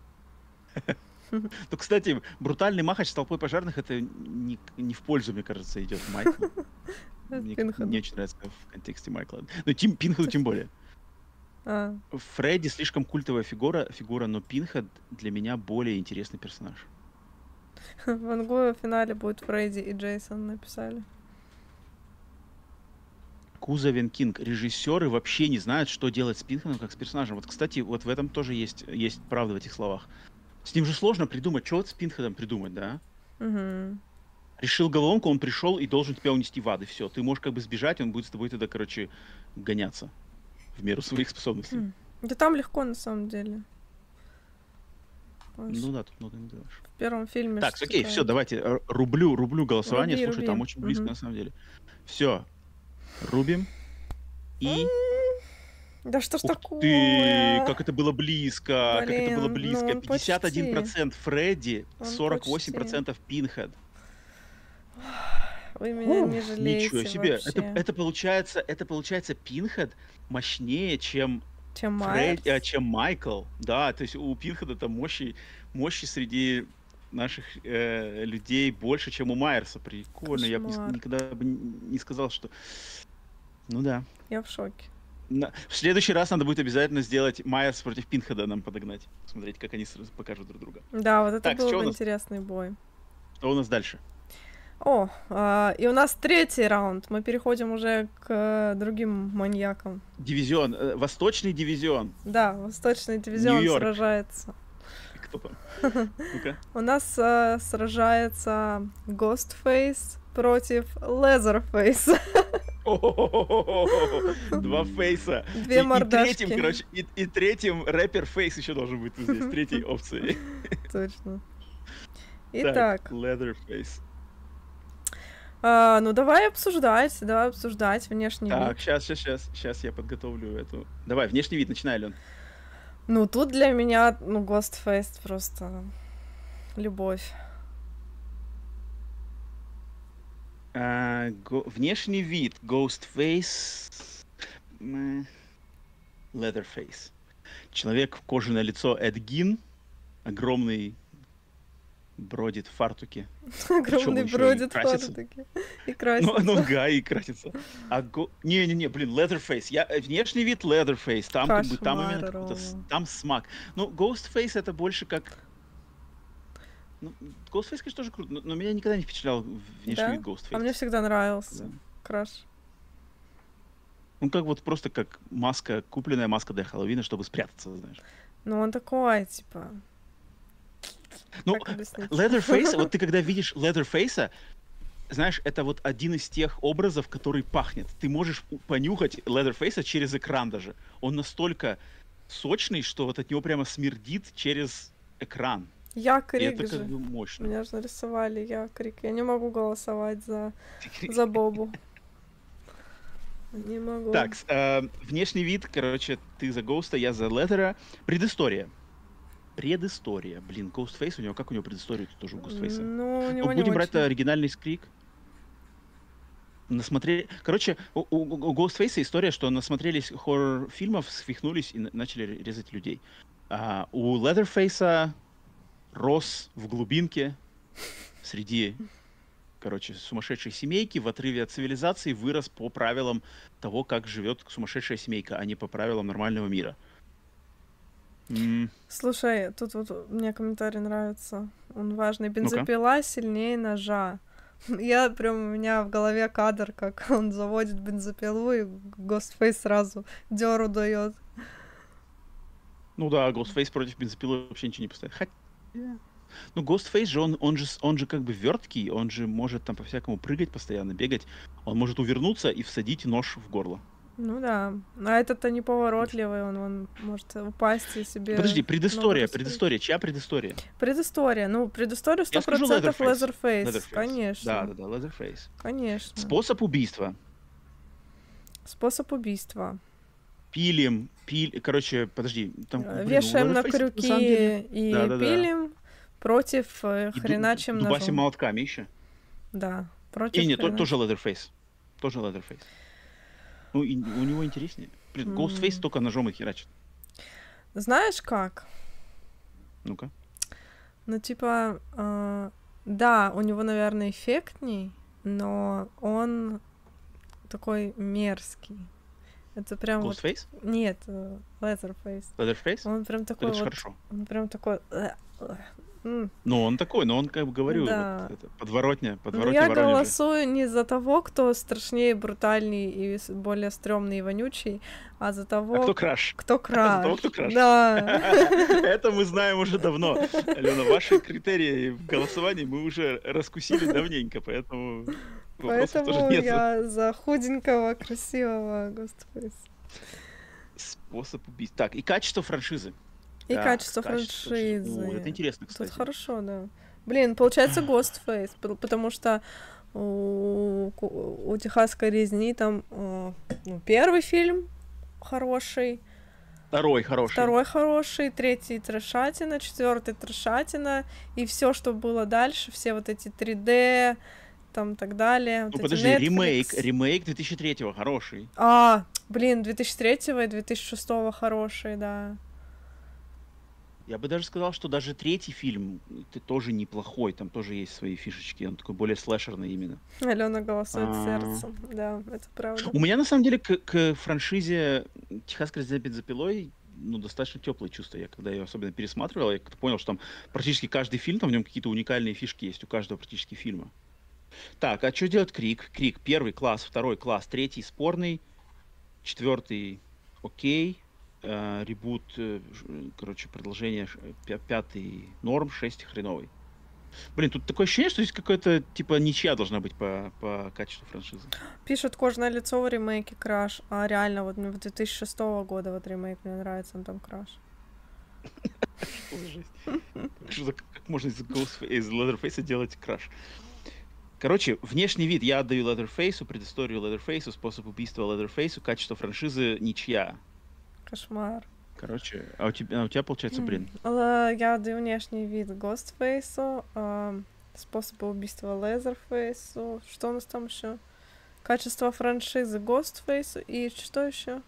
S2: Ну, кстати, брутальный махач с толпой пожарных это не в пользу, мне кажется, идет Майклу. Мне
S3: Пинхеду.
S2: не очень нравится в контексте Майкла. Ну, Пинхеду тем более.
S3: А,
S2: Фредди слишком культовая фигура, но Пинхед для меня более интересный персонаж.
S3: Ван Гога в финале будет Фредди и Джейсон написали.
S2: Кузовен Кинг. Режиссеры вообще не знают, что делать с Пинхедом как с персонажем. Вот, кстати, вот в этом тоже есть правда в этих словах. С ним же сложно придумать, что вот с Пинхедом придумать, да?
S3: Угу.
S2: Решил головоломку, он пришел и должен тебя унести в ад, и все. Ты можешь как бы сбежать, он будет с тобой тогда, короче, гоняться в меру своих способностей.
S3: Да там легко на самом деле.
S2: Ну да, тут много не делаешь.
S3: В первом фильме.
S2: Так,
S3: что
S2: окей,
S3: такое?
S2: все, давайте рублю голосование.
S3: Руби,
S2: Слушай,
S3: руби.
S2: там очень близко
S3: Мгм.
S2: на самом деле. Все, рубим. И...
S3: Да что ж
S2: Ух
S3: такое?
S2: ты, как это было близко, как это было
S3: Блин,
S2: близко.
S3: ну он
S2: 51% Фредди,
S3: Он
S2: 48% Пинхед.
S3: Вы меня не жалеете
S2: Ничего себе.
S3: вообще.
S2: Это получается Пинхед мощнее, чем
S3: Чем Майерс?
S2: чем Майкл. Да, то есть у Пинхеда там мощи среди наших людей больше, чем у Майерса. Прикольно. Я бы
S3: Кошмар.
S2: никогда бы не сказал, что... Ну да.
S3: Я в шоке.
S2: В следующий раз надо будет обязательно сделать Майерс против Пинхеда нам подогнать. Смотреть, как они покажут друг друга.
S3: Да, вот это
S2: Так,
S3: был
S2: что у
S3: бы
S2: нас?
S3: интересный бой.
S2: Что у нас дальше?
S3: О, и у нас третий раунд. Мы переходим уже к другим маньякам.
S2: Дивизион. Восточный дивизион.
S3: Да, Восточный дивизион
S2: Нью-Йорк.
S3: сражается.
S2: Кто там? Ну-ка.
S3: У нас сражается Ghostface против Leatherface.
S2: Два фейса.
S3: Две
S2: И
S3: мордашки.
S2: третьим, короче, и третьим рэпер Фейс еще должен быть здесь, третьей опцией.
S3: Точно.
S2: Так,
S3: Итак,
S2: Leatherface.
S3: ну давай обсуждать внешний
S2: Так,
S3: вид.
S2: сейчас я подготовлю эту. Давай, внешний вид, начинай, Ален.
S3: Ну тут для меня, Ghostface просто любовь.
S2: Внешний вид, Ghostface, Leatherface. Человек, кожаное лицо, Эд Гин, огромный, бродит в фартуке.
S3: Огромный
S2: он еще и
S3: бродит в
S2: красится?
S3: фартуке и красится.
S2: Ну, га, и красится. Не, блин, Leatherface. Внешний вид Leatherface. Там как бы, там
S3: Кошмар,
S2: именно какой-то
S3: Рома.
S2: там смак. Ну, Ghostface это больше как... Ну, Ghostface, конечно, тоже круто, но меня никогда не впечатлял внешний
S3: Да?
S2: вид Ghostface.
S3: А мне всегда нравился.
S2: Да.
S3: Краш.
S2: Ну, как вот просто как маска, купленная маска для Хэллоуина, чтобы спрятаться, знаешь.
S3: Ну он такой, типа...
S2: Ну,
S3: Как объяснить?
S2: Leatherface, вот ты когда видишь Leatherface, знаешь, это вот один из тех образов, который пахнет. Ты можешь понюхать Leatherface через экран даже. Он настолько сочный, что вот от него прямо смердит через экран.
S3: Я
S2: И
S3: Крик
S2: это
S3: же.
S2: как бы мощно.
S3: Меня же нарисовали, я Крик. Я не могу голосовать за Бобу. Не могу.
S2: Так, внешний вид, короче, ты за Гоуста, я за Леттера. Предыстория. Блин, Ghostface, у него предыстория тоже у Ghostface?
S3: Ну, у него
S2: Ну,
S3: не
S2: будем брать
S3: очень.
S2: оригинальный скрик. Короче, у Ghostface история, что насмотрелись хоррор-фильмов, свихнулись и начали резать людей. А у Leatherface рос в глубинке среди, сумасшедшей семейки, в отрыве от цивилизации, вырос по правилам того, как живет сумасшедшая семейка, а не по правилам нормального мира.
S3: Слушай, тут вот мне комментарий нравится. Он важный.
S2: Ну-ка.
S3: Бензопила сильнее ножа. Я прям, у меня в голове кадр, как он заводит бензопилу и Ghostface сразу дёру дает.
S2: Ну да, Ghostface против бензопилы вообще ничего не поставит. Хотя... Ну, Ghostface же, он же как бы верткий, он же может там по-всякому прыгать постоянно, бегать. Он может увернуться и всадить нож в горло.
S3: Ну да. А этот-то неповоротливый, он может упасть и себе...
S2: Подожди, предыстория,
S3: ногу
S2: предыстория. Чья предыстория?
S3: Предыстория. Ну, предыстория
S2: Я скажу
S3: 100%
S2: Leatherface.
S3: Leatherface. Конечно.
S2: Да, Leatherface.
S3: Конечно.
S2: Способ убийства.
S3: Способ убийства.
S2: Короче, подожди. Там,
S3: Вешаем на крюки и
S2: Да.
S3: пилим против
S2: И
S3: хреначим
S2: дубасим
S3: ножом.
S2: молотками еще.
S3: Да, против
S2: Не,
S3: хреначим.
S2: тоже Leatherface. Тоже Leatherface. Ну, и у него интереснее. Блин, Ghostface только ножом и херачит.
S3: Знаешь как?
S2: Ну-ка.
S3: Ну, типа, да, у него, наверное, эффектней, но он такой мерзкий. Это прям
S2: Ghostface?
S3: вот... Нет, Leatherface.
S2: Leatherface?
S3: Он прям такой
S2: Это же
S3: вот...
S2: хорошо.
S3: Он прям такой...
S2: Ну, он такой, но он, как бы говорю,
S3: Да.
S2: вот это, подворотня
S3: Ну, я
S2: Воронежа.
S3: голосую не за того, кто страшнее, брутальней и более стрёмный и вонючий, а за того,
S2: А кто краш?
S3: кто краш.
S2: того, кто краш.
S3: Да.
S2: Это мы знаем уже давно. Алена, ваши критерии в голосовании мы уже раскусили давненько, поэтому вопросов тоже
S3: Поэтому
S2: нет.
S3: я за худенького, красивого Ghostface.
S2: Способ убийства. Так, и качество франшизы.
S3: И
S2: Так,
S3: качество
S2: качество
S3: франшизы.
S2: О, это интересно,
S3: Тут
S2: кстати.
S3: хорошо, да. Блин, получается Ghostface, потому что у Техасской резни там первый фильм хороший,
S2: Второй хороший.
S3: второй хороший, третий трешатина, четвертый трешатина, и все, что было дальше, все вот эти 3D, там так далее.
S2: Ну
S3: вот эти
S2: подожди,
S3: Netflix.
S2: ремейк 2003-го хороший.
S3: Блин, 2003 и 2006 хороший, да.
S2: Я бы даже сказал, что даже третий фильм тоже неплохой, там тоже есть свои фишечки, он такой более слэшерный именно.
S3: Алена голосует сердцем, да, это правда.
S2: У меня на самом деле к франшизе «Техасская резня бензопилой» достаточно теплые чувства. Я когда ее особенно пересматривал, я как-то понял, что там практически каждый фильм, там в нем какие-то уникальные фишки есть у каждого практически фильма. Так, а что делает Крик? Крик первый класс, второй класс, третий спорный, четвертый окей. Ребут, короче, продолжение, пятый норм, 6 хреновый. Блин, тут такое ощущение, что здесь какая-то, типа, ничья должна быть по качеству франшизы.
S3: Пишут «Кожаное лицо» в ремейке «Краш», а реально, вот мне 2006 года вот ремейк мне нравится, он там «Краш».
S2: Как можно из Leatherface делать краш? Короче, внешний вид я отдаю Leatherface, предысторию Leatherface, способ убийства Leatherface, качество франшизы ничья.
S3: Кошмар.
S2: Короче, а у тебя получается, блин.
S3: Я отдаю внешний вид Ghostface, способы убийства Leatherface. Что у нас там еще? Качество франшизы Ghostface и что еще?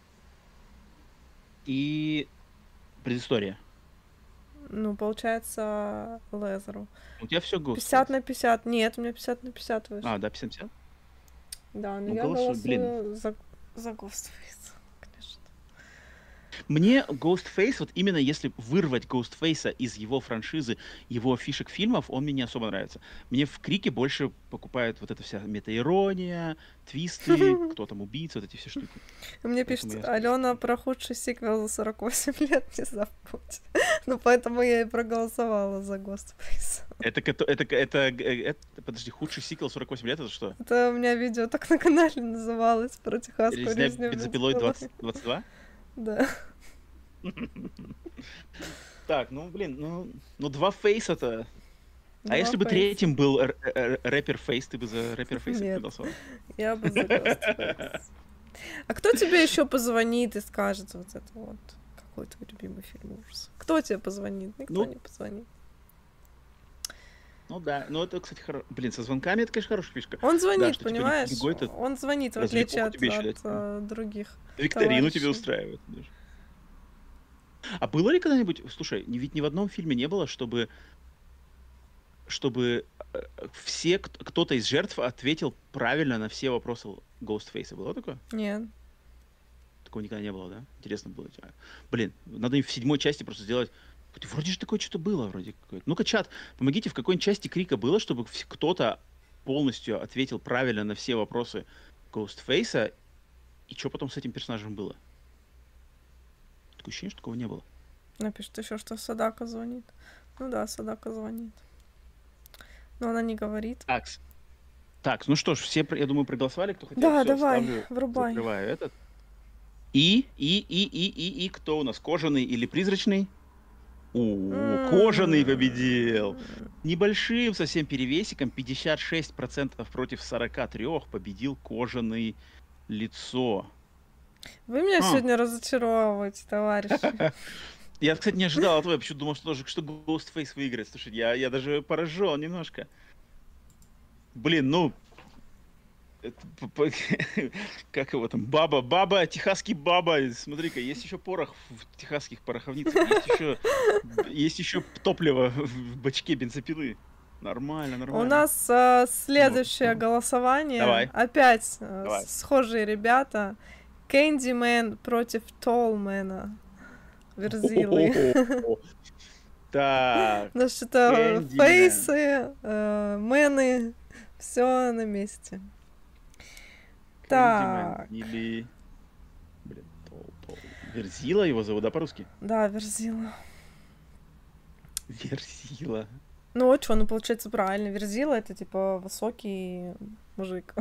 S2: И предыстория.
S3: Ну, получается, Лезеру.
S2: У тебя все Ghostface.
S3: 50 на 50. Нет, у меня 50 на 50 вышло.
S2: Да, 50-50?
S3: Да, но
S2: Ну,
S3: я
S2: голосуй,
S3: голосую за Ghostface, конечно.
S2: Мне Ghostface, вот именно если вырвать Ghostface из его франшизы, его фишек фильмов, он мне не особо нравится. Мне в Крике больше покупает вот эта вся метаирония, твисты, кто там убийца, вот эти все штуки.
S3: Мне пишет, Алена, про худший сиквел за 48 лет не забудь. Ну, поэтому я и проголосовала за Ghostface.
S2: Подожди, худший сиквел 48 лет, это что?
S3: Это у меня видео так на канале называлось, про техасскую
S2: Резня
S3: резню
S2: бензопилой
S3: бензопилой.
S2: 22?
S3: Да.
S2: Так, ну, блин, ну два фейса-то.
S3: Два
S2: А если бы
S3: фейса.
S2: третьим был рэпер Фейс, ты бы за рэпер Фейса
S3: Нет.
S2: проголосовал?
S3: Я бы за Ghostface. А кто тебе еще позвонит и скажет вот это вот? Какой твой любимый фильм ужаса? Кто тебе позвонит? Никто
S2: Ну,
S3: не позвонит.
S2: Ну да, ну это, кстати, блин, со звонками это, конечно, хорошая фишка.
S3: Он звонит,
S2: что, типа,
S3: понимаешь?
S2: другой-то
S3: Он звонит, в
S2: развлекуху
S3: отличие от
S2: тебе еще дать,
S3: других.
S2: Викторину тебе
S3: товарищей.
S2: устраивает. Даже. А было ли когда-нибудь, слушай, ведь ни в одном фильме не было, чтобы все, кто-то из жертв ответил правильно на все вопросы Ghostface. Было такое?
S3: Нет.
S2: Такого никогда не было, да? Интересно было. Блин, надо им в 7-й части просто сделать... Вроде же такое что-то было, вроде какое-то. Ну-ка, чат, помогите, в какой части Крика было, чтобы кто-то полностью ответил правильно на все вопросы Ghostface, и что потом с этим персонажем было? Такое ощущение, что такого не было.
S3: Напишет еще, что Садака звонит. Ну да, Садака звонит. Но она не говорит.
S2: Так, ну что ж, все, я думаю, проголосовали, кто хотел.
S3: Да,
S2: Всё,
S3: давай,
S2: ставлю,
S3: врубай.
S2: закрываю этот. И кто у нас? Кожаный или призрачный? Кожаный победил. Небольшим совсем перевесиком, 56% против 43% победил кожаный лицо.
S3: Вы меня сегодня разочаровываете, товарищи.
S2: Я, кстати, не ожидал от вас, я почему-то думал, что Ghostface выиграет. Слушай, я даже поражен немножко. Блин, ну... Как его там? Баба, техасский баба. Смотри-ка, есть еще порох в техасских пороховницах. Есть еще топливо в бачке бензопилы. Нормально.
S3: У нас следующее голосование.
S2: Давай.
S3: Опять схожие ребята. Кэндимен против Толмена. Верзилы.
S2: Так.
S3: Ну что-то фейсы, мэны, все на месте. Так.
S2: Или... Блин, Верзила его зовут, да, по-русски?
S3: Да, Верзила.
S2: Верзила.
S3: Ну, что, ну, получается правильно. Верзила — это, типа, высокий мужик.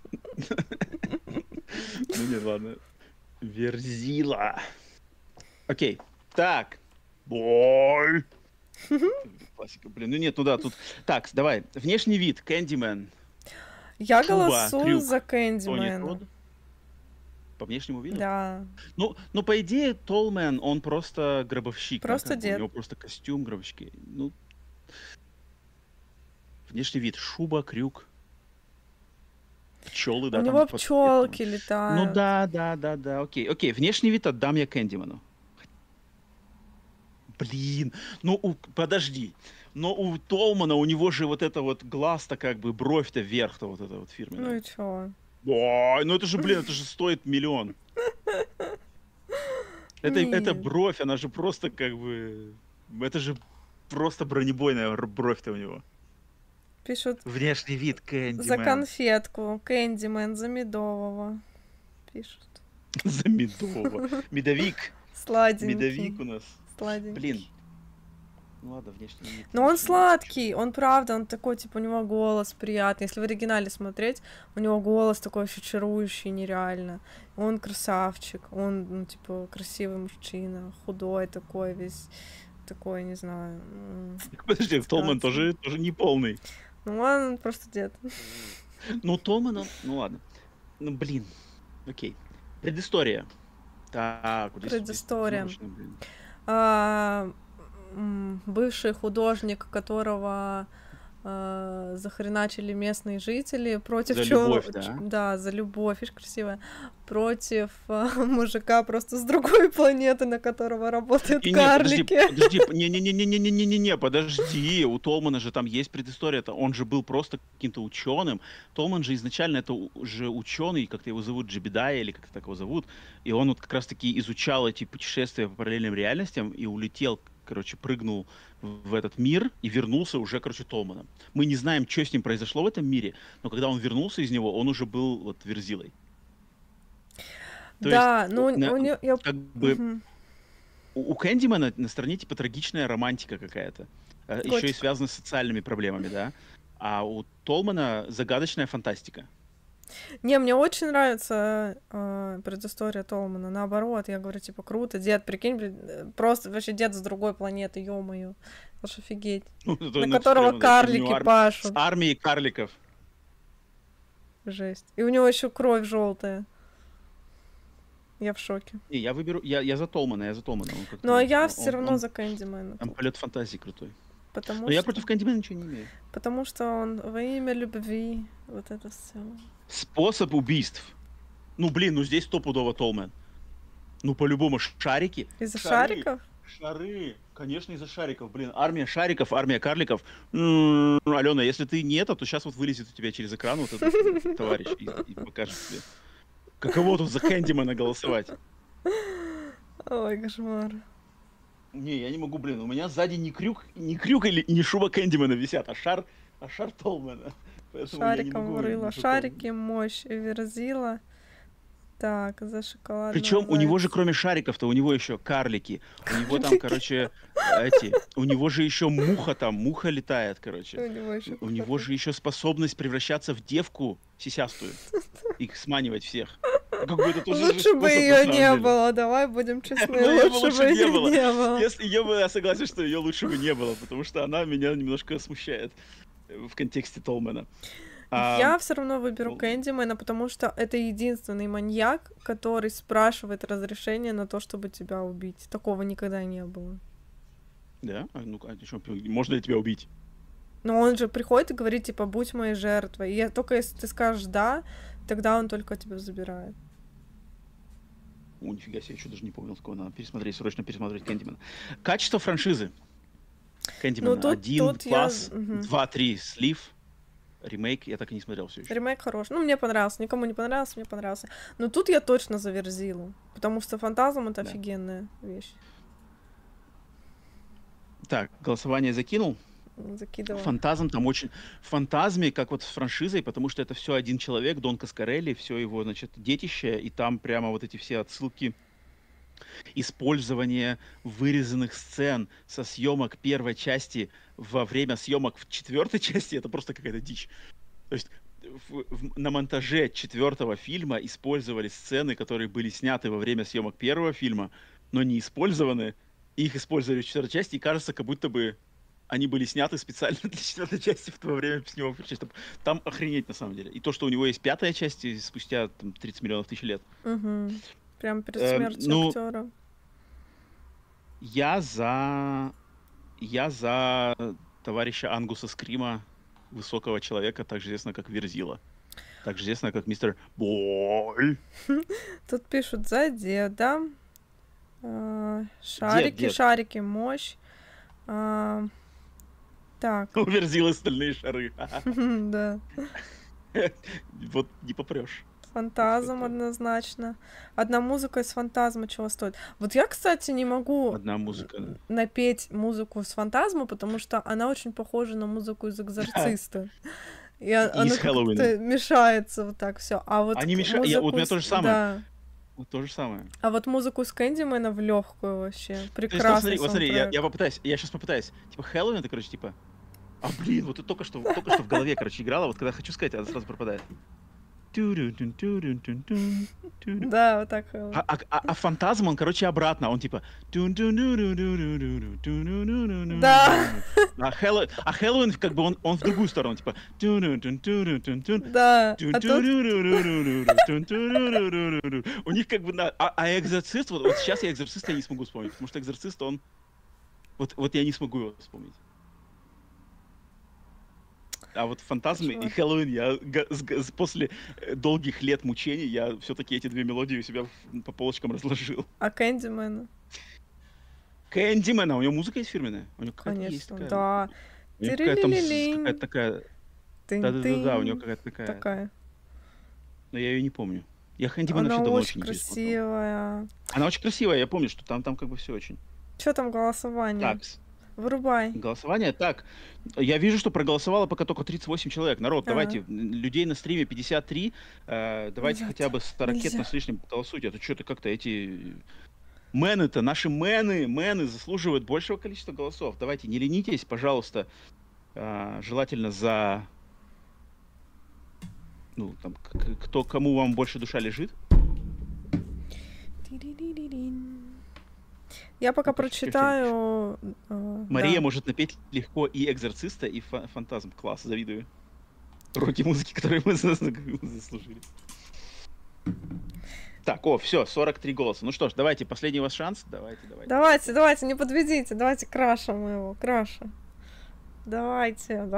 S2: Ну нет, ладно. Верзила. Окей. Так. Бой. Классика. Блин, ну нет, ну да, тут... Так, давай. Внешний вид. Кэндимен.
S3: Я голосую за Кэндимена.
S2: По внешнему виду?
S3: Да.
S2: Ну, по идее, Толмен, он просто гробовщик.
S3: Просто дед.
S2: У него просто костюм гробовщики. Ну, внешний вид. Шуба, крюк. Пчелы, да.
S3: У него пчелки летают.
S2: Ну да. Окей. Внешний вид отдам я Кэндимену. Блин, подожди. Но у Толмана, у него же вот это вот глаз-то как бы, бровь-то вверх-то вот это вот фирменная.
S3: Ну и чё?
S2: Ой, ну это же, блин, это же стоит $1 000 000. Это бровь, она же просто как бы... Это же просто бронебойная бровь-то у него.
S3: Пишут...
S2: Внешний вид Кэндимен.
S3: За конфетку. Кэндимен, за медового. Пишут.
S2: За медового. Медовик.
S3: Сладенький.
S2: Медовик у нас.
S3: Сладенький.
S2: Блин. Ну ладно, внешний вид.
S3: Но он сладкий, он правда, он такой, типа, у него голос приятный. Если в оригинале смотреть, у него голос такой вообще чарующий, нереально. Он красавчик, он, ну, типа, красивый мужчина, худой такой, весь такой, не знаю.
S2: Подожди, Толман тоже не полный.
S3: Ну, он просто дед.
S2: Ну, Толман, ну ладно. Ну, блин. Окей. Предыстория. Так, вот
S3: предыстория. Бывший художник, которого захреначили местные жители против
S2: любовь,
S3: да, за любовь, видишь, красивая, против мужика просто с другой планеты, на которого работают карлики.
S2: Подожди, у Толмана же там есть предыстория, он же был просто каким-то ученым. Толман же изначально это уже ученый, как-то его зовут, Джебедая или как-то так его зовут, и он вот как раз-таки изучал эти путешествия по параллельным реальностям и улетел, короче, прыгнул в этот мир и вернулся уже, короче, Толманом. Мы не знаем, что с ним произошло в этом мире, но когда он вернулся из него, он уже был вот Верзилой.
S3: Да, ну
S2: как бы у Кэндимена на стороне типа трагичная романтика какая-то, еще и связана с социальными проблемами, да. А у Толмана загадочная фантастика.
S3: Не, мне очень нравится предыстория Толмана. Наоборот, я говорю, типа, круто, дед, прикинь, просто вообще дед с другой планеты, ё-моё. Аж офигеть. На которого карлики пашут.
S2: С армией карликов.
S3: Жесть. И у него еще кровь желтая. Я в шоке.
S2: Не, я выберу, я за Толмана,
S3: Ну, а я все равно за Кэндимена.
S2: Там полет фантазии крутой.
S3: Но
S2: я против Кэндимена ничего не имею.
S3: Потому что он во имя любви, вот это все.
S2: Способ убийств. Ну, блин, ну здесь стопудово Толмен. Ну, по-любому, шарики.
S3: Из-за шариков?
S2: Шары. Конечно, из-за шариков. Блин, армия шариков, армия карликов. Алена, если ты не это, то сейчас вот вылезет у тебя через экран вот этот товарищ и покажет тебе. Каково тут за Кэндимена голосовать?
S3: Ой, кошмар.
S2: Не, я не могу, блин, у меня сзади не крюк или не шуба Кэндимена висят, а шар Толмана. Поэтому я не
S3: Шариком
S2: могу
S3: врыла.
S2: ни в каком-
S3: Шарики, мощь, Верзила. Так, за шоколадного
S2: Причем у него же,
S3: зайца.
S2: кроме шариков-то, у него еще карлики. У него там,
S3: Карлики.
S2: короче, у него же еще муха летает,
S3: У
S2: короче.
S3: него еще
S2: У него же еще способность превращаться в девку сисястую и сманивать всех. Как бы это тоже же
S3: Лучше бы
S2: способ, на
S3: ее
S2: самом
S3: не
S2: деле.
S3: было, давай будем честны,
S2: Ну, её бы
S3: лучше бы
S2: не
S3: ее
S2: было.
S3: не было.
S2: Если я согласен, что ее лучше бы не было, потому что она меня немножко смущает в контексте Толмана.
S3: Я все равно выберу
S2: ну-
S3: Кэндимена, потому что это единственный маньяк, который спрашивает разрешение на то, чтобы тебя убить. Такого никогда не было.
S2: Да? Можно ли тебя убить?
S3: Но он же приходит и говорит, типа, будь моей жертвой. И только если ты скажешь «да», тогда он только тебя забирает.
S2: О, нифига себе, я еще даже не помнил, сколько надо срочно пересмотреть Кэндимена. Качество франшизы. Кэндимена.
S3: Ну, тут
S2: 1
S3: я-
S2: класс,
S3: мгм.
S2: 2-3 слив. Ремейк я так и не смотрел все еще.
S3: Ремейк хороший. Ну, мне понравился. Никому не понравился, мне понравился. Но тут я точно за Верзилу. Потому что Фантазм — это
S2: Да.
S3: офигенная вещь.
S2: Так, голосование закинул.
S3: Закидывала.
S2: Фантазм там очень... В Фантазме, как вот с франшизой, потому что это все один человек, Дон Каскарелли, все его, значит, детище, и там прямо вот эти все отсылки, использование вырезанных сцен со съемок первой части во время съемок в четвертой части, это просто какая-то дичь. То есть на монтаже четвертого фильма использовали сцены, которые были сняты во время съемок первого фильма, но не использованы. Их использовали в четвертой части, и кажется, как будто бы они были сняты специально для четвертой части во время съемок. Там охренеть на самом деле. И то, что у него есть пятая часть и спустя там, 30 миллионов тысяч лет.
S3: Угу. Прям перед
S2: Эм,
S3: смертью
S2: ну,
S3: актера.
S2: Я за товарища Ангуса Скрима, высокого человека, также известно как Верзила. Также известно как мистер Бой.
S3: Тут пишут за деда. Шарики,
S2: Дед.
S3: шарики, мощь. Так,
S2: У Верзилы стальные шары.
S3: да.
S2: Вот не попрешь.
S3: Фантазм однозначно. Одна музыка из Фантазма чего стоит. Вот я, кстати, не могу
S2: Одна музыка. Да.
S3: напеть музыку с Фантазма, потому что она очень похожа на музыку из Экзорциста. И она
S2: из Хэллоуина.
S3: как-то мешается вот так все. А вот
S2: Они вот у
S3: музыку
S2: меня
S3: с-
S2: то же самое.
S3: да.
S2: Вот то же самое.
S3: А вот музыку с Кэндимена в легкую вообще.
S2: То есть,
S3: Прекрасный
S2: вот смотри,
S3: саундтрек.
S2: я сейчас попытаюсь. Типа Хэллоуин, это, короче, типа... А, блин, вот это только что в голове, короче, играла. Вот когда хочу сказать, она сразу пропадает.
S3: Да, вот так.
S2: А Фантазм, он, короче, обратно. Он типа...
S3: Да.
S2: А Хэллоуин, как бы, он в другую сторону, типа...
S3: Да. А тут
S2: У них как бы... А Экзорцист, вот сейчас я Экзорциста не смогу вспомнить, потому что Экзорцист, он... Вот я не смогу его вспомнить. А вот Фантазм и Хэллоуин, я после долгих лет мучений, я все-таки эти две мелодии у себя по полочкам разложил.
S3: А Кэндимена?
S2: Кэндимена, у него музыка есть фирменная? У него какая-то есть
S3: Конечно,
S2: такая.
S3: да.
S2: У него какая-то там
S3: Тыры-ли-ли-линь.
S2: какая-то такая... Да-да-да, у него какая-то такая...
S3: Такая.
S2: Но я ее не помню. Я Кэндимена
S3: Она
S2: вообще давно
S3: очень
S2: не пересмотрел.
S3: красивая.
S2: Она очень красивая, я помню, что там как бы все очень.
S3: Что там голосование?
S2: Так,
S3: Вырубай.
S2: голосование. Так, я вижу, что проголосовало пока только 38 человек. Народ,
S3: Ага.
S2: давайте, людей на стриме 53, давайте
S3: Нельзя,
S2: хотя бы 40
S3: нельзя.
S2: с лишним голосуйте, а то что-то как-то эти... Мэны-то, наши мэны заслуживают большего количества голосов. Давайте, не ленитесь, пожалуйста, желательно за... Ну, там, кому вам больше душа лежит.
S3: Тири-ри-ри-рин. Я пока
S2: Ну, почти
S3: прочитаю.
S2: Мария
S3: да.
S2: может напеть легко и Экзорциста, и Фантазм. Класс, завидую. Уроки музыки, которые мы заслужили. Так, все, 43 голоса. Ну что ж, давайте, последний у вас шанс.
S3: Давайте, не подведите. Давайте Краша моего, Краша. Давайте.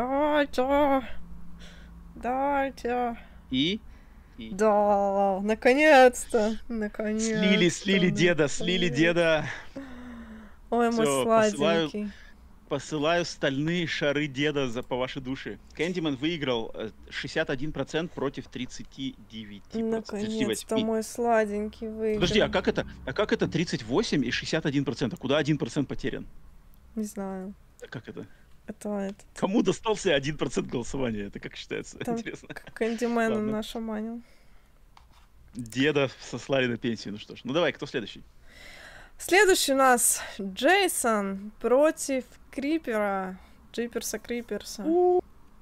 S2: И
S3: Да, наконец-то. Наконец-то.
S2: слили деда.
S3: Ой, мой
S2: Всё,
S3: сладенький.
S2: Посылаю стальные шары деда по вашей душе. Кэндиман выиграл 61% против 39%.
S3: Наконец-то мой сладенький выиграл.
S2: Подожди, а как это 38 и 61%? Куда 1% потерян?
S3: Не знаю.
S2: Как это?
S3: Это...
S2: Кому достался 1% голосования? Это как считается?
S3: Там
S2: Интересно.
S3: Кэндимэна нашаманил.
S2: Деда сослали на пенсию. Ну что ж, ну давай, кто следующий?
S3: Следующий у нас Джейсон против Крипера. Джиперса Криперса.
S2: Ну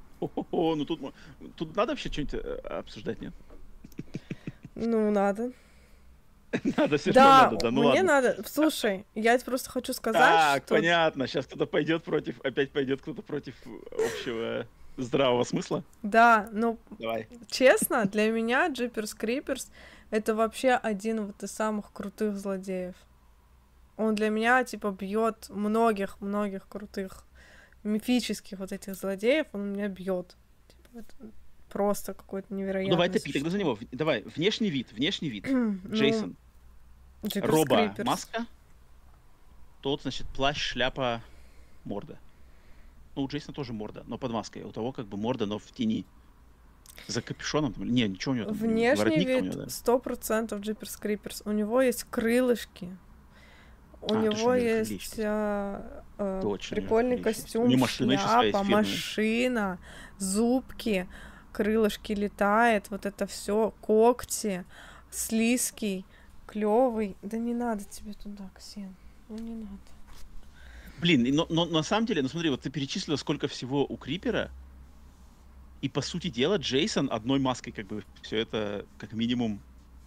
S2: тут надо вообще что-нибудь обсуждать, нет?
S3: Ну, надо.
S2: Надо, все равно надо, да, ну
S3: мне
S2: ладно.
S3: надо. Слушай, я просто хочу сказать,
S2: так,
S3: что...
S2: понятно, сейчас кто-то пойдет против, опять пойдет кто-то против общего здравого смысла.
S3: Да, ну,
S2: Давай.
S3: честно, для меня Джиперс Криперс это вообще один вот из самых крутых злодеев. Он для меня, типа, бьет многих крутых мифических вот этих злодеев, он меня бьет. Типа, это просто какой-то невероятный.
S2: Ну, давай топи тогда за него. Давай, внешний вид. Джейсон. Роба, маска. Тот, значит, плащ, шляпа, морда. Ну, у Джейсона тоже морда, но под маской. У того как бы морда, но в тени. За капюшоном? Не, ничего у него там.
S3: Внешний вид 100% Джиперс Криперс. У него есть крылышки. У него есть прикольный костюм, шляпа, машина, зубки, крылышки летает, вот это все, когти, слизкий, клевый. Да не надо тебе туда, Ксен, ну не надо.
S2: Блин, но на самом деле, ну смотри, вот ты перечислила, сколько всего у Крипера, и по сути дела Джейсон одной маской как бы все это как минимум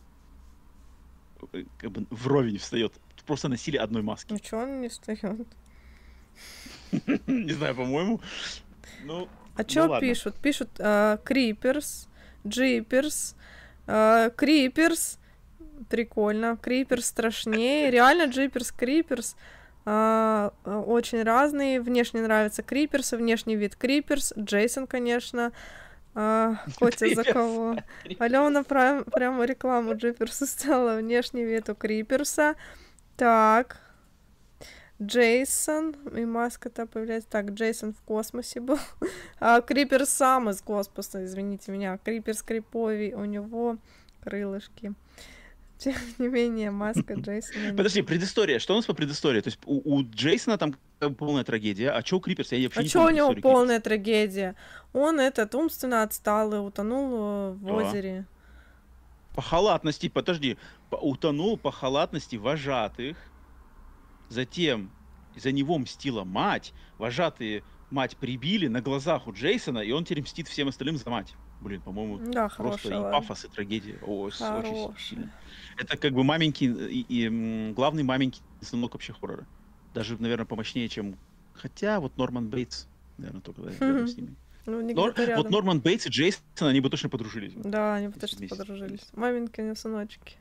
S2: как бы вровень встает. Просто носили одной маски.
S3: Ну чё он не встает?
S2: Не знаю, по-моему. Ну,
S3: а чё пишут? Пишут Криперс, Джиперс, Криперс. Прикольно. Криперс страшнее. Реально Джиперс, Криперс. Очень разные. Внешне нравятся Криперсы, внешний вид Криперс. Джейсон, конечно. Котя за кого? Алена прямо рекламу Джиперса стала. Внешний вид у Криперса. Так. Джейсон. И маска-то появляется. Так, Джейсон в космосе был. Криперс сам из космоса, извините меня. Криперс криповый. У него крылышки. Тем не менее, маска Джейсона...
S2: Подожди, предыстория. Что у нас по предыстории? То есть у Джейсона там полная трагедия, а что у Криперса? Я вообще не
S3: помню. А что у него полная
S2: Криперса.
S3: Трагедия? Он умственно отсталый, утонул в озере.
S2: По халатности, подожди, утонул по халатности вожатых, затем за него мстила мать, вожатые мать прибили на глазах у Джейсона, и он теперь мстит всем остальным за мать. Блин, по-моему,
S3: да,
S2: просто и пафос, и трагедия. Очень сильно. Это как бы главный маменький сынок вообще хоррора. Даже, наверное, помощнее, чем... Хотя вот Норман Бейтс, наверное, только рядом с ними. Вот Норман Бейтс и Джейсон, они бы точно подружились.
S3: Да, они бы точно подружились. Маменькины сыночки.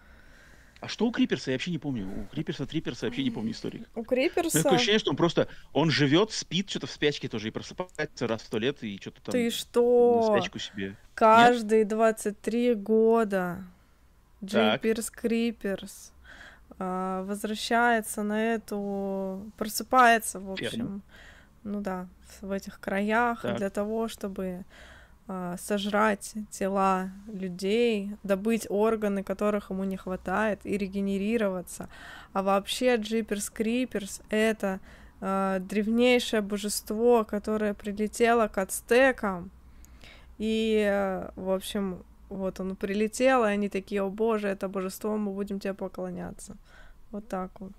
S2: А что у Криперса? Я вообще не помню. У Триперса вообще не помню истории.
S3: У Криперса...
S2: Такое ощущение, что он живет, спит, что-то в спячке тоже, и просыпается раз в 100 лет, и что-то там...
S3: Ты что?
S2: Спячку себе.
S3: Каждые 23 года Джиперс Криперс возвращается на эту... Просыпается, в общем. Ну да, в этих краях для того, чтобы... сожрать тела людей, добыть органы, которых ему не хватает, и регенерироваться. А вообще Джиперс Криперс — это древнейшее божество, которое прилетело к ацтекам. И, в общем, вот оно прилетело, и они такие: о боже, это божество, мы будем тебе поклоняться. Вот так вот.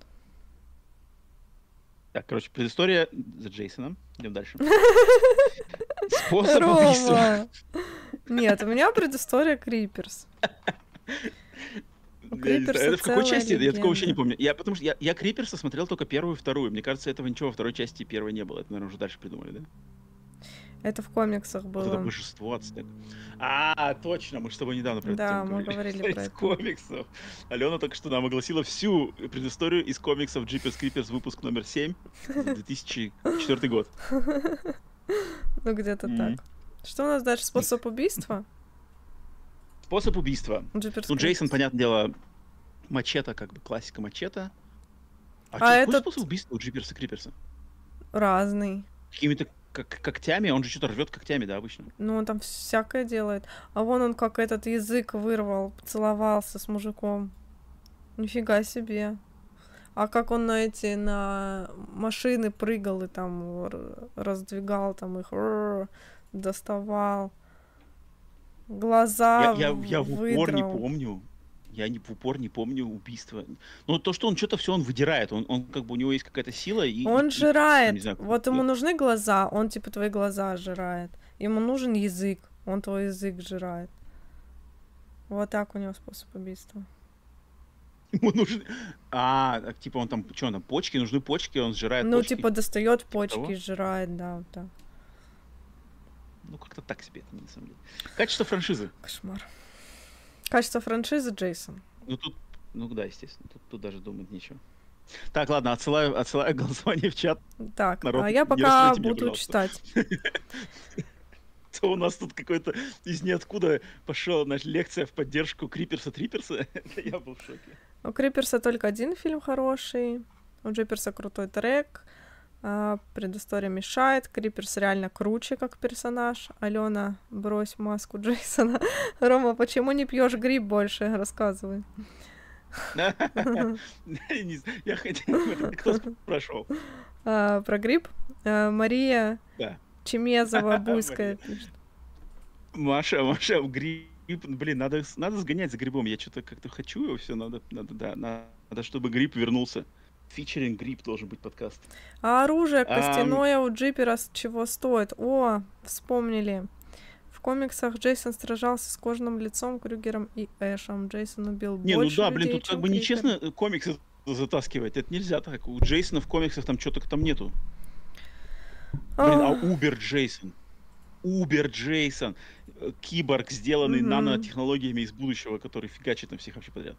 S2: Так, короче, предыстория за Джейсоном. Идем дальше. Способ убийства.
S3: Нет, у меня предыстория Криперс.
S2: Это в какой части? Я такого вообще не помню. Потому что я Криперса смотрел только первую и вторую. Мне кажется, этого ничего во второй части первой не было. Это, наверное, уже дальше придумали, да?
S3: Это в комиксах было.
S2: Вот это божество ацтек. Точно, мы с тобой недавно про это
S3: говорили. Да, мы говорили про это.
S2: Из комиксов. Алена только что нам огласила всю предысторию из комиксов Джиперс Криперс, выпуск номер 7, 2004 год.
S3: Ну, где-то так. Что у нас дальше? Способ убийства?
S2: Способ убийства. Ну, Джейсон, понятное дело, мачете, как бы классика мачете. А какой способ убийства у Джиперса Криперса?
S3: разный.
S2: Какими-то когтями, он же что-то рвет когтями, да, обычно.
S3: Ну, он там всякое делает. А вон он как этот язык вырвал, целовался с мужиком. Нифига себе. А как он на машины прыгал и там раздвигал, там их доставал. Глаза
S2: Я в упор не
S3: выдрал.
S2: помню. В упор не помню убийства. Ну, то, что он что-то все он выдирает. Он как бы у него есть какая-то сила.
S3: Он жирает.
S2: не знаю,
S3: Вот ему нужны глаза, он типа твои глаза жирает. Ему нужен язык, он твой язык жирает. Вот так у него способ убийства.
S2: ему нужен... типа он там, что он там, почки, нужны почки, он сжирает
S3: Ну,
S2: почки.
S3: типа достает
S2: Типа
S3: почки,
S2: того?
S3: сжирает, да, вот так.
S2: Ну, как-то так себе это, на самом деле. Качество франшизы.
S3: Кошмар. Качество франшизы Джейсон.
S2: Ну да, естественно, тут даже думать нечего. Так, ладно, отсылаю голосование в чат.
S3: Так,
S2: Народ,
S3: а я
S2: не
S3: пока
S2: расстройте меня,
S3: буду
S2: пожалуйста.
S3: читать.
S2: То у нас тут какой-то из ниоткуда пошел лекция в поддержку Криперса-Триперса. Это я был в шоке.
S3: У Криперса только один фильм хороший. У Джиперса крутой трек. Предыстория мешает. Криперс реально круче как персонаж. Алена, брось маску Джейсона. Рома, почему не пьешь гриб больше? Рассказывай.
S2: Я хотел... Кто спрашивал?
S3: Про гриб? Мария
S2: Да.
S3: Чемезова, Буйская пишет.
S2: Маша, гриб... Блин, надо сгонять за грибом. Я что-то как-то хочу его, все надо, чтобы гриб вернулся. Фичеринг гриб должен быть подкаст.
S3: А оружие костяное у Джипера чего стоит? О, вспомнили. В комиксах Джейсон сражался с кожаным лицом, Крюгером и Эшем. Джейсон убил больше людей,
S2: блин, тут как
S3: чем
S2: бы
S3: Крипер.
S2: нечестно комиксы затаскивать. Это нельзя так. У Джейсона в комиксах там что-то там нету. Блин, Убер Джейсон. Киборг, сделанный нанотехнологиями из будущего, который фигачит на всех вообще подряд.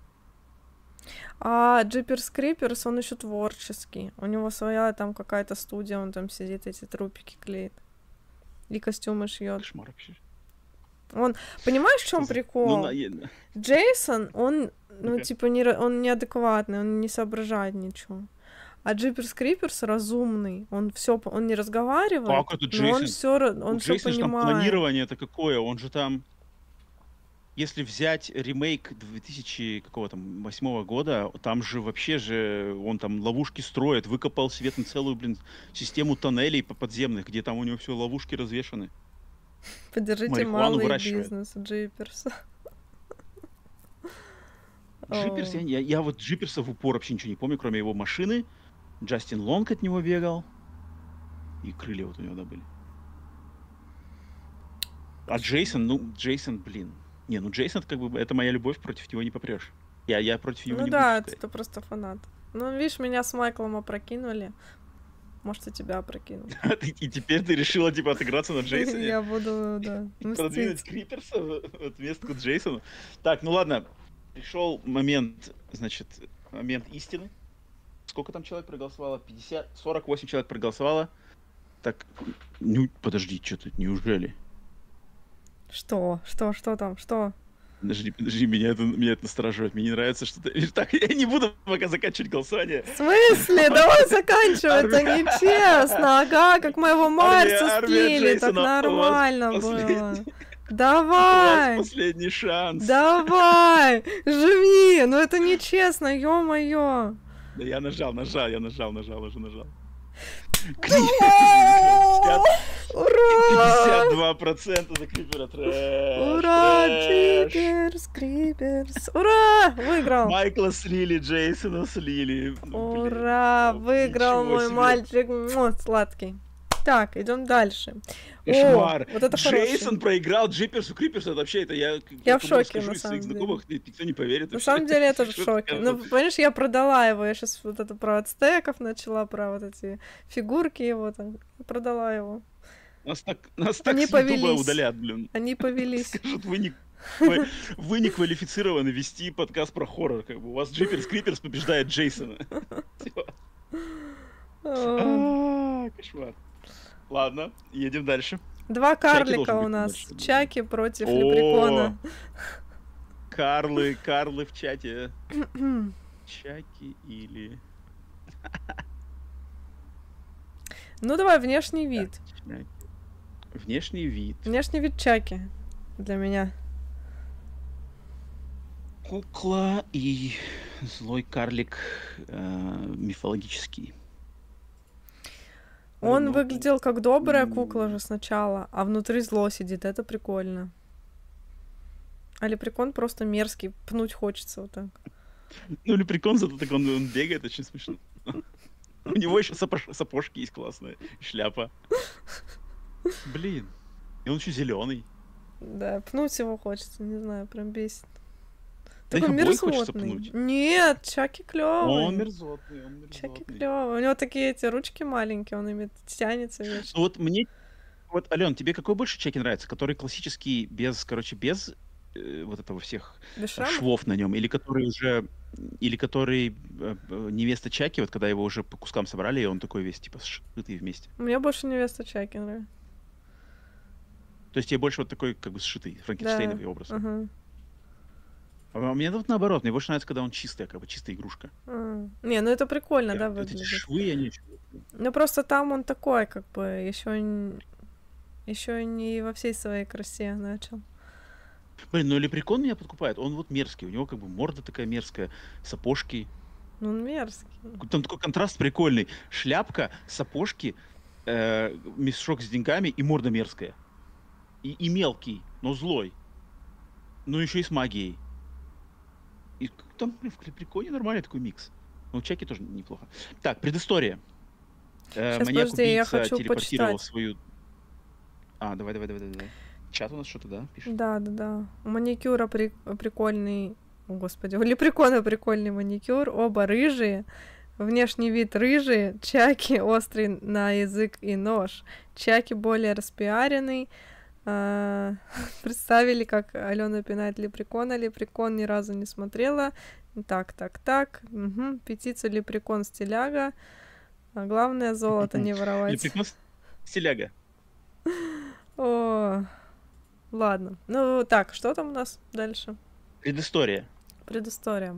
S3: А Джиперс Криперс, он еще творческий. У него своя там какая-то студия, он там сидит, эти трупики клеит. И костюмы шьет.
S2: Кошмар вообще.
S3: Он, понимаешь, в чем прикол? Джейсон, он, типа, он неадекватный, он не соображает ничего. А Джиперс Криперс разумный, он не разговаривает,
S2: как это
S3: но
S2: Джейсон?
S3: он все
S2: Джейсона там
S3: понимает.
S2: планирование-то какое? Он же там... Если взять ремейк 2008 года, там же вообще он там ловушки строит, выкопал себе там целую, систему тоннелей подземных, где там у него все ловушки развешаны.
S3: Поддержите малый бизнес Джиперса.
S2: Джиперс, я вот Джиперса в упор вообще ничего не помню, кроме его машины. Джастин Лонг от него бегал. И крылья вот у него, да, были. А Джейсон, блин. Джейсон, как бы, это моя любовь, против него не попрешь. Я против него не буду
S3: да,
S2: стоять.
S3: ты просто фанат. Ну, видишь, меня с Майклом опрокинули. Может, и тебя опрокинул.
S2: И теперь ты решила, типа, отыграться на Джейсоне?
S3: Я буду, да,
S2: продвинуть Криперса в отместку Джейсону. Так, ну ладно. Пришел момент истины. Сколько там человек проголосовало? 48 человек проголосовало. Так, подожди, что-то, неужели?
S3: Что там, что?
S2: Подожди, меня это настораживает. Мне не нравится, что ты... Так, я не буду пока заканчивать голосование.
S3: В смысле? Давай заканчивай, это нечестно. Ага, как моего Марса слили, так нормально было. Давай!
S2: У вас последний шанс.
S3: Давай! Жми! Ну это нечестно, ё-моё!
S2: Да я нажал. 52% за Крипера.
S3: Ура! Криперс! Ура! Выиграл!
S2: Майкла слили, Джейсона слили.
S3: Ура! Выиграл мой мальчик. Сладкий. Так, идем дальше.
S2: Кошмар.
S3: Вот это
S2: Джейсон проиграл Джиперсу Криперсу. Вообще, это я
S3: в шоке, на
S2: из
S3: самом
S2: своих
S3: деле.
S2: знакомых, никто не поверит.
S3: На самом деле я тоже в шоке. Ну, понимаешь, я продала его. Я сейчас вот это про ацтеков начала, про вот эти фигурки его там. Продала его.
S2: Нас так с Ютуба удалят, блин.
S3: Они повелись.
S2: Скажут, вы не квалифицированы вести подкаст про хоррор. Как бы у вас Джиперс Криперс побеждает Джейсона. Кошмар. Ладно, едем дальше.
S3: Два карлика у нас. Чаки против Лепрекона.
S2: Карлы в чате. Чаки или...
S3: Ну давай, внешний вид.
S2: Внешний вид.
S3: Внешний вид Чаки для меня.
S2: Кукла и злой карлик мифологический.
S3: Он
S2: Ну,
S3: выглядел как добрая кукла же сначала, а внутри зло сидит. Это прикольно. А лепрекон просто мерзкий, пнуть хочется вот так.
S2: Ну, лепрекон, зато так он бегает, очень смешно. У него еще сапожки есть классные, шляпа. Блин. И он еще зеленый.
S3: Да, пнуть его хочется, не знаю, прям бесит.
S2: Да их
S3: Такой
S2: обоих хочется
S3: мерзотный.
S2: пнуть.
S3: Нет, Чаки клёвый.
S2: Он мерзотный, он
S3: Чаки
S2: мерзотный.
S3: клёвый. У него такие эти ручки маленькие, он ими тянется вечно.
S2: Ну вот мне... Вот, Ален, тебе какой больше Чаки нравится? Который классический, без вот этого всех
S3: Без шрамов?
S2: швов на нем, или который уже... Или который невеста Чаки, вот когда его уже по кускам собрали, и он такой весь, типа, сшитый вместе.
S3: Мне больше невеста Чаки нравится.
S2: То есть тебе больше вот такой, как бы, сшитый, франкенштейновый
S3: Да.
S2: образ.
S3: Ага.
S2: А мне вот наоборот, мне больше нравится, когда он чистый, как бы, чистая игрушка.
S3: Не, ну это прикольно, да,
S2: Вот эти
S3: выглядит.
S2: швы, они очень...
S3: Ну просто там он такой, как бы, еще не во всей своей красе начал.
S2: Блин, ну лепрекон меня подкупает. Он вот мерзкий. У него как бы морда такая мерзкая, сапожки.
S3: Ну он мерзкий.
S2: Там такой контраст прикольный. Шляпка, сапожки, мешок с деньгами и морда мерзкая. И мелкий, но злой. Но еще и с магией. И там, блин, в лепреконе нормальный такой микс. Но у Чаки тоже неплохо. Так, предыстория.
S3: Сейчас, подожди, я хочу
S2: телепортировал
S3: почитать.
S2: свою... Давай. Чат у нас что-то, да, пишет?
S3: Да. У маникюра прикольный... О, господи, у лепрекона прикольный маникюр. Оба рыжие. Внешний вид рыжий. Чаки острый на язык и нож. Чаки более распиаренный. Представили, как Алена пинает лепрекона. Лепрекон ни разу не смотрела. Так. Угу. Петиция лепрекон стиляга. А главное, золото не воровать.
S2: Лепрекон стиляга.
S3: О, ладно. Ну, так, что там у нас дальше?
S2: Предыстория.
S3: Предыстория.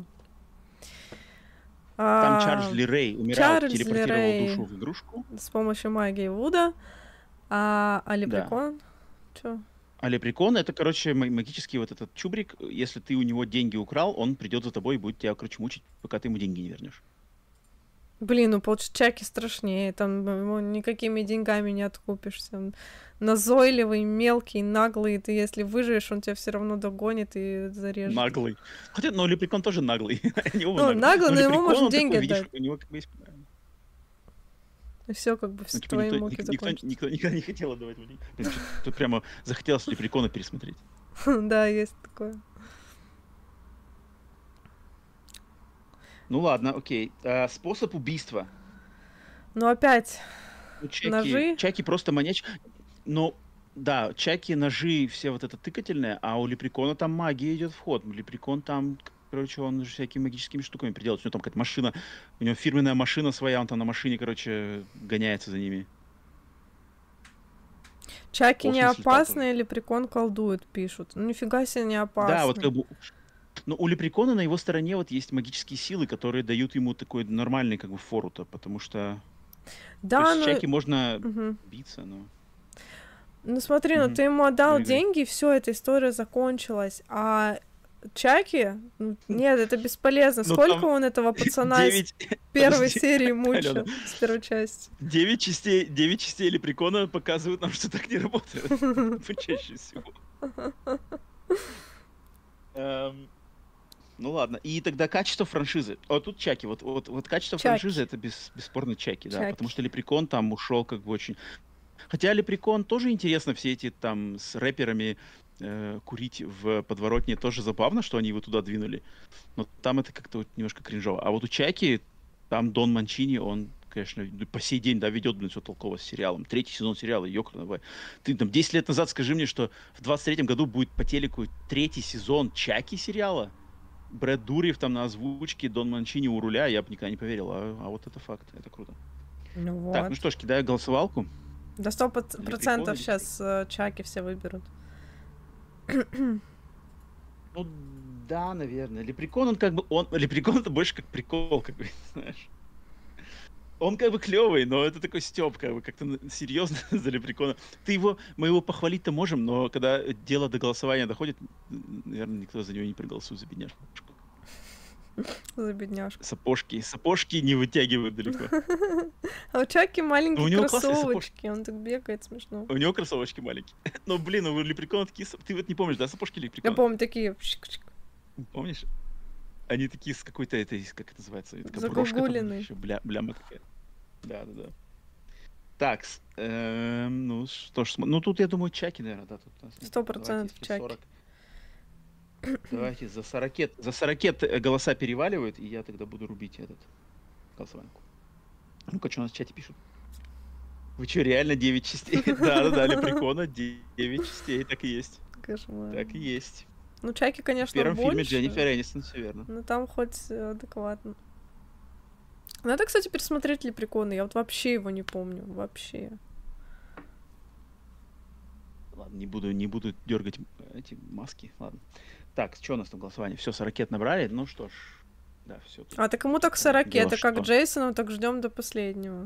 S2: Там Чарльз Ли Рэй умирал, телепортировал душу в игрушку.
S3: С помощью магии Вуда. А лепрекон? Чё?
S2: А лепрекон — это, короче, магический вот этот чубрик. Если ты у него деньги украл, он придет за тобой и будет тебя, короче, мучить, пока ты ему деньги не вернешь.
S3: Блин, ну получается, Чаки страшнее. Там ему никакими деньгами не откупишься. Он назойливый, мелкий, наглый. Ты если выживешь, он тебя все равно догонит и зарежет.
S2: Наглый. Хотя, ну, лепрекон тоже наглый.
S3: Ну, наглый, но ему можно деньги отдать.
S2: У него как бы есть...
S3: И все как бы в твоей муке закончится.
S2: Никто никогда не хотел отдавать ему деньги. Блин, тут прямо захотелось лепрекона пересмотреть.
S3: Да, есть такое.
S2: Ну ладно, окей. Способ убийства.
S3: Ну опять
S2: Чаки,
S3: ножи.
S2: Чаки просто маньяч. Но да, Чаки, ножи, все вот это тыкательное, а у лепрекона там магия идет в ход. Лепрекон там, короче, он же всякими магическими штуками приделывает. У него там какая-то машина, у него фирменная машина своя, он там на машине, короче, гоняется за ними.
S3: Чаки не опасные, лепрекон колдует, пишут. Ну нифига себе не опасный.
S2: Да, вот как бы... Но у лепрекона на его стороне вот есть магические силы, которые дают ему такой нормальный как бы фору-то, потому что...
S3: Да,
S2: то есть Чаки можно биться, но...
S3: Ну смотри, ну ты ему отдал деньги, все, эта история закончилась. А Чаки? Нет, это бесполезно. Сколько он этого пацана из первой серии мучил, с первой части?
S2: 9 частей лепрекона показывают нам, что так не работает. Чаще всего. Ну ладно. И тогда качество франшизы. Вот тут Чаки. Вот качество франшизы — это бесспорно Чаки, да. Потому что лепрекон там ушел как бы очень... Хотя лепрекон тоже интересно, все эти там с рэперами курить в подворотне тоже забавно, что они его туда двинули. Но там это как-то вот немножко кринжово. А вот у Чаки там Дон Манчини, он, конечно, по сей день, да, ведет, блин, все толково с сериалом. 3-й сезон сериала, ёкарный. Ты там 10 лет назад скажи мне, что в 23-м году будет по телеку 3-й сезон Чаки сериала. Брэд Дурьев там на озвучке, Дон Манчини у руля, я бы никогда не поверил. А вот это факт, это круто.
S3: Ну вот.
S2: Так, ну что ж, кидаю голосовалку.
S3: Да 100% сейчас Чаки все выберут.
S2: Ну да, наверное. Лепрекон, он как бы... Лепрекон — это больше как прикол, как бы, знаешь. Он как бы клевый, но это такой стёб, как бы как-то серьезно за Лепрекона. Мы его похвалить-то можем, но когда дело до голосования доходит, наверное, никто за него не проголосует, за бедняжку.
S3: За бедняжку.
S2: Сапожки не вытягивают далеко.
S3: А у Чаки
S2: Ну, у
S3: маленькие
S2: него классные
S3: кроссовочки, он так бегает смешно.
S2: У него кроссовочки маленькие. Ну, блин, у Лепрекона такие... Ты вот не помнишь, да, сапожки
S3: Я
S2: Лепрекона?
S3: помню, такие...
S2: Помнишь? Они такие с какой-то этой, как это называется? Это
S3: Загугулиной.
S2: ещё бляма такая. Да. Так, ну что ж, ну тут, я думаю, Чаки, наверное, да. Тут,
S3: 100% Чаки.
S2: Давайте за 40 голоса переваливают, и я тогда буду рубить этот голосованку. Ну-ка, что у нас в чате пишут? Вы что, реально 9 частей? Да, Лепрекона 9 частей, так и есть.
S3: Кошмар.
S2: Так и есть.
S3: Ну, Чаки,
S2: В
S3: конечно,
S2: первом фильме
S3: больше.
S2: Дженнифер Энистон, все верно.
S3: Ну, там хоть адекватно. Надо, кстати, пересмотреть Лепрекона. Я вот вообще его не помню. Вообще.
S2: Ладно, не буду дергать эти маски. Ладно. Так, что у нас там голосование? Все, 40 набрали. Ну что ж. Да, все.
S3: А так кому так 40?
S2: Дело
S3: Это как
S2: что?
S3: Джейсону, так ждем до последнего.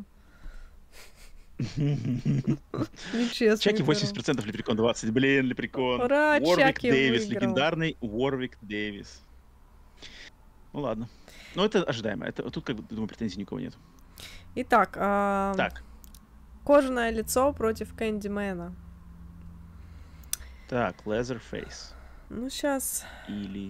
S3: Нечестно.
S2: Чаки 80%, Лепрекон 20%. Блин, Лепрекон.
S3: Ура,
S2: Уорвик
S3: Чаки
S2: Дэвис,
S3: выиграл.
S2: легендарный Уорвик Дэвис. Ну ладно. Ну это ожидаемо. Тут, как бы, думаю, претензий никого нет.
S3: Итак,
S2: Так,
S3: кожаное лицо против Кэндимена.
S2: так, Leatherface.
S3: Ну, сейчас.
S2: Или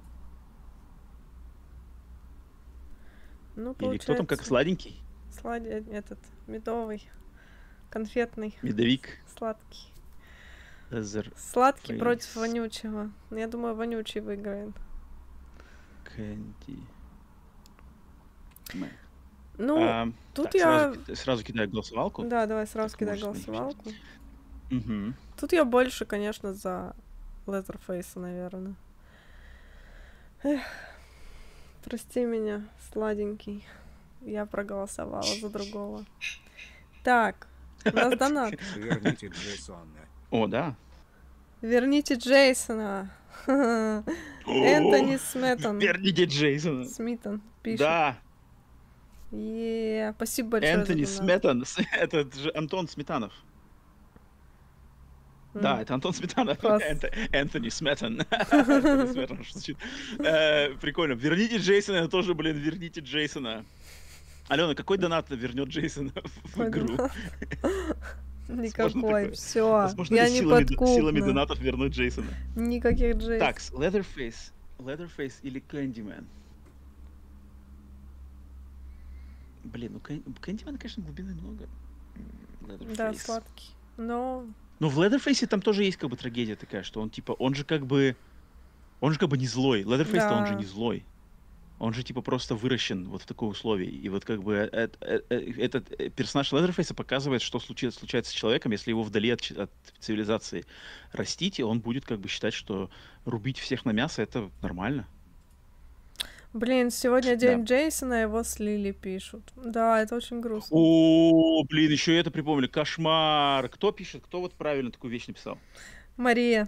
S3: получается...
S2: кто там как сладенький?
S3: Этот, медовый, конфетный,
S2: Медовик.
S3: сладкий.
S2: Leatherface.
S3: Сладкий против вонючего. Я думаю, вонючий выиграет.
S2: Кэнди.
S3: Ну, тут
S2: так,
S3: я...
S2: Сразу кидаю голосовалку.
S3: Да, давай сразу
S2: Так,
S3: кидай
S2: можешь
S3: голосовалку.
S2: Угу.
S3: Тут я больше, конечно, за Leatherface, наверное. Эх, прости меня, сладенький. Я проголосовала за другого. Так, у нас донат.
S4: Верните Джейсона.
S2: О, да.
S3: Верните Джейсона. Энтони Сметон.
S2: Верните Джейсона.
S3: Смитон пишет.
S2: Да,
S3: Спасибо большое
S2: Энтони
S3: за донат.
S2: Сметон. Это же Антон Сметанов.
S3: М.
S2: Да, это Антон Сметанов.
S3: Класс.
S2: Энтони Сметон. Энтони Сметон, что звучит. Прикольно. Верните Джейсона, тоже, блин, верните Джейсона. Алена, какой донат вернет Джейсона в игру?
S3: Никакой,
S2: такое?
S3: все.
S2: Возможно
S3: Я
S2: ли
S3: не
S2: силами
S3: подкупна.
S2: донатов вернуть Джейсона?
S3: Никаких Джейс.
S2: Так, Leatherface или Candyman? Блин, ну Candyman, конечно, глубины много. Leatherface.
S3: Да, сладкий. Но
S2: Ну, в Leatherface там тоже есть как бы трагедия такая, что он типа, он же как бы не злой. Leatherface-то он же
S3: Да.
S2: не злой. Он же типа просто выращен вот в такой условии. И вот как бы этот персонаж Leatherface показывает, что случается с человеком, если его вдали от цивилизации растить, и он будет как бы считать, что рубить всех на мясо — это нормально.
S3: блин, сегодня день
S2: Да.
S3: Джейсона, его слили, пишут. Да, это очень грустно.
S2: О, блин, еще и это припомнили. Кошмар. Кто пишет? Кто вот правильно такую вещь написал?
S3: Мария.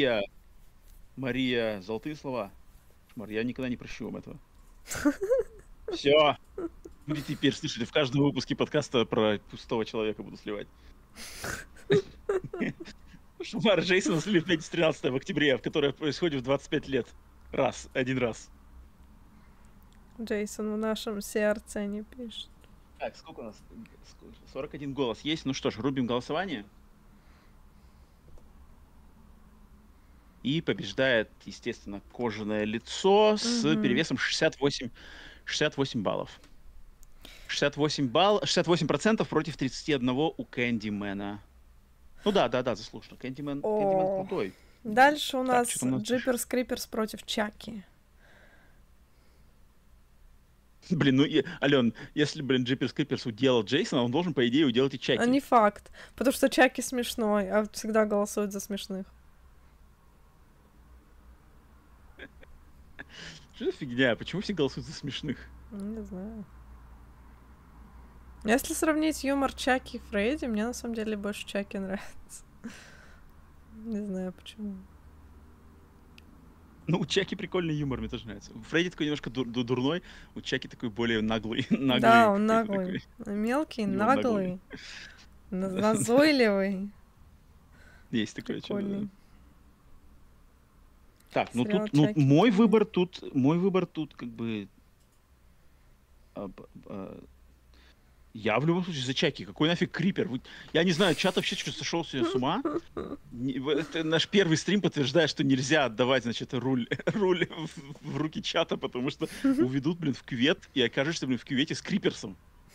S2: Мария, золотые слова. Кошмар, я никогда не прощу вам этого. Все. Будете теперь слышать, в каждом выпуске подкаста про пустого человека буду сливать. Кошмар, Джейсона слили в пятницу 13 в октябре, в которое происходит в 25 лет. Один раз.
S3: Джейсон в нашем сердце, они пишут.
S2: Так, сколько у нас? 41 голос есть. Ну что ж, рубим голосование. И побеждает, естественно, кожаное лицо с перевесом 68 баллов. 68% против 31 у Кэндимена. Ну да, заслуженно. Кэндимен крутой.
S3: Дальше у нас
S2: что там у нас
S3: Джиперс Криперс против Чаки.
S2: Блин, ну, Ален, если, Джиперс Криперс уделал Джейсона, он должен, по идее, уделать и Чаки.
S3: А не факт, потому что Чаки смешной, а всегда голосуют за смешных.
S2: Что за фигня? Почему все голосуют за смешных?
S3: Не знаю. Если сравнить юмор Чаки и Фредди, мне на самом деле больше Чаки нравится. Не знаю почему.
S2: Ну, у Чаки прикольный юмор, мне тоже нравится. Фредди такой немножко дурной, у Чаки такой более наглый.
S3: Да, он
S2: какой-то
S3: наглый. Мелкий,
S2: У него
S3: наглый, назойливый.
S2: Есть такое что-то, да.
S3: Прикольный.
S2: Так, ну
S3: Сериал
S2: тут, ну,
S3: Чаки
S2: мой
S3: прикольный.
S2: выбор тут как бы... Я в любом случае за Чаки. Какой нафиг Крипер? Я не знаю, чат вообще что сошел с ума. Это наш первый стрим подтверждает, что нельзя отдавать, значит, руль в руки чата, потому что уведут, блин, в кювет, и окажешься, блин, в кювете с Криперсом.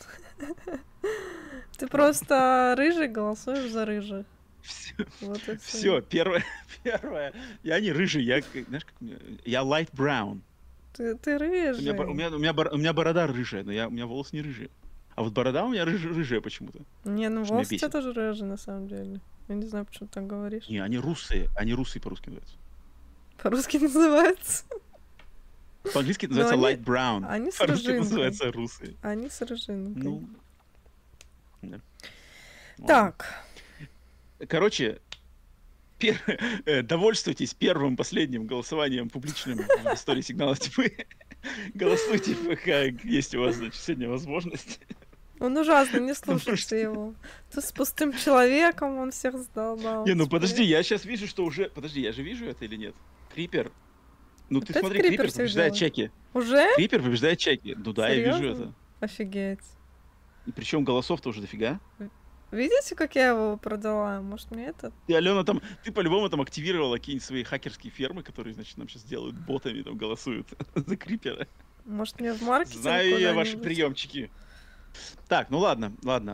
S3: Ты просто рыжий, голосуешь за рыжих. Вот и
S2: Все, первое. Я не рыжий, знаешь, я light brown.
S3: Ты рыжий.
S2: У меня борода рыжая, но у меня волосы не рыжие. А вот борода у меня рыжая почему-то.
S3: Не, ну
S2: Что меня
S3: волосы у тебя
S2: бесит.
S3: тоже рыжие, на самом деле. Я не знаю, почему ты так говоришь.
S2: Не, они русые по-русски называются.
S3: По-русски называется.
S2: По-английски это
S3: Но
S2: называется
S3: они-
S2: light brown.
S3: они с
S2: По-русски
S3: рыжинкой.
S2: называется русые.
S3: Они с рыжинкой.
S2: Ну, да. Ладно.
S3: Так,
S2: Короче, довольствуйтесь первым, последним голосованием публичным в истории сигнала тьмы. Голосуйте, пока есть у вас, значит, сегодня возможность.
S3: он ужасно, не слушайте его. Ты с пустым человеком, он всех задолбал.
S2: Не, ну подожди, я сейчас вижу, что уже... Подожди, я же вижу это или нет? Крипер. Ну ты
S3: Опять
S2: смотри,
S3: Крипер
S2: Крипер
S3: всех
S2: побеждает
S3: делает?
S2: Чаки.
S3: Уже?
S2: Крипер побеждает Чаки. Ну да, я вижу
S3: Серьёзно?
S2: это.
S3: Офигеть.
S2: И причем голосов-то уже дофига.
S3: Видите, как я его продала? Может, мне это...
S2: И Алена там, ты по-любому там активировала какие-нибудь свои хакерские фермы, которые, значит, нам сейчас делают ботами, там голосуют за Крипера.
S3: Может, мне в маркетинг
S2: Знаю я ваши
S3: куда-нибудь?
S2: приемчики. Так, ну ладно.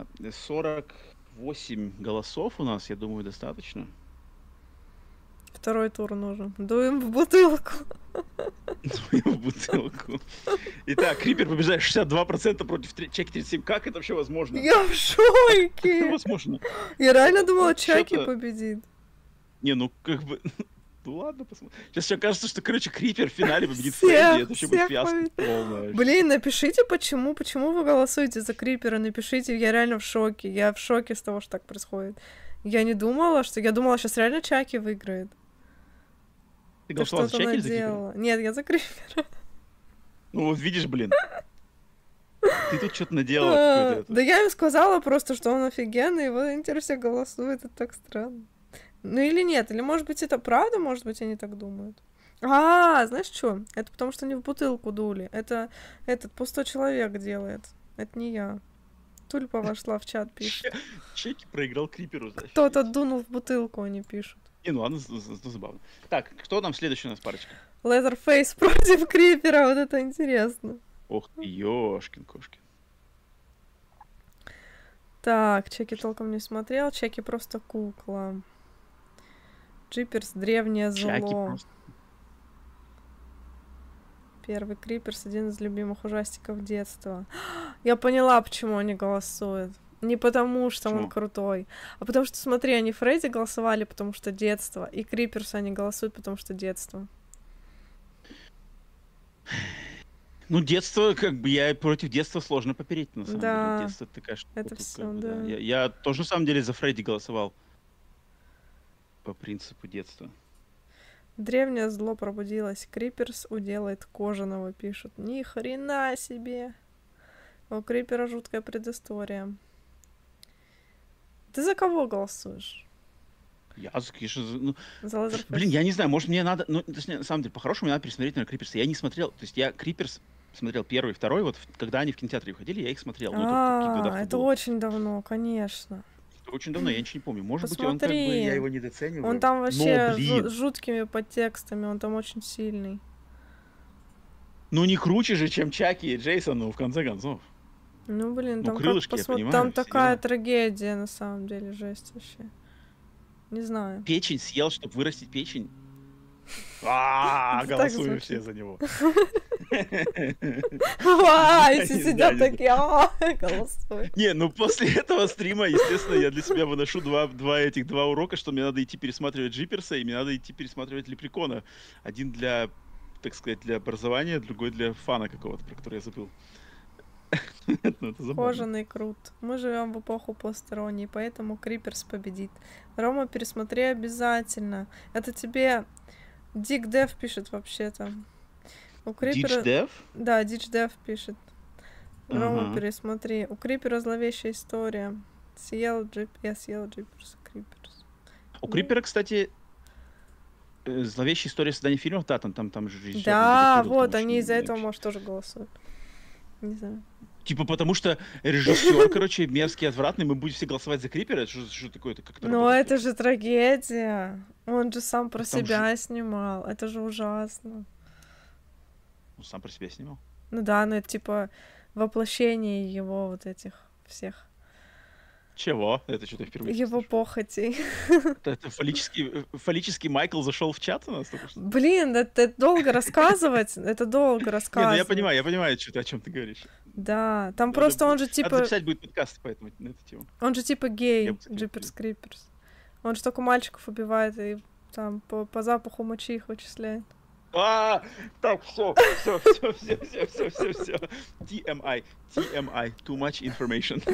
S2: 48 голосов у нас, я думаю, достаточно.
S3: Второй тур нужен. Дуем в бутылку.
S2: В бутылку. Итак, Крипер побеждает 62% против Чаки 37. Как это вообще возможно?
S3: Я в
S2: Это
S3: шоке.
S2: возможно.
S3: Я реально думала,
S2: Ну,
S3: Чаки
S2: чё-то-
S3: победит.
S2: Не, ну как бы... Ну ладно, посмотрим. Сейчас еще кажется, что, короче, Крипер в финале победит
S3: Всех,
S2: Фредди. Это вообще будет
S3: всех
S2: фиаско
S3: победит.
S2: полное.
S3: Блин, напишите, почему вы голосуете за Крипера, напишите, я реально в шоке. Я в шоке с того, что так происходит. Я думала, сейчас реально Чаки выиграет.
S2: Ты
S3: Ты
S2: голосовал за
S3: что-то
S2: Чаки или за Крипера?
S3: наделала. Нет, я за Крипера.
S2: Ну вот видишь, блин. Ты тут что-то наделала какое-то это.
S3: Да я им сказала просто, что он офигенный, и вот они теперь все голосуют, это так странно. Ну или нет, или может быть это правда, может быть они так думают. Знаешь что? Это потому что они в бутылку дули. Это этот пустой человек делает. Это не я. Тульпа вошла в чат, пишет.
S2: Чеки проиграл Криперу.
S3: Кто-то дунул в бутылку, они пишут.
S2: Не, ну ладно, забавно. Так, кто нам следующий у нас парочка?
S3: Leatherface против Крипера, вот это интересно.
S2: Ох ты, ёшкин-кошкин.
S3: Так, Чеки толком не смотрел, Чеки просто кукла. Джиперс древнее
S2: Чаки
S3: зло.
S2: просто...
S3: Первый Криперс один из любимых ужастиков детства. Я поняла, почему они голосуют. Не потому, что он
S2: Почему?
S3: крутой, а потому что, смотри, они Фредди голосовали, потому что детство, и Криперс они голосуют, потому что детство.
S2: Ну, детство, как бы, я против детства сложно попереть, на самом
S3: Да.
S2: деле. Детство такая штука.
S3: Это
S2: тут, как
S3: всё,
S2: бы,
S3: да.
S2: Я тоже, на самом деле, за Фредди голосовал. По принципу детства.
S3: Древнее зло пробудилось. Криперс уделает кожаного, пишут. Ни хрена себе. У Крипера жуткая предыстория. Ты за кого голосуешь?
S2: Я, конечно, ну,
S3: За Leatherface?
S2: блин, я не знаю, может, мне надо... Ну, точнее, на самом деле, по-хорошему, мне надо пересмотреть, наверное, Криперса. Я не смотрел, то есть я Криперс смотрел первый, второй, вот когда они в кинотеатре выходили, я их смотрел. Ну, это в каких годах
S3: Это
S2: было?
S3: очень давно, конечно.
S2: Очень давно, я ничего не помню. Может быть, он как бы,
S3: Посмотри.
S2: я его недооцениваю.
S3: Он там вообще
S2: Но, блин,
S3: жуткими подтекстами, он там очень сильный.
S2: ну не круче же, чем Чаки и Джейсон, ну, в конце концов.
S3: Ну, блин,
S2: Ну,
S3: там
S2: крылышки, я понимаю,
S3: там
S2: все
S3: такая
S2: дела.
S3: трагедия, на самом деле, жесть вообще. Не знаю.
S2: Печень съел, чтобы вырастить печень.
S3: Так
S2: Голосуем
S3: звучит.
S2: все за него.
S3: Все
S2: Не
S3: сидят
S2: знаю,
S3: такие, голосуют.
S2: Не, ну после этого стрима, естественно, я для себя выношу два урока, что мне надо идти пересматривать Джиперса, и мне надо идти пересматривать Лепрекона. Один для, так сказать, для образования, другой для фана какого-то, про который я забыл. Ну, это забавно.
S3: Кожаный крут. Мы живем в эпоху посторонней, поэтому Криперс победит. Рома, пересмотри обязательно. Это тебе Дик Дев пишет вообще-то. У Крипера...
S2: Ditch Dev?
S3: Да, Дич Дев пишет. Рома,
S2: Ага.
S3: пересмотри. У Крипера зловещая история. Я съел Джиперс Криперс.
S2: У Крипера, кстати, зловещая история создания фильмов, да, там же режиссер
S3: Да,
S2: недопилил,
S3: вот,
S2: потому
S3: они
S2: что,
S3: из-за этого,
S2: вообще.
S3: может, тоже голосуют. Не знаю.
S2: Типа потому что режиссер, короче, мерзкий, отвратный, мы будем все голосовать за Крипера, это что такое, это как-то
S3: Но
S2: работает?
S3: это же трагедия. Он же сам про
S2: Там же-
S3: себя снимал. Это же ужасно.
S2: Он сам про себя снимал.
S3: Ну да, ну это типа воплощение его вот этих всех.
S2: Чего? Это что-то впервые.
S3: Его
S2: слышу.
S3: похотей.
S2: Это фаллический Майкл зашел в чат у нас только что.
S3: Блин, это долго рассказывать. Это долго
S2: Не, ну
S3: рассказывать.
S2: я понимаю, что ты, о чем ты говоришь.
S3: Да, там
S2: Надо
S3: просто он
S2: будет-
S3: же
S2: Надо
S3: типа...
S2: записать будет подкаст поэтому на эту тему.
S3: Он же типа
S2: Я
S3: гей,
S2: бы закрепил.
S3: Джиперс Криперс. Он же только мальчиков убивает и там по запаху мочи их вычисляет.
S2: Так, все. TMI, too much information.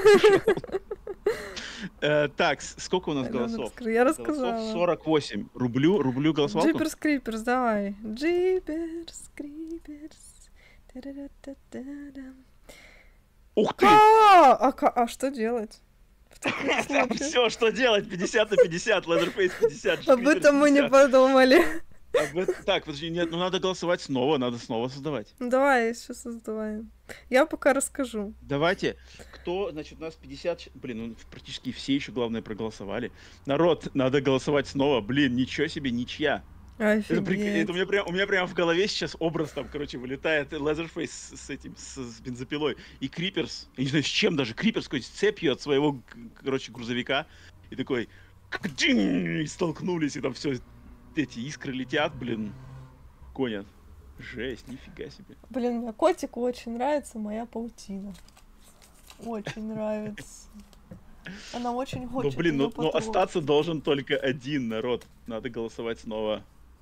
S2: Так, сколько у нас
S3: Алена,
S2: голосов?
S3: расскажи. Я
S2: Голосов
S3: рассказала.
S2: 48. Рублю голосовалку?
S3: Джиперс Криперс, давай. Джиперс Криперс. Та-да-да-да-да-да.
S2: Ух ты!
S3: А что делать? В таких случаях?
S2: Все, что делать? 50 на 50, Leatherface 50.
S3: Об этом мы не подумали.
S2: Так, подожди, нет, ну надо голосовать снова, надо снова создавать.
S3: Ну, давай, сейчас создаваем. Я пока расскажу.
S2: Давайте, значит, у нас 50... Блин, ну практически все еще, главное, проголосовали. Народ, надо голосовать снова. Блин, ничего себе, ничья. Это
S3: Офигеть.
S2: у меня прям в голове сейчас образ там, короче, вылетает Leatherface с бензопилой. И Криперс, я не знаю, с чем даже, Криперс какой-то с цепью от своего, короче, грузовика. И такой... И столкнулись, и там все эти искры летят, блин, гонят. Жесть, нифига себе.
S3: Блин, мне котику очень нравится моя паутина. Очень нравится. Она очень
S2: Ну,
S3: хочет.
S2: блин,
S3: её
S2: ну
S3: потрогать.
S2: остаться должен только один народ. Надо голосовать снова.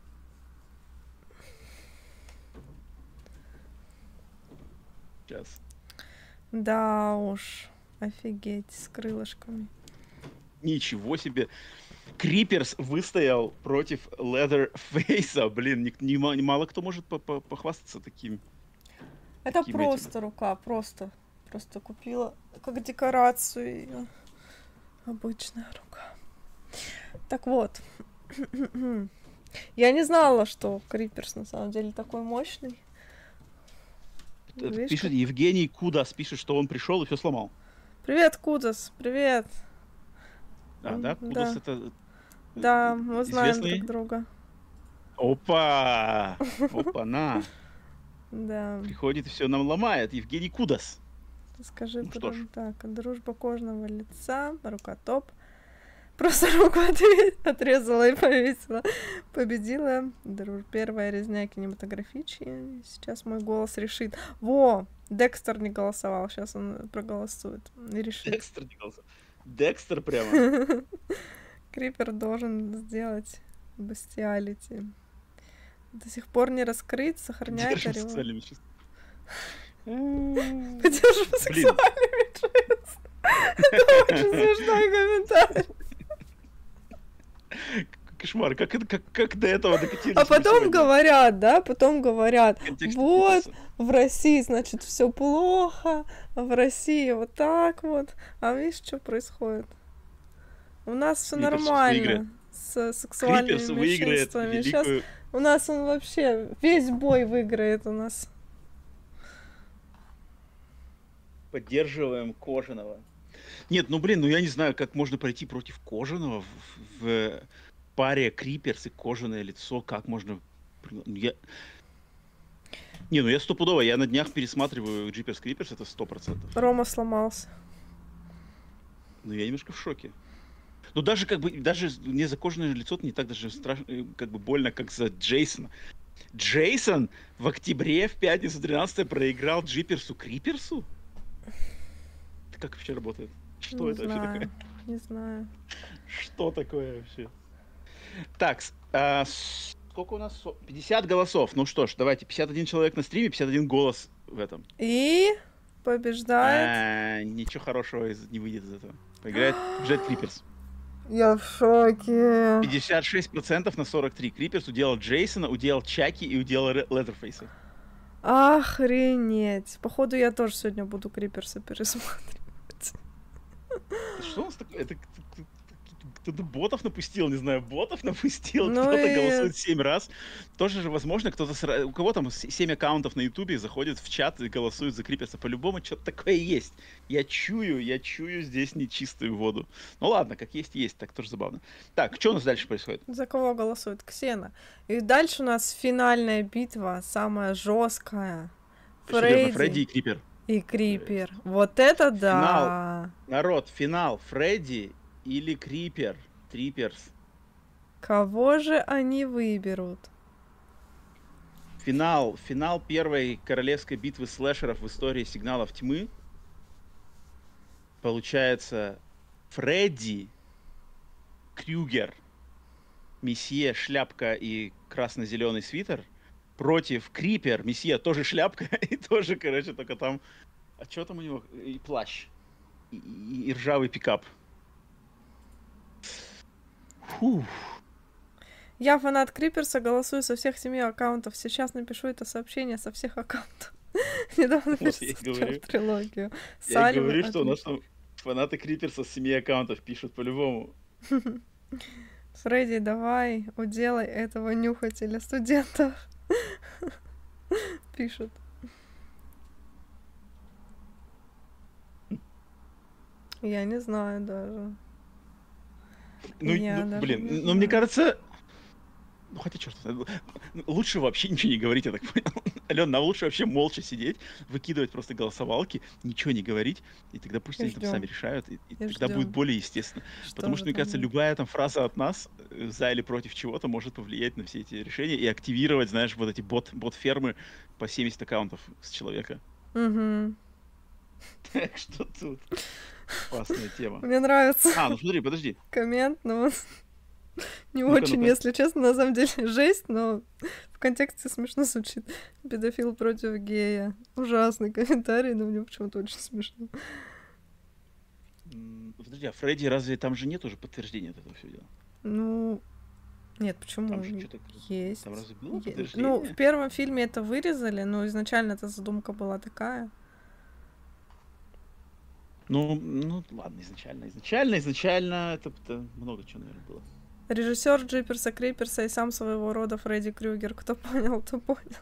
S2: Сейчас.
S3: Да уж. Офигеть, с крылышками.
S2: Ничего себе. Криперс выстоял против Leatherface. Блин, мало кто может похвастаться таким.
S3: Это
S2: Таким
S3: просто рука, просто купила как декорацию её. Обычная рука. Так вот. Я не знала, что Криперс на самом деле такой мощный. Видишь,
S2: Пишет Евгений Кудас, пишет, что он пришел и все сломал.
S3: Привет, Кудас, привет.
S2: Да,
S3: Да.
S2: Кудас это...
S3: Да, мы знаем
S2: известный?
S3: друг друга.
S2: Опа! Опа-на!
S3: Да.
S2: Приходит и все нам ломает. Евгений Кудас.
S3: Скажи
S2: Ну что
S3: про...
S2: ж.
S3: Так, дружба кожного лица, рукотоп. Просто руку отрезала и повесила. Победила. Первая резня кинематографичная. Сейчас мой голос решит. Во! Декстер не голосовал. Сейчас он проголосует и решит.
S2: Декстер не голосовал. Декстер прямо.
S3: Крипер должен сделать бестиалити. До сих пор не раскрыт, сохраняет
S2: Держим
S3: ореол.
S2: социальными чувствами.
S3: Поддержим сексуальными чувствами. Это очень смешной комментарий.
S2: Кошмар, как до этого докатились?
S3: А
S2: мы
S3: потом
S2: сегодня?
S3: говорят, да, потом говорят,
S2: Контекст
S3: вот,
S2: Криперса.
S3: в России, значит, все плохо, а в России вот так вот. А видишь, что происходит? У нас все
S2: Криперс сейчас
S3: нормально
S2: выиграет.
S3: с сексуальными
S2: Криперс выиграет
S3: меньшинствами. Сейчас
S2: великую...
S3: у нас он вообще весь бой выиграет у нас.
S2: Поддерживаем Кожаного. Нет, ну блин, ну я не знаю, как можно пройти против Кожаного в паре Криперс и Кожаное лицо. Как можно... Ну, Не, ну я стопудово, я на днях пересматриваю Джиперс Криперс, это 100%.
S3: Рома сломался.
S2: Ну я немножко в шоке. Ну даже как бы, даже мне за Кожаное лицо не так даже страшно, как бы больно, как за Джейсона. Джейсон в октябре, в пятницу 13 проиграл Джиперсу Криперсу? Это как вообще работает? Что
S3: Не
S2: это вообще
S3: знаю,
S2: такое?
S3: не знаю.
S2: Что такое вообще? Так, сколько у нас? 50 голосов. Ну что ж, давайте, 51 человек на стриме, 51 голос в этом.
S3: И побеждает.
S2: Ничего хорошего не выйдет из этого. Побеждает Криперс.
S3: Я в шоке.
S2: 56% на 43. Криперс уделал Джейсона, уделал Чаки и уделал Лезерфейса.
S3: Охренеть. Походу, я тоже сегодня буду Криперса пересматривать.
S2: Что у нас такое? Это кто-то ботов напустил, не знаю, кто-то
S3: Ну и
S2: голосует 7 раз. Тоже же возможно, у кого там 7 аккаунтов на Ютубе заходит в чат и голосует за Криперса. По-любому что-то такое есть. Я чую здесь нечистую воду. Ну ладно, как есть, так тоже забавно. Так, что у нас дальше происходит?
S3: за кого голосует Ксена? И дальше у нас финальная битва, самая жесткая.
S2: Серьезно, Фредди и Крипер.
S3: И Крипер. Вот это да!
S2: Народ, финал. Фредди или Крипер? Триперс.
S3: Кого же они выберут?
S2: Финал первой королевской битвы слэшеров в истории Сигналов Тьмы. Получается Фредди Крюгер, месье, шляпка и красно-зеленый свитер, против Крипер, месье, тоже шляпка и тоже, короче, только там... А что там у него? И плащ. И ржавый пикап. Фух.
S3: Я фанат Криперса, голосую со всех 7 аккаунтов. Сейчас напишу это сообщение со всех аккаунтов. Недавно пересмотрел трилогию.
S2: Я говорю, что у нас там фанаты Криперса с 7 аккаунтов пишут по-любому.
S3: Фредди, давай, уделай этого нюхателя студентов. Пишут. Я не знаю даже.
S2: Ну, мне кажется... Ну, хотя, черт, лучше вообще ничего не говорить, я так понял. Алёна, нам лучше вообще молча сидеть, выкидывать просто голосовалки, ничего не говорить, и тогда пусть они там сами решают, и тогда будет более естественно. Потому что, мне кажется, любая там фраза от нас, за или против чего-то, может повлиять на все эти решения и активировать, знаешь, вот эти бот-фермы по 70 аккаунтов с человека. Так что тут опасная тема.
S3: Мне нравится.
S2: Ну смотри, подожди.
S3: Коммент, но не очень, если честно, на самом деле жесть, но в контексте смешно звучит. Педофил против гея. Ужасный комментарий, но мне почему-то очень смешно.
S2: Подожди, а Фредди, разве там же нет уже подтверждения от этого всего дела?
S3: Ну, нет, почему?
S2: Там же что-то
S3: есть.
S2: Там разве было подтверждение?
S3: Ну, в первом фильме это вырезали, но изначально эта задумка была такая.
S2: Ну, ладно, изначально это много чего, наверное, было.
S3: Режиссер Джиперса Криперса и сам своего рода Фредди Крюгер. Кто понял, то понял.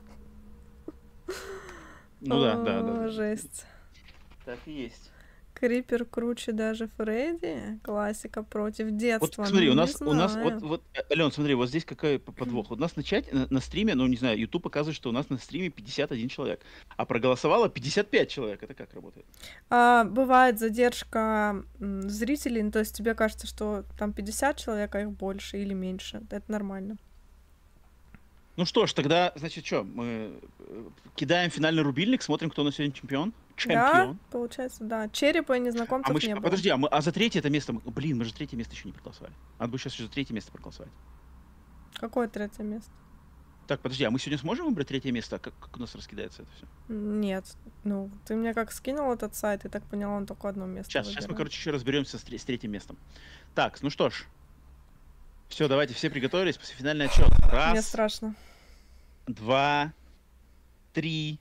S2: Ну да.
S3: Жесть.
S2: Так и есть.
S3: Крипер круче даже Фредди. Классика против детства.
S2: Вот смотри, у нас, Алён, смотри, вот здесь какой подвох. У нас на стриме, ну не знаю, YouTube показывает, что у нас на стриме 51 человек, а проголосовало 55 человек. Это как работает?
S3: Бывает задержка зрителей, то есть тебе кажется, что там 50 человек, а их больше или меньше. Это нормально.
S2: Ну что ж, тогда, значит, что, мы кидаем финальный рубильник, смотрим, кто у нас сегодня чемпион?
S3: Да, получается, да. Черепа и незнакомцев не было.
S2: Подожди, а за третье это место... Блин, мы же третье место еще не проголосовали. Надо бы сейчас еще за третье место проголосовать.
S3: Какое третье место?
S2: Так, подожди, а мы сегодня сможем выбрать третье место? Как у нас раскидается это все?
S3: Нет. Ну, ты мне как скинул этот сайт, и так поняла, он только одно место
S2: Сейчас мы, короче, еще разберемся с третьим местом. Так, ну что ж. Все, давайте, все приготовились. Финальный отчет. Раз.
S3: Мне страшно.
S2: 2, 3,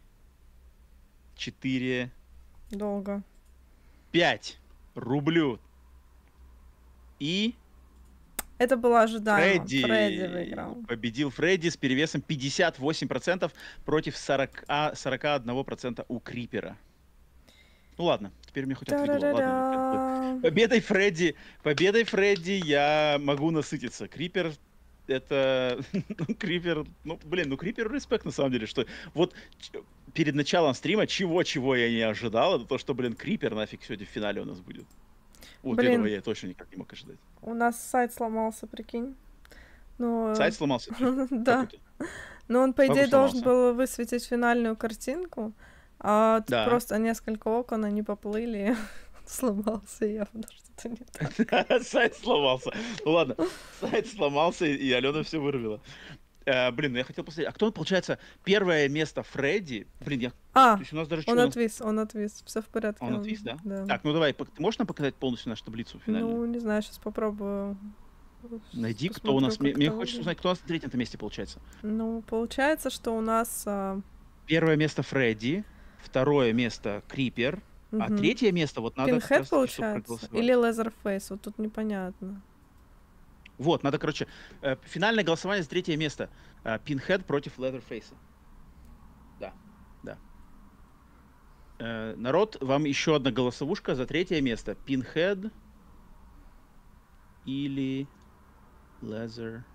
S2: 4.
S3: Долго. 5.
S2: Рублю. И...
S3: Это было ожидаемо. Фредди выиграл.
S2: Победил Фредди с перевесом 58% против 41% у Крипера. Ну ладно, теперь мне хоть отлегло. Ладно, победой Фредди я могу насытиться. Крипер это... Крипер... Ну, блин, Крипер респект на самом деле, что вот перед началом стрима чего я не ожидал, это то, что, блин, Крипер нафиг сегодня в финале у нас будет. Вот этого я точно никак не мог ожидать.
S3: У нас сайт сломался, прикинь. Но...
S2: Сайт сломался?
S3: Да. Но он, по идее, должен был высветить финальную картинку, а тут просто несколько окон, они поплыли, сломался, и явно что-то не так.
S2: Сайт сломался. Ну ладно, сайт сломался, и Алена все вырвала. Блин, ну я хотел посмотреть. А кто, получается, первое место Фредди? Блин, я...
S3: А,
S2: То есть у нас даже
S3: он
S2: что,
S3: отвис, все в порядке.
S2: он отвис, да?
S3: Да.
S2: Так, ну давай, ты можешь нам показать полностью нашу таблицу финальную?
S3: Ну, не знаю, сейчас попробую.
S2: Найди, кто у нас...
S3: посмотрю, как
S2: Мне
S3: это
S2: хочется
S3: выглядит.
S2: узнать, кто у нас на третьем месте, получается.
S3: Ну, получается, что у нас...
S2: Первое место Фредди, второе место Крипер, а
S3: мгм.
S2: третье место вот надо как
S3: Пинхед,
S2: раз-таки, чтобы
S3: получается?
S2: проголосовать.
S3: Или Лезерфейс? Вот тут непонятно.
S2: Вот, надо, короче, финальное голосование за третье место. Пинхед против Лезерфейса. Да, да. Народ, вам еще одна голосовушка за третье место. Пинхед или Leatherface.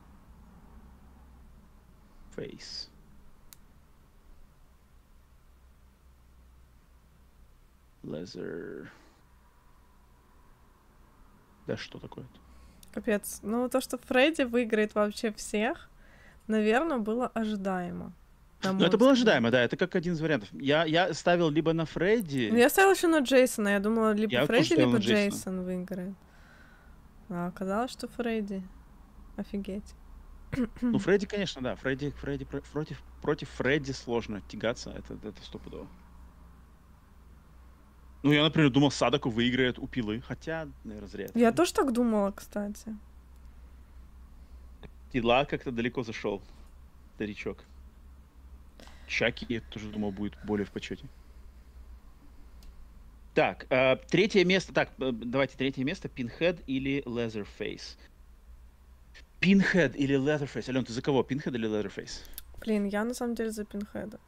S2: Leather... Да что такое-то?
S3: Капец. Ну, то, что Фредди выиграет вообще всех, наверное, было ожидаемо. на
S2: Ну,
S3: мой
S2: это было
S3: взгляд.
S2: ожидаемо, да, это как один из вариантов. Я ставил либо на Фредди...
S3: Ну, я ставила еще на Джейсона. Я думала, либо
S2: Я тоже
S3: Фредди,
S2: ставил
S3: либо
S2: на Джейсона.
S3: Джейсон выиграет. А оказалось, что Фредди. Офигеть.
S2: Ну, Фредди, конечно, да. Против Фредди сложно тягаться, это стопудово. Ну, я, например, думал, Садаку выиграет у Пилы, хотя, наверное, зря.
S3: Я тоже так думала, кстати.
S2: Пила как-то далеко зашел, старичок. Чаки, я тоже думал, будет более в почете. Так, третье место. Так, давайте третье место. Пинхед или Leatherface? Пинхед или Leatherface? Ален, ты за кого? Пинхед или Leatherface?
S3: Блин, я на самом деле за Пинхеда.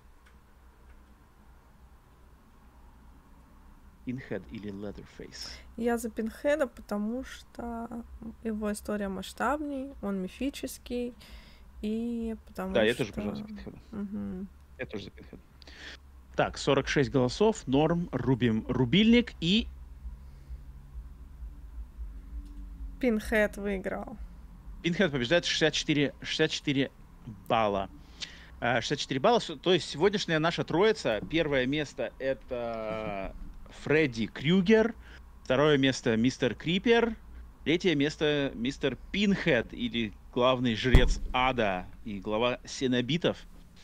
S2: Пинхед или Leatherface?
S3: Я за Пинхеда, потому что его история масштабней, он мифический, и потому
S2: Да,
S3: что...
S2: я тоже, пожалуйста, за Пинхеда.
S3: Мгм.
S2: Я тоже за Пинхеда. Так, 46 голосов, норм, рубим рубильник и...
S3: Пинхед выиграл.
S2: Пинхед побеждает 64 балла. 64 балла, то есть сегодняшняя наша троица. Первое место это Фредди Крюгер, второе место мистер Крипер, третье место мистер Пинхед, или главный жрец ада и глава сенобитов.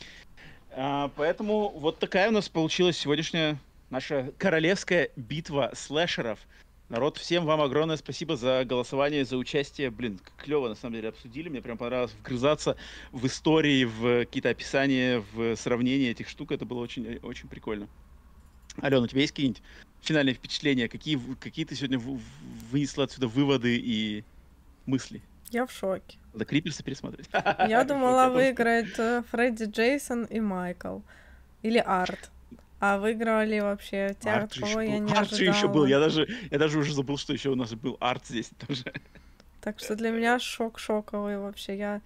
S2: Поэтому вот такая у нас получилась сегодняшняя наша королевская битва слэшеров. Народ, всем вам огромное спасибо за голосование, за участие. Блин, клево на самом деле обсудили. Мне прям понравилось вгрызаться в истории, в какие-то описания, в сравнения этих штук. Это было очень, очень прикольно. Алена, у тебя есть какие-нибудь финальные впечатления? Какие ты сегодня вынесла отсюда выводы и мысли?
S3: Я в шоке.
S2: Надо Криперса пересмотреть.
S3: Я думала, выиграет Фредди, Джейсон и Майкл. Или Арт. А выиграли вообще те, от кого я не
S2: Арт же еще был.
S3: ожидала.
S2: Я даже уже забыл, что еще у нас был Арт здесь тоже.
S3: Так что для меня шок шоковый вообще. Я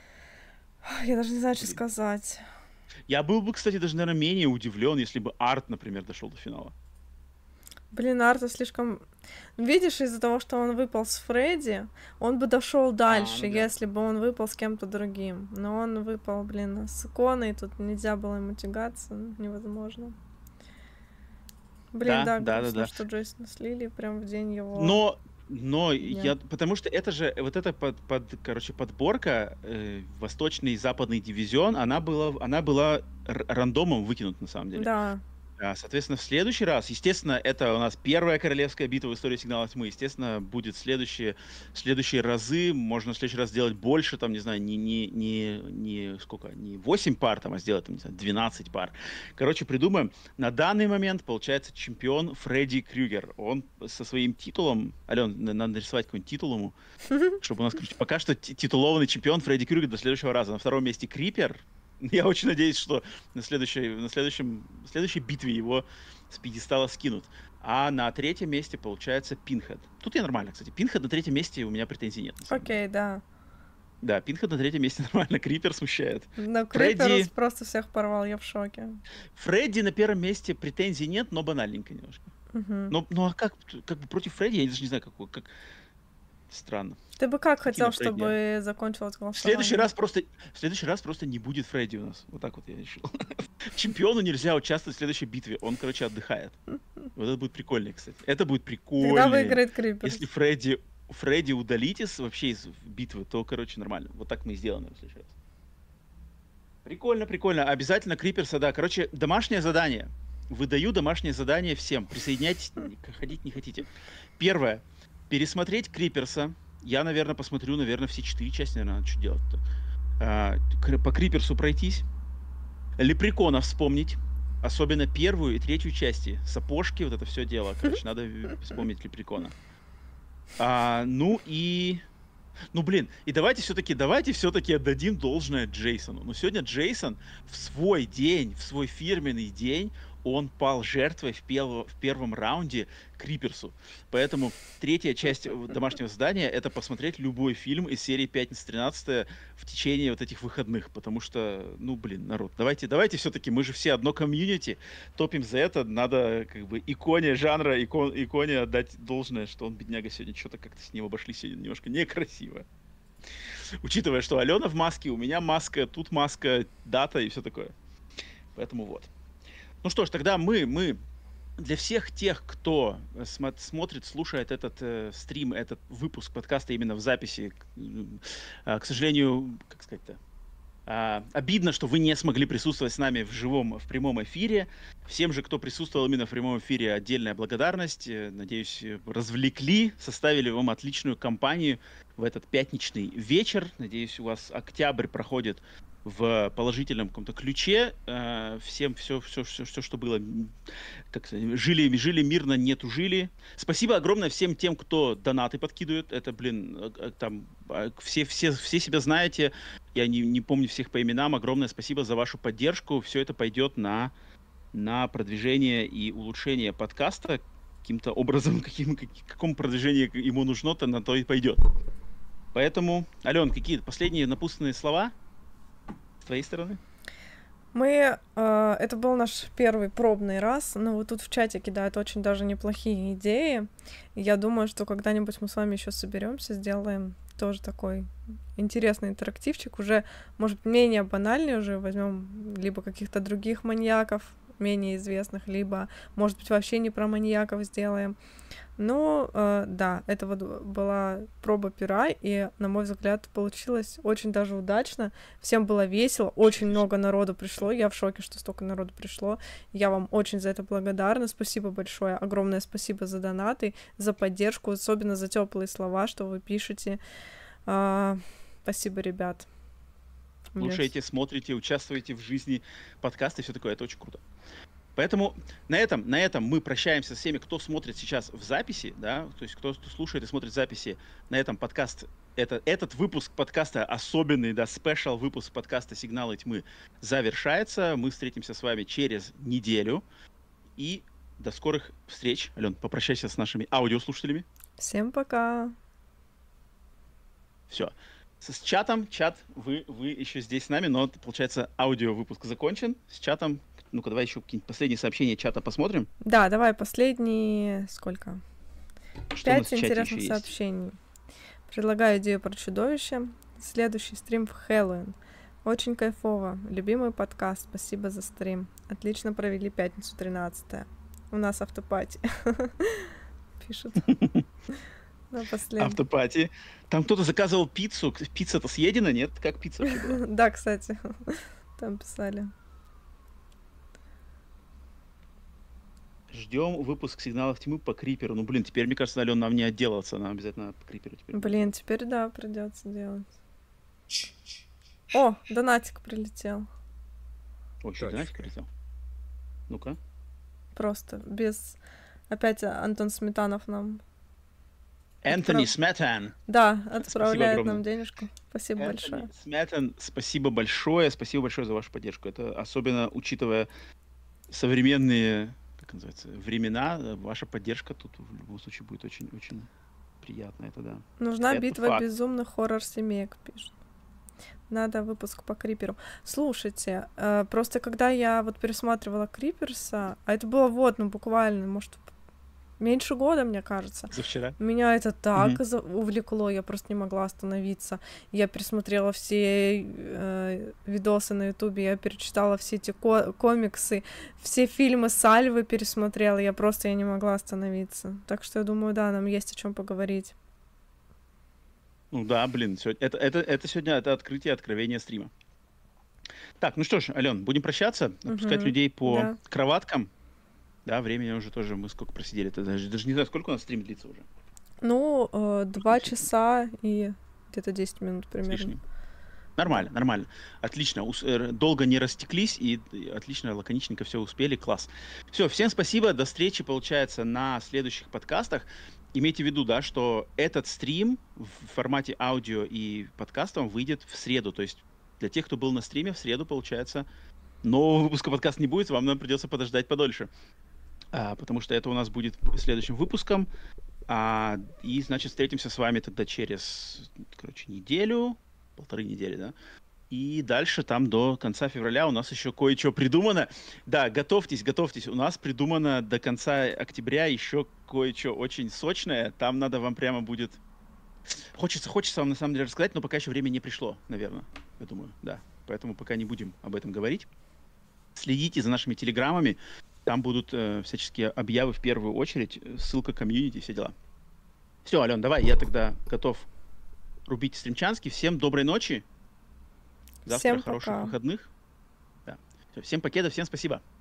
S3: даже не знаю, что сказать.
S2: Я был бы, кстати, даже, наверное, менее удивлен, если бы Арт, например, дошел до финала.
S3: Блин, Арта слишком... Видишь, из-за того, что он выпал с Фредди, он бы дошел дальше,
S2: ну да.
S3: если бы он выпал с кем-то другим. Но он выпал, блин, с Коной, тут нельзя было ему тягаться, невозможно. Блин, да, грустно, что Джейсона слили прям в день его...
S2: Но потому что это же, вот эта короче, подборка, восточный и западный дивизион, она была рандомом выкинута, на самом деле.
S3: Да.
S2: Соответственно, в следующий раз, естественно, это у нас первая королевская битва в истории Сигнала Тьмы. Естественно, будет следующие разы. Можно в следующий раз сделать больше, там, не знаю, не 8 пар, там, а сделать, там, не знаю, 12 пар. Короче, придумаем. На данный момент, получается, чемпион Фредди Крюгер. Он со своим титулом... Ален, надо нарисовать какой-нибудь титул ему, чтобы у нас, короче, пока что титулованный чемпион Фредди Крюгер до следующего раза. На втором месте Крипер. Я очень надеюсь, что на следующей битве его с пьедестала скинут. А на третьем месте получается Пинхед. Тут я нормально, кстати. Пинхед на третьем месте, у меня претензий нет.
S3: Окей, да.
S2: Да, Пинхед на третьем месте нормально. Крипер смущает.
S3: Но Крипер просто всех порвал, я в шоке.
S2: Фредди на первом месте претензий нет, но банальненько немножко.
S3: Угу.
S2: Ну а как бы против Фредди, я даже не знаю, как... Странно.
S3: Ты бы как хотел, чтобы закончилось голосование?
S2: В следующий раз просто не будет Фредди у нас. Вот так вот я решил. Чемпиону нельзя участвовать в следующей битве. Он, короче, отдыхает. Вот это будет прикольно, кстати. Это будет прикольно.
S3: Тогда выиграет Крипер.
S2: Если Фредди удалите вообще из битвы, то, короче, нормально. Вот так мы и сделаем в следующий раз. Прикольно, прикольно. Обязательно Криперса, да. Короче, домашнее задание. Выдаю домашнее задание всем. Присоединяйтесь, ходить не хотите. Первое. Пересмотреть Криперса. Я, наверное, посмотрю, все 4 части, наверное, надо что делать-то. По Криперсу пройтись. Лепрекона вспомнить. Особенно первую и третью части. Сапожки, вот это все дело. Короче, надо вспомнить Лепрекона. И давайте все-таки отдадим должное Джейсону. Но сегодня Джейсон в свой день, в свой фирменный день, он пал жертвой в первом раунде Криперсу. Поэтому третья часть домашнего задания — это посмотреть любой фильм из серии «Пятница 13» в течение вот этих выходных. Потому что, народ, давайте все-таки, мы же все одно комьюнити, топим за это. Надо как бы иконе жанра, иконе отдать должное, что он, бедняга, сегодня что-то как-то с ним обошли сегодня немножко некрасиво. Учитывая, что Алена в маске, у меня маска, тут маска, дата и все такое. Поэтому вот. Ну что ж, тогда мы для всех тех, кто смотрит, слушает этот стрим, этот выпуск подкаста именно в записи, к сожалению, как сказать-то, обидно, что вы не смогли присутствовать с нами в прямом эфире. Всем же, кто присутствовал именно в прямом эфире, отдельная благодарность. Надеюсь, развлекли, составили вам отличную компанию в этот пятничный вечер. Надеюсь, у вас октябрь проходит в положительном каком-то ключе. Всем все, что было, жили мирно, не тужили. Спасибо огромное всем тем, кто донаты подкидывает. Это, там все себя знаете. Я не помню всех по именам. Огромное спасибо за вашу поддержку. Все это пойдет на продвижение и улучшение подкаста. Каким-то образом, какому продвижению ему нужно-то, на то и пойдет. Поэтому, Ален, какие последние напутственные слова с твоей стороны?
S3: Это был наш первый пробный раз, но вот тут в чате кидают очень даже неплохие идеи. Я думаю, что когда-нибудь мы с вами еще соберемся, сделаем тоже такой интересный интерактивчик, уже, может, менее банальный, уже возьмем либо каких-то других маньяков, менее известных, либо, может быть, вообще не про маньяков сделаем. Ну, да, это вот была проба пера, и, на мой взгляд, получилось очень даже удачно. Всем было весело, очень много народу пришло, я в шоке, что столько народу пришло. Я вам очень за это благодарна, спасибо большое, огромное спасибо за донаты, за поддержку, особенно за теплые слова, что вы пишете. Спасибо, ребят.
S2: Слушайте, смотрите, участвуйте в жизни подкаста и все такое, это очень круто. Поэтому на этом мы прощаемся с всеми, кто смотрит сейчас в записи, да, то есть кто слушает и смотрит записи. На этом подкаст, этот выпуск подкаста особенный, да, спешл выпуск подкаста «Сигналы тьмы» завершается. Мы встретимся с вами через неделю. И до скорых встреч. Ален, попрощайся с нашими аудиослушателями.
S3: Всем пока.
S2: Все. С чатом, вы еще здесь с нами, но, получается, аудио-выпуск закончен. С чатом, ну-ка, давай еще какие-нибудь последние сообщения чата посмотрим.
S3: Да, давай последние, сколько? 5 интересных сообщений. Предлагаю идею про чудовище. Следующий стрим в Хэллоуин. Очень кайфово. Любимый подкаст. Спасибо за стрим. Отлично провели пятницу 13-е. У нас автопати. Пишут.
S2: Автопати. Там кто-то заказывал пиццу. Пицца-то съедена, нет? Как пицца вообще была?
S3: Да, кстати. Там писали.
S2: Ждем выпуск «Сигналов тьмы» по Криперу. Ну, блин, теперь, мне кажется, Алена, нам не отделаться. Нам обязательно по Криперу теперь.
S3: Блин, теперь, да, придется делать. О, донатик прилетел.
S2: Ой, что, донатик прилетел? Ну-ка.
S3: Просто без... Опять Антон Сметанов нам...
S2: Энтони Сметан.
S3: Да, отправляет нам денежку. Спасибо большое.
S2: Сметан, спасибо большое. Спасибо большое за вашу поддержку. Это особенно учитывая современные, как называется, времена. Ваша поддержка тут в любом случае будет очень-очень приятно. Это да.
S3: Нужна битва безумных хоррор-семеек, пишет. Надо выпуск по Криперу. Слушайте, просто когда я вот пересматривала Криперса, а это было вот, ну буквально, может, меньше года, мне кажется.
S2: За вчера.
S3: Меня это так увлекло, я просто не могла остановиться. Я пересмотрела все видосы на Ютубе, я перечитала все эти комиксы, все фильмы Сальвы пересмотрела, я не могла остановиться. Так что я думаю, да, нам есть о чем поговорить.
S2: Ну да, блин, это сегодня это открытие, откровение стрима. Так, ну что ж, Ален, будем прощаться, отпускать людей по
S3: Да.
S2: кроваткам. Да, времени уже тоже, мы сколько просидели, это даже не знаю, сколько у нас стрим длится уже.
S3: Ну, 2 часа и где-то 10 минут
S2: С
S3: примерно.
S2: лишним. Нормально, нормально. Отлично. Долго не растеклись и отлично, лаконичненько все успели. Класс. Все, всем спасибо. До встречи, получается, на следующих подкастах. Имейте в виду, да, что этот стрим в формате аудио и подкаста выйдет в среду. То есть для тех, кто был на стриме, в среду, получается, нового выпуска подкаста не будет, вам нам придется подождать подольше. Потому что это у нас будет следующим выпуском. И, значит, встретимся с вами тогда через, неделю, 1,5 недели, да? И дальше там до конца февраля у нас еще кое-что придумано. Да, готовьтесь. У нас придумано до конца октября еще кое-что очень сочное. Там надо вам прямо будет... Хочется вам на самом деле рассказать, но пока еще время не пришло, наверное, я думаю, да. Поэтому пока не будем об этом говорить. Следите за нашими телеграммами. Там будут всяческие объявы в первую очередь, ссылка комьюнити, все дела. Все, Ален, давай, я тогда готов рубить стримчанский. Всем доброй ночи. Завтра
S3: Всем
S2: хороших
S3: пока.
S2: выходных. Да. Всё, всем покеда, всем спасибо.